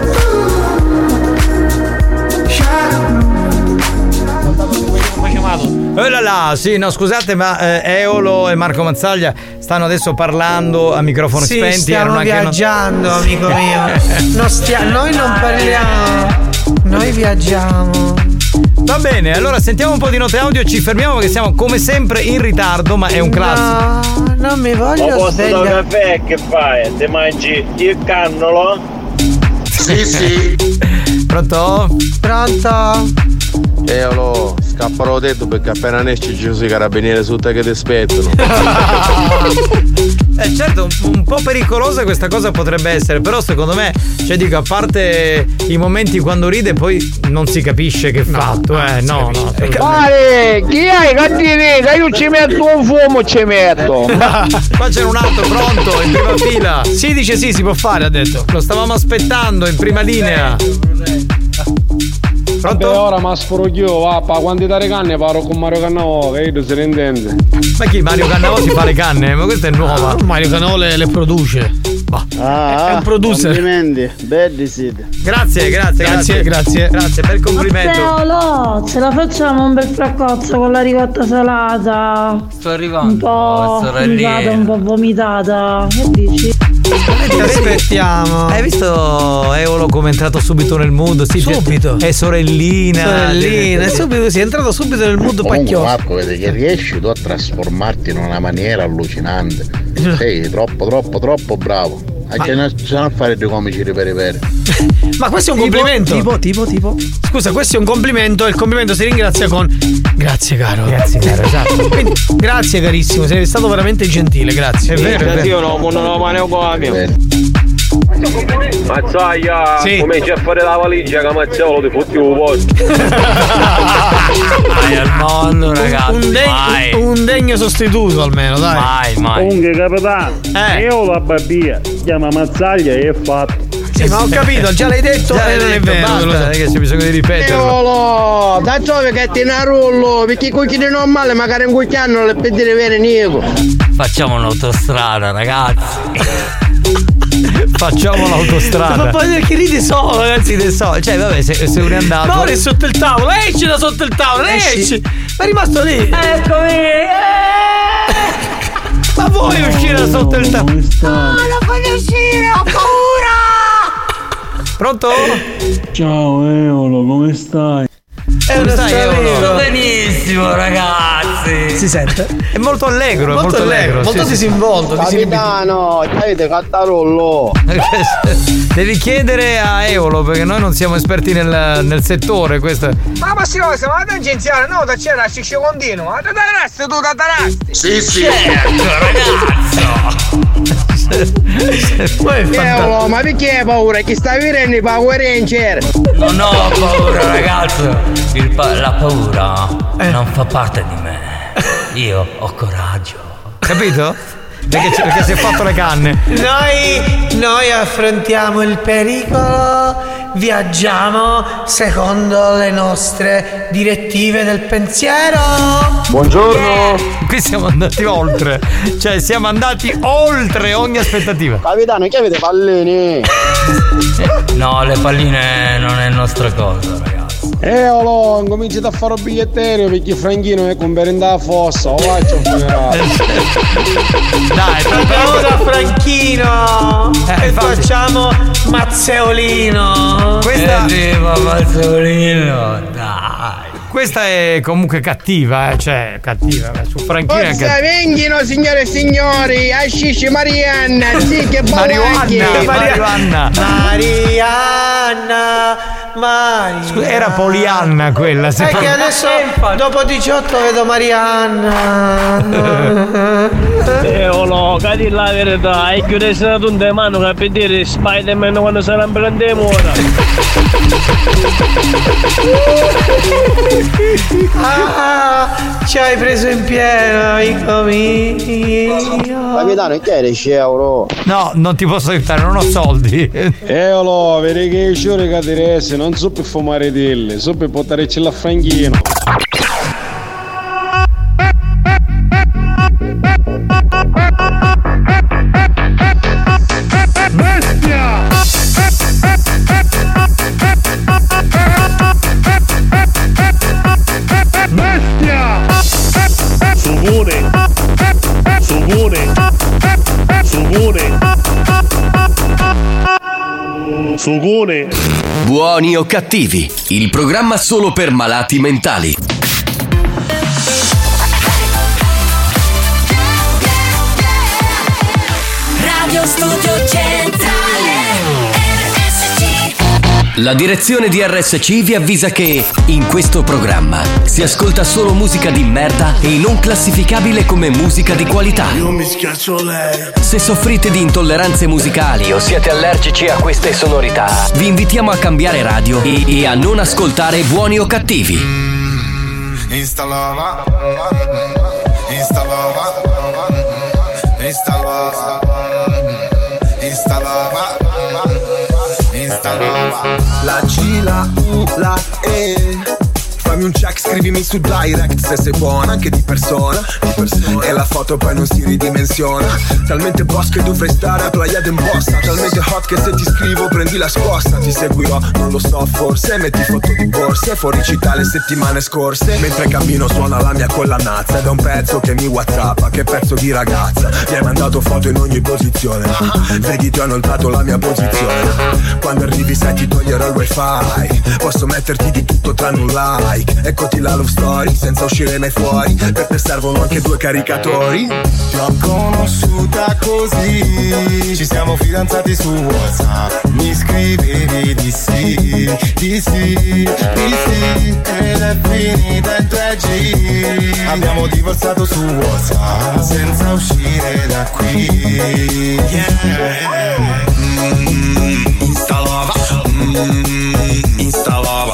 sì, no, scusate, ma eh, Eolo e Marco Mazzaglia stanno adesso parlando a microfono sì, spenti. stiamo viaggiando, non... amico mio. Non stia... Noi non parliamo, noi viaggiamo. Va bene, allora sentiamo un po' di note audio e ci fermiamo perché siamo come sempre in ritardo, ma è un classico. No, non mi voglio svegliare. Ma caffè che fai? Ti mangi il cannolo? Sì, sì. Pronto? Pronto? Eolo, scappano detto perché appena ne esci ci sono i carabinieri su te che ti aspettano. Eh certo, un, un po' pericolosa questa cosa potrebbe essere, però secondo me, cioè dico, a parte i momenti quando ride poi non si capisce che no, fatto, eh, no, no. Vale, chi hai cattività? Io ci metto un fumo, ci metto. Qua c'era un altro pronto, in prima fila. Sì, dice sì, si può fare, ha detto. Lo stavamo aspettando in prima linea. Pronto? Vabbè, ora ma sforo io, va, pa, quantità di canne paro con Mario Cannavò, che io se ne intende. Ma chi? Mario Cannavò si fa le canne? Ma questa è nuova. Ah, Mario Cannavò le, le produce. Bah. Ah, è un producer. Complimenti, belli siete. Grazie, grazie, grazie. Grazie, grazie per il complimento. Matteo, ce la facciamo un bel fraccozzo con la ricotta salata. Sto arrivando. Un po' fumicata, un po' vomitata. Che dici? Ti aspettiamo. Hai visto Eolo come è entrato subito nel mood? Sì, subito. È sorellina. Sorellina, è subito, si è entrato subito nel mood pacchioso. Marco, vedi che riesci tu a trasformarti in una maniera allucinante. Sei troppo, troppo, troppo bravo. Anche noi ci sono a fare dei comici riperi. Ma questo è un tipo, complimento. Tipo, tipo, tipo. Scusa, questo è un complimento e il complimento si ringrazia con grazie caro. Grazie caro, esatto. Quindi, grazie carissimo, sei stato veramente gentile, grazie. È vero, è vero. Io non ho mano come. Mazzaglia, sì. Cominci a fare la valigia che Mazzolo ti fotti un posto. Vai al mondo, ragazzi. Un, deg- un degno sostituto almeno, dai. Mai, mai. Comunque capitano, eh. io la babbia chiama Mazzaglia e è fatto. Sì, ma ho capito, già l'hai detto già e non è detto, vero. basta, Lo so. non è che c'è bisogno di ripeterlo. Eolo, da giove che ti narullo, perché i cucchiai normali magari un cucchiano le per dire bene niego. Facciamo un'autostrada, ragazzi. Facciamo l'autostrada. Ma poi perché ridi solo, ragazzi, ride solo. Cioè, vabbè, se, se uno è andato. Ma ora è sotto il tavolo, esci da sotto il tavolo, esci. esci. Ma è rimasto lì. Eccomi. Eh. Ma vuoi uscire da sotto il tavolo? No, non voglio uscire, ho paura. Pronto? Ciao Eolo, come stai? È una stai, sto benissimo, ragazzi. Si sente? È molto allegro, molto, molto allegro, molto sì, disinvolto. Capitano, avete cattarollo. Devi chiedere a Eolo perché noi non siamo esperti nel, nel settore. Questo. Ma Massimiliano, ma da agenziale, no, da c'era scisce continuo. Ma da tarasti tu, da tarasti. Sì, sì. Certo, ragazzo. Eolo, ma perché hai paura? Chi sta vivendo i Power Ranger? Non ho paura, ragazzo. Il pa- la paura eh. non fa parte di me. Io ho coraggio. Capito? Perché, perché si è fatto le canne. Noi, noi affrontiamo il pericolo, viaggiamo secondo le nostre direttive del pensiero. Buongiorno. Qui siamo andati oltre. Cioè siamo andati oltre ogni aspettativa. Capitano, che avete pallini? No, le palline non è nostra cosa, ragazzi. Eolo, incominciate a fare un biglietterio perché Franchino è con merenda a fossa, o faccio un funerale. Dai, andiamo da Franchino eh, e facciamo Mazzeolino. Questa eh, Mazzeolino, dai. Questa è comunque cattiva, eh, cioè cattiva, su Franchino è Forza, cattiva. venghino signore e signori, ascisci Marianna, sì che Marianna, Marianna. Marianna, Marianna. Scusa, era Polianna quella. È che adesso dopo diciotto vedo Marianna. Eolo, cadi la verità, è che adesso è un demano che per dire Spider-Man quando sarà in prendemo ora. Ah, ci hai preso in pieno, amico mio. Capitano, che eri euro? No, non ti posso aiutare, non ho soldi. Eolo, vedi che i giuri caderesse, non so per fumare delle, so per portarci la Franchino. Bestia! Bestia! Sugone. Buoni o cattivi, il programma solo per malati mentali. Radio Studio Centrale R S C. La direzione di R S C vi avvisa che in questo programma si ascolta solo musica di merda e non classificabile come musica di qualità. Io mi schiaccio lei. Se soffrite di intolleranze musicali o siete allergici a queste sonorità, vi invitiamo a cambiare radio e, e a non ascoltare Buoni o Cattivi. Installava, installava, installava, installava, installava. La G, la U, la E. Fammi un check, scrivimi su direct se sei buona anche di persona, di persona. E la foto poi non si ridimensiona. Talmente boss che dovrei stare a Playa d'Embossa. Talmente hot che se ti scrivo prendi la scossa. Ti seguirò, non lo so forse. Metti foto di borse, fuori città le settimane scorse. Mentre cammino suona la mia collanazza. Ed è un pezzo che mi whatsappa, che pezzo di ragazza. Mi hai mandato foto in ogni posizione. Vedi ti ho inoltrato la mia posizione. Quando arrivi sai ti toglierò il wifi. Posso metterti di tutto tranne un like. Eccoti la love story, senza uscire mai fuori. Per te servono anche due caricatori. Ti ho conosciuta così, ci siamo fidanzati su WhatsApp. Mi scrivevi di sì, di sì, di sì. Ed è finita in tre G. Abbiamo divorziato su WhatsApp, senza uscire da qui. Yeah. Mm, installava, mm, installava,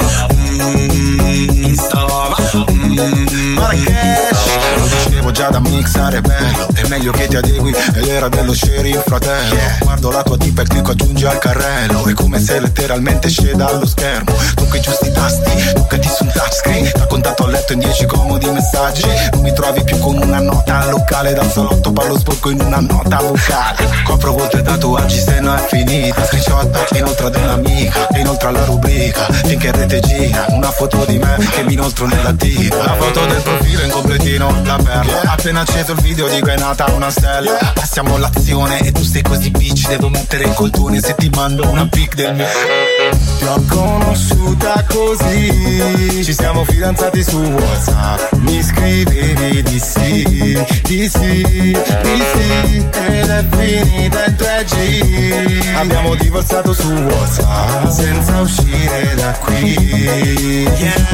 mm, installava, mm, Marrakesh. Lo dicevo già da mixare è bello, è meglio che ti adegui ed era dello sheriff fratello. Yeah. Guardo la tua tipa e clicco aggiungi al carrello. È come se letteralmente esce dallo schermo. Tocca i giusti tasti, toccati su un touchscreen. Da contatto a letto in dieci comodi messaggi. Non mi trovi più con una nota al locale. Dal salotto parlo sporco in una nota vocale. Copro volte e tatuaggi se no è finita. Screenshot inoltre ad un'amica e inoltre alla rubrica. Finché in rete gira una foto di me che mi inoltro nella diva. La foto del profilo in completino, la perla. Appena acceso il video dico è nata una stella. Passiamo all'azione e tu sei così bitch. Devo mettere il coltone se ti mando una pic del mio. Ti ho conosciuta così, ci siamo fidanzati su WhatsApp. Mi scrivevi di sì, di sì, di sì. Ed è finita in tre G. Abbiamo divorziato su WhatsApp, senza uscire da qui.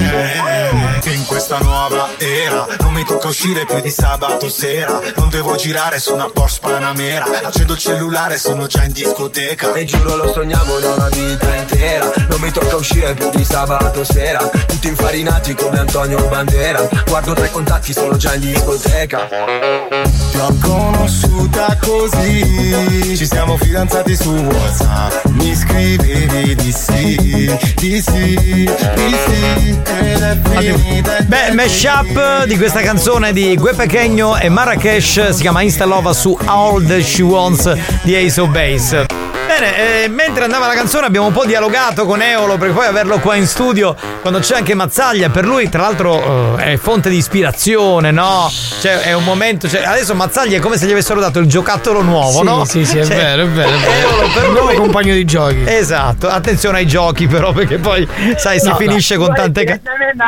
Yeah. In questa nuova era non mi tocca uscire più di sabato sera. Non devo girare su una Porsche Panamera. Accendo il cellulare, sono già in discoteca. E giuro lo sognavo da una vita intera. Non mi tocca uscire più di sabato sera. Tutti infarinati come Antonio Bandera. Guardo tre contatti, sono già in discoteca. Ti ho conosciuta così, ci siamo fidanzati su WhatsApp. Mi scrivevi di sì, di sì, di sì. Ed è finita. Beh, mashup di questa canzone di Gue Pequeno e Marrakesh si chiama Instalova su All That She Wants di Ace of Base. Bene, eh, mentre andava la canzone abbiamo un po' dialogato con Eolo, perché poi averlo qua in studio quando c'è anche Mazzaglia, per lui tra l'altro eh, è fonte di ispirazione, no? Cioè è un momento, cioè, adesso Mazzaglia è come se gli avessero dato il giocattolo nuovo, sì, no? Sì, sì, è cioè, vero, è vero, è vero. Eolo per un nuovo lui compagno di giochi. Esatto, attenzione ai giochi però, perché poi sai si no, finisce no. con tante cose.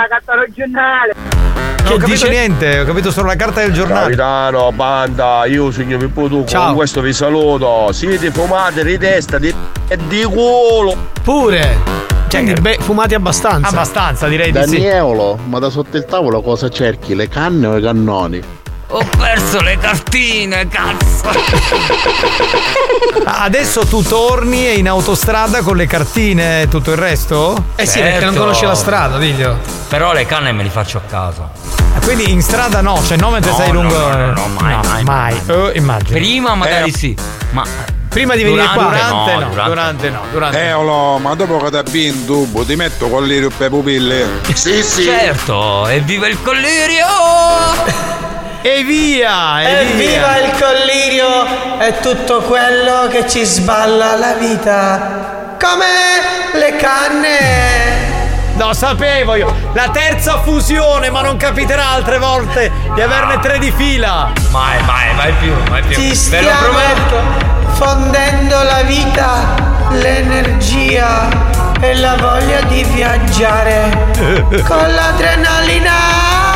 Non ho capito dice? niente, ho capito solo la carta del giornale. Capitano, banda, io sono Pippo tu, con questo vi saluto. Siete fumati di testa di, e di culo. Pure. Cioè, beh, fumati abbastanza. Abbastanza, direi di sì. Danielo, ma da sotto il tavolo cosa cerchi? Le canne o i cannoni? Ho perso le cartine, cazzo. Adesso tu torni in autostrada con le cartine e tutto il resto? Eh sì, perché non conosci la strada, diglio. Però le canne me le faccio a casa. Quindi in strada no, cioè non mentre No, sei no, lungo. no, no, no, mai, no, mai, mai. Eh, immagino. Prima magari Eh, sì, ma Prima di venire durante qua, durante no, no, durante. durante no, durante. Eolo, ma dopo che ti abbi in tubo ti metto collirio per pupille. Sì, sì. Certo, evviva il collirio! E via! Evviva il collirio e tutto quello che ci sballa la vita. Come le canne. No, sapevo io! La terza fusione, ma non capiterà altre volte di averne tre di fila! Mai, mai, mai più, mai più. Ti Ve lo stiamo prometto. l'energia e la voglia di viaggiare con l'adrenalina.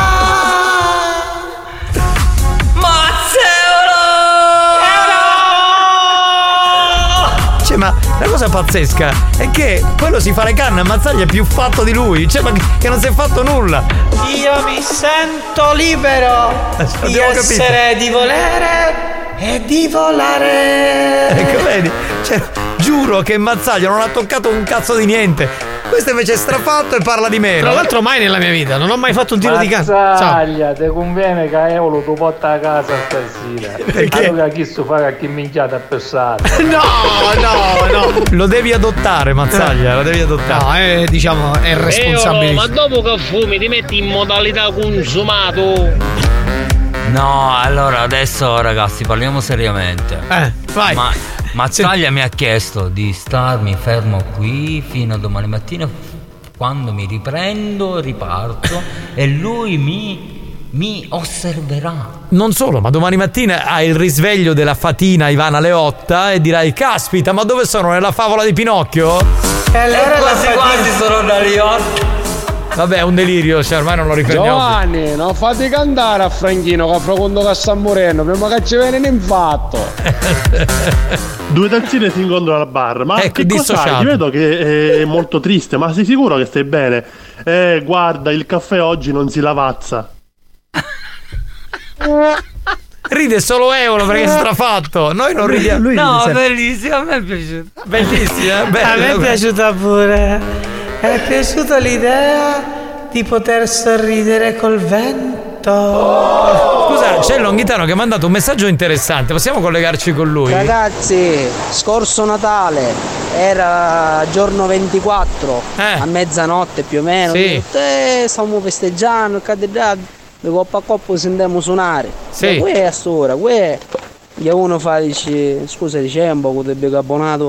Cioè, ma la cosa pazzesca è che quello si fa le canne a Mazzaglia è più fatto di lui, cioè ma che non si è fatto nulla. Io mi sento libero di essere, capito. Di volere e di volare. Ecco, vedi? Cioè, giuro che Mazzaglia non ha toccato un cazzo di niente. Questo invece è strafatto e parla di meno. Tra l'altro mai nella mia vita, non ho mai fatto un tiro Mazzaglia, di canna. Mazzaglia, ti conviene che Eolo tu porta a casa stasera. Perché? Allora chi sto fa che minchiata a pensare. No, no, no. Lo devi adottare, Mazzaglia, lo devi adottare. No, è, diciamo, è responsabile. Ma dopo che fumi ti metti in modalità consumato. No, allora adesso ragazzi parliamo seriamente. Eh, vai. Ma Mazzaglia mi ha chiesto di starmi fermo qui fino a domani mattina, quando mi riprendo, riparto e lui mi, mi osserverà. Non solo, ma domani mattina hai il risveglio della fatina Ivana Leotta e dirai: caspita, ma dove sono? Nella favola di Pinocchio? E allora e quasi la quasi sono da Leotta. Vabbè, è un delirio, cioè ormai non lo riprendiamo. Giovanni, non fate cantare a Franchino che fra conto che sta morendo, prima che ci viene in fatto. Due tazzine si incontrano al bar, ma ecco, che cos'hai? Ti vedo che è molto triste, ma sei sicuro che stai bene? Eh, guarda, il caffè oggi non si lavazza. Ride solo Eolo perché è strafatto. Noi non ridiamo. Lui no, ride bellissimo, a me è piaciuto. Bellissima, A me è piaciuta pure. Mi è piaciuta l'idea di poter sorridere col vento. Oh! Scusa, c'è il Longhitano che mi ha mandato un messaggio interessante. Possiamo collegarci con lui? Ragazzi, scorso Natale era giorno ventiquattro eh. a mezzanotte più o meno. Sì. E stavamo festeggiando, cadere di coppa a coppa sentiamo suonare. Sì. E qui è a st'ora, qui è. E uno fa, dice, scusa, dice, è un po' di bicarbonato.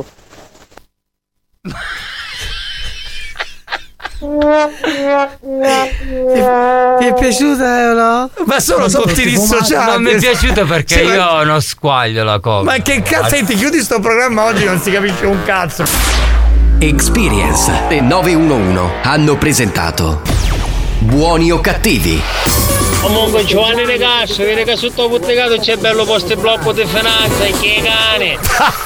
Ti è piaciuta, Eolo? Ma sono tutti dissociati. Non mi è piaciuto perché io ho uno squaglio la cosa. Ma che cazzo, senti, chiudi sto programma oggi, non si capisce un cazzo. Experience e nove uno uno hanno presentato Buoni o cattivi. Comunque Giovanni De Castro, viene che sotto puttegato c'è bello posto il blocco di finanza e che cane.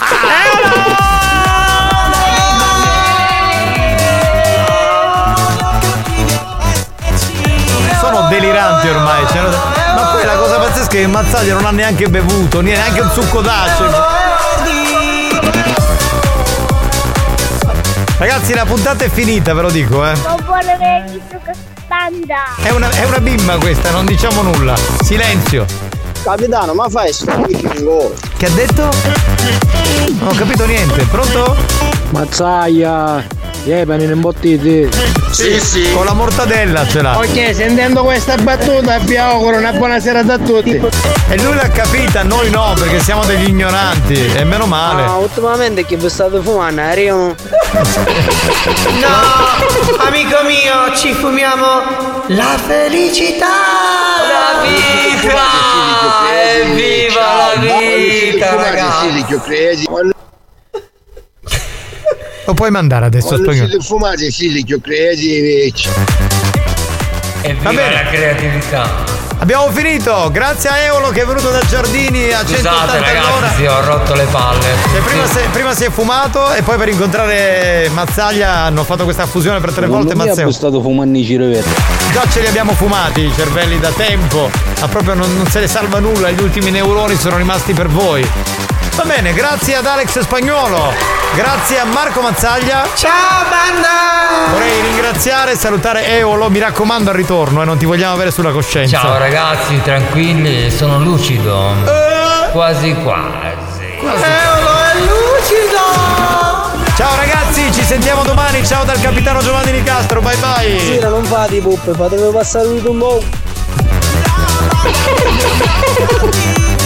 Sono deliranti ormai, cioè, ma poi la cosa pazzesca è che Mazzaglia non ha neanche bevuto, neanche un succo d'acero. Ragazzi, la puntata è finita, ve lo dico, eh. Non vuole aver visto che standa. È una, è una bimba questa, non diciamo nulla. Silenzio. Capitano, ma fai sto pichingo? Che ha detto? Non ho capito niente. Pronto? Mazzaglia, eh, panini imbottiti. Sì, sì. Con la mortadella ce l'ha. Ok, sentendo questa battuta vi auguro una buona serata a tutti. E lui l'ha capita, noi no, perché siamo degli ignoranti. E meno male. No, ultimamente che vi state fumando, arrivano. No, amico mio, ci fumiamo la felicità. La vita! Evviva la vita, ragazzi! Lo puoi mandare adesso a Quando siete fumati, sì, che ho creativi. Evviva la creatività! Abbiamo finito, grazie a Eolo che è venuto da Giardini a centottanta all'ora. Sì, ho rotto le palle. Cioè, prima, si, prima si è fumato e poi per incontrare Mazzaglia hanno fatto questa fusione per tre non volte. Mazzeo è stato fumanni cirevetti. Già ce li abbiamo fumati i cervelli da tempo, ma proprio non, non se ne salva nulla, gli ultimi neuroni sono rimasti per voi. Va bene, grazie ad Alex Spagnuolo, grazie a Marco Mazzaglia. Ciao banda! Vorrei ringraziare e salutare Eolo, mi raccomando al ritorno e eh, non ti vogliamo avere sulla coscienza. Ciao ragazzi, tranquilli, sono lucido. Eh. Quasi quasi. Eolo è lucido! Ciao ragazzi, ci sentiamo domani, ciao dal capitano Giovanni Nicastro, bye bye! Sì, non fate i puppe, fatemi passare un po'.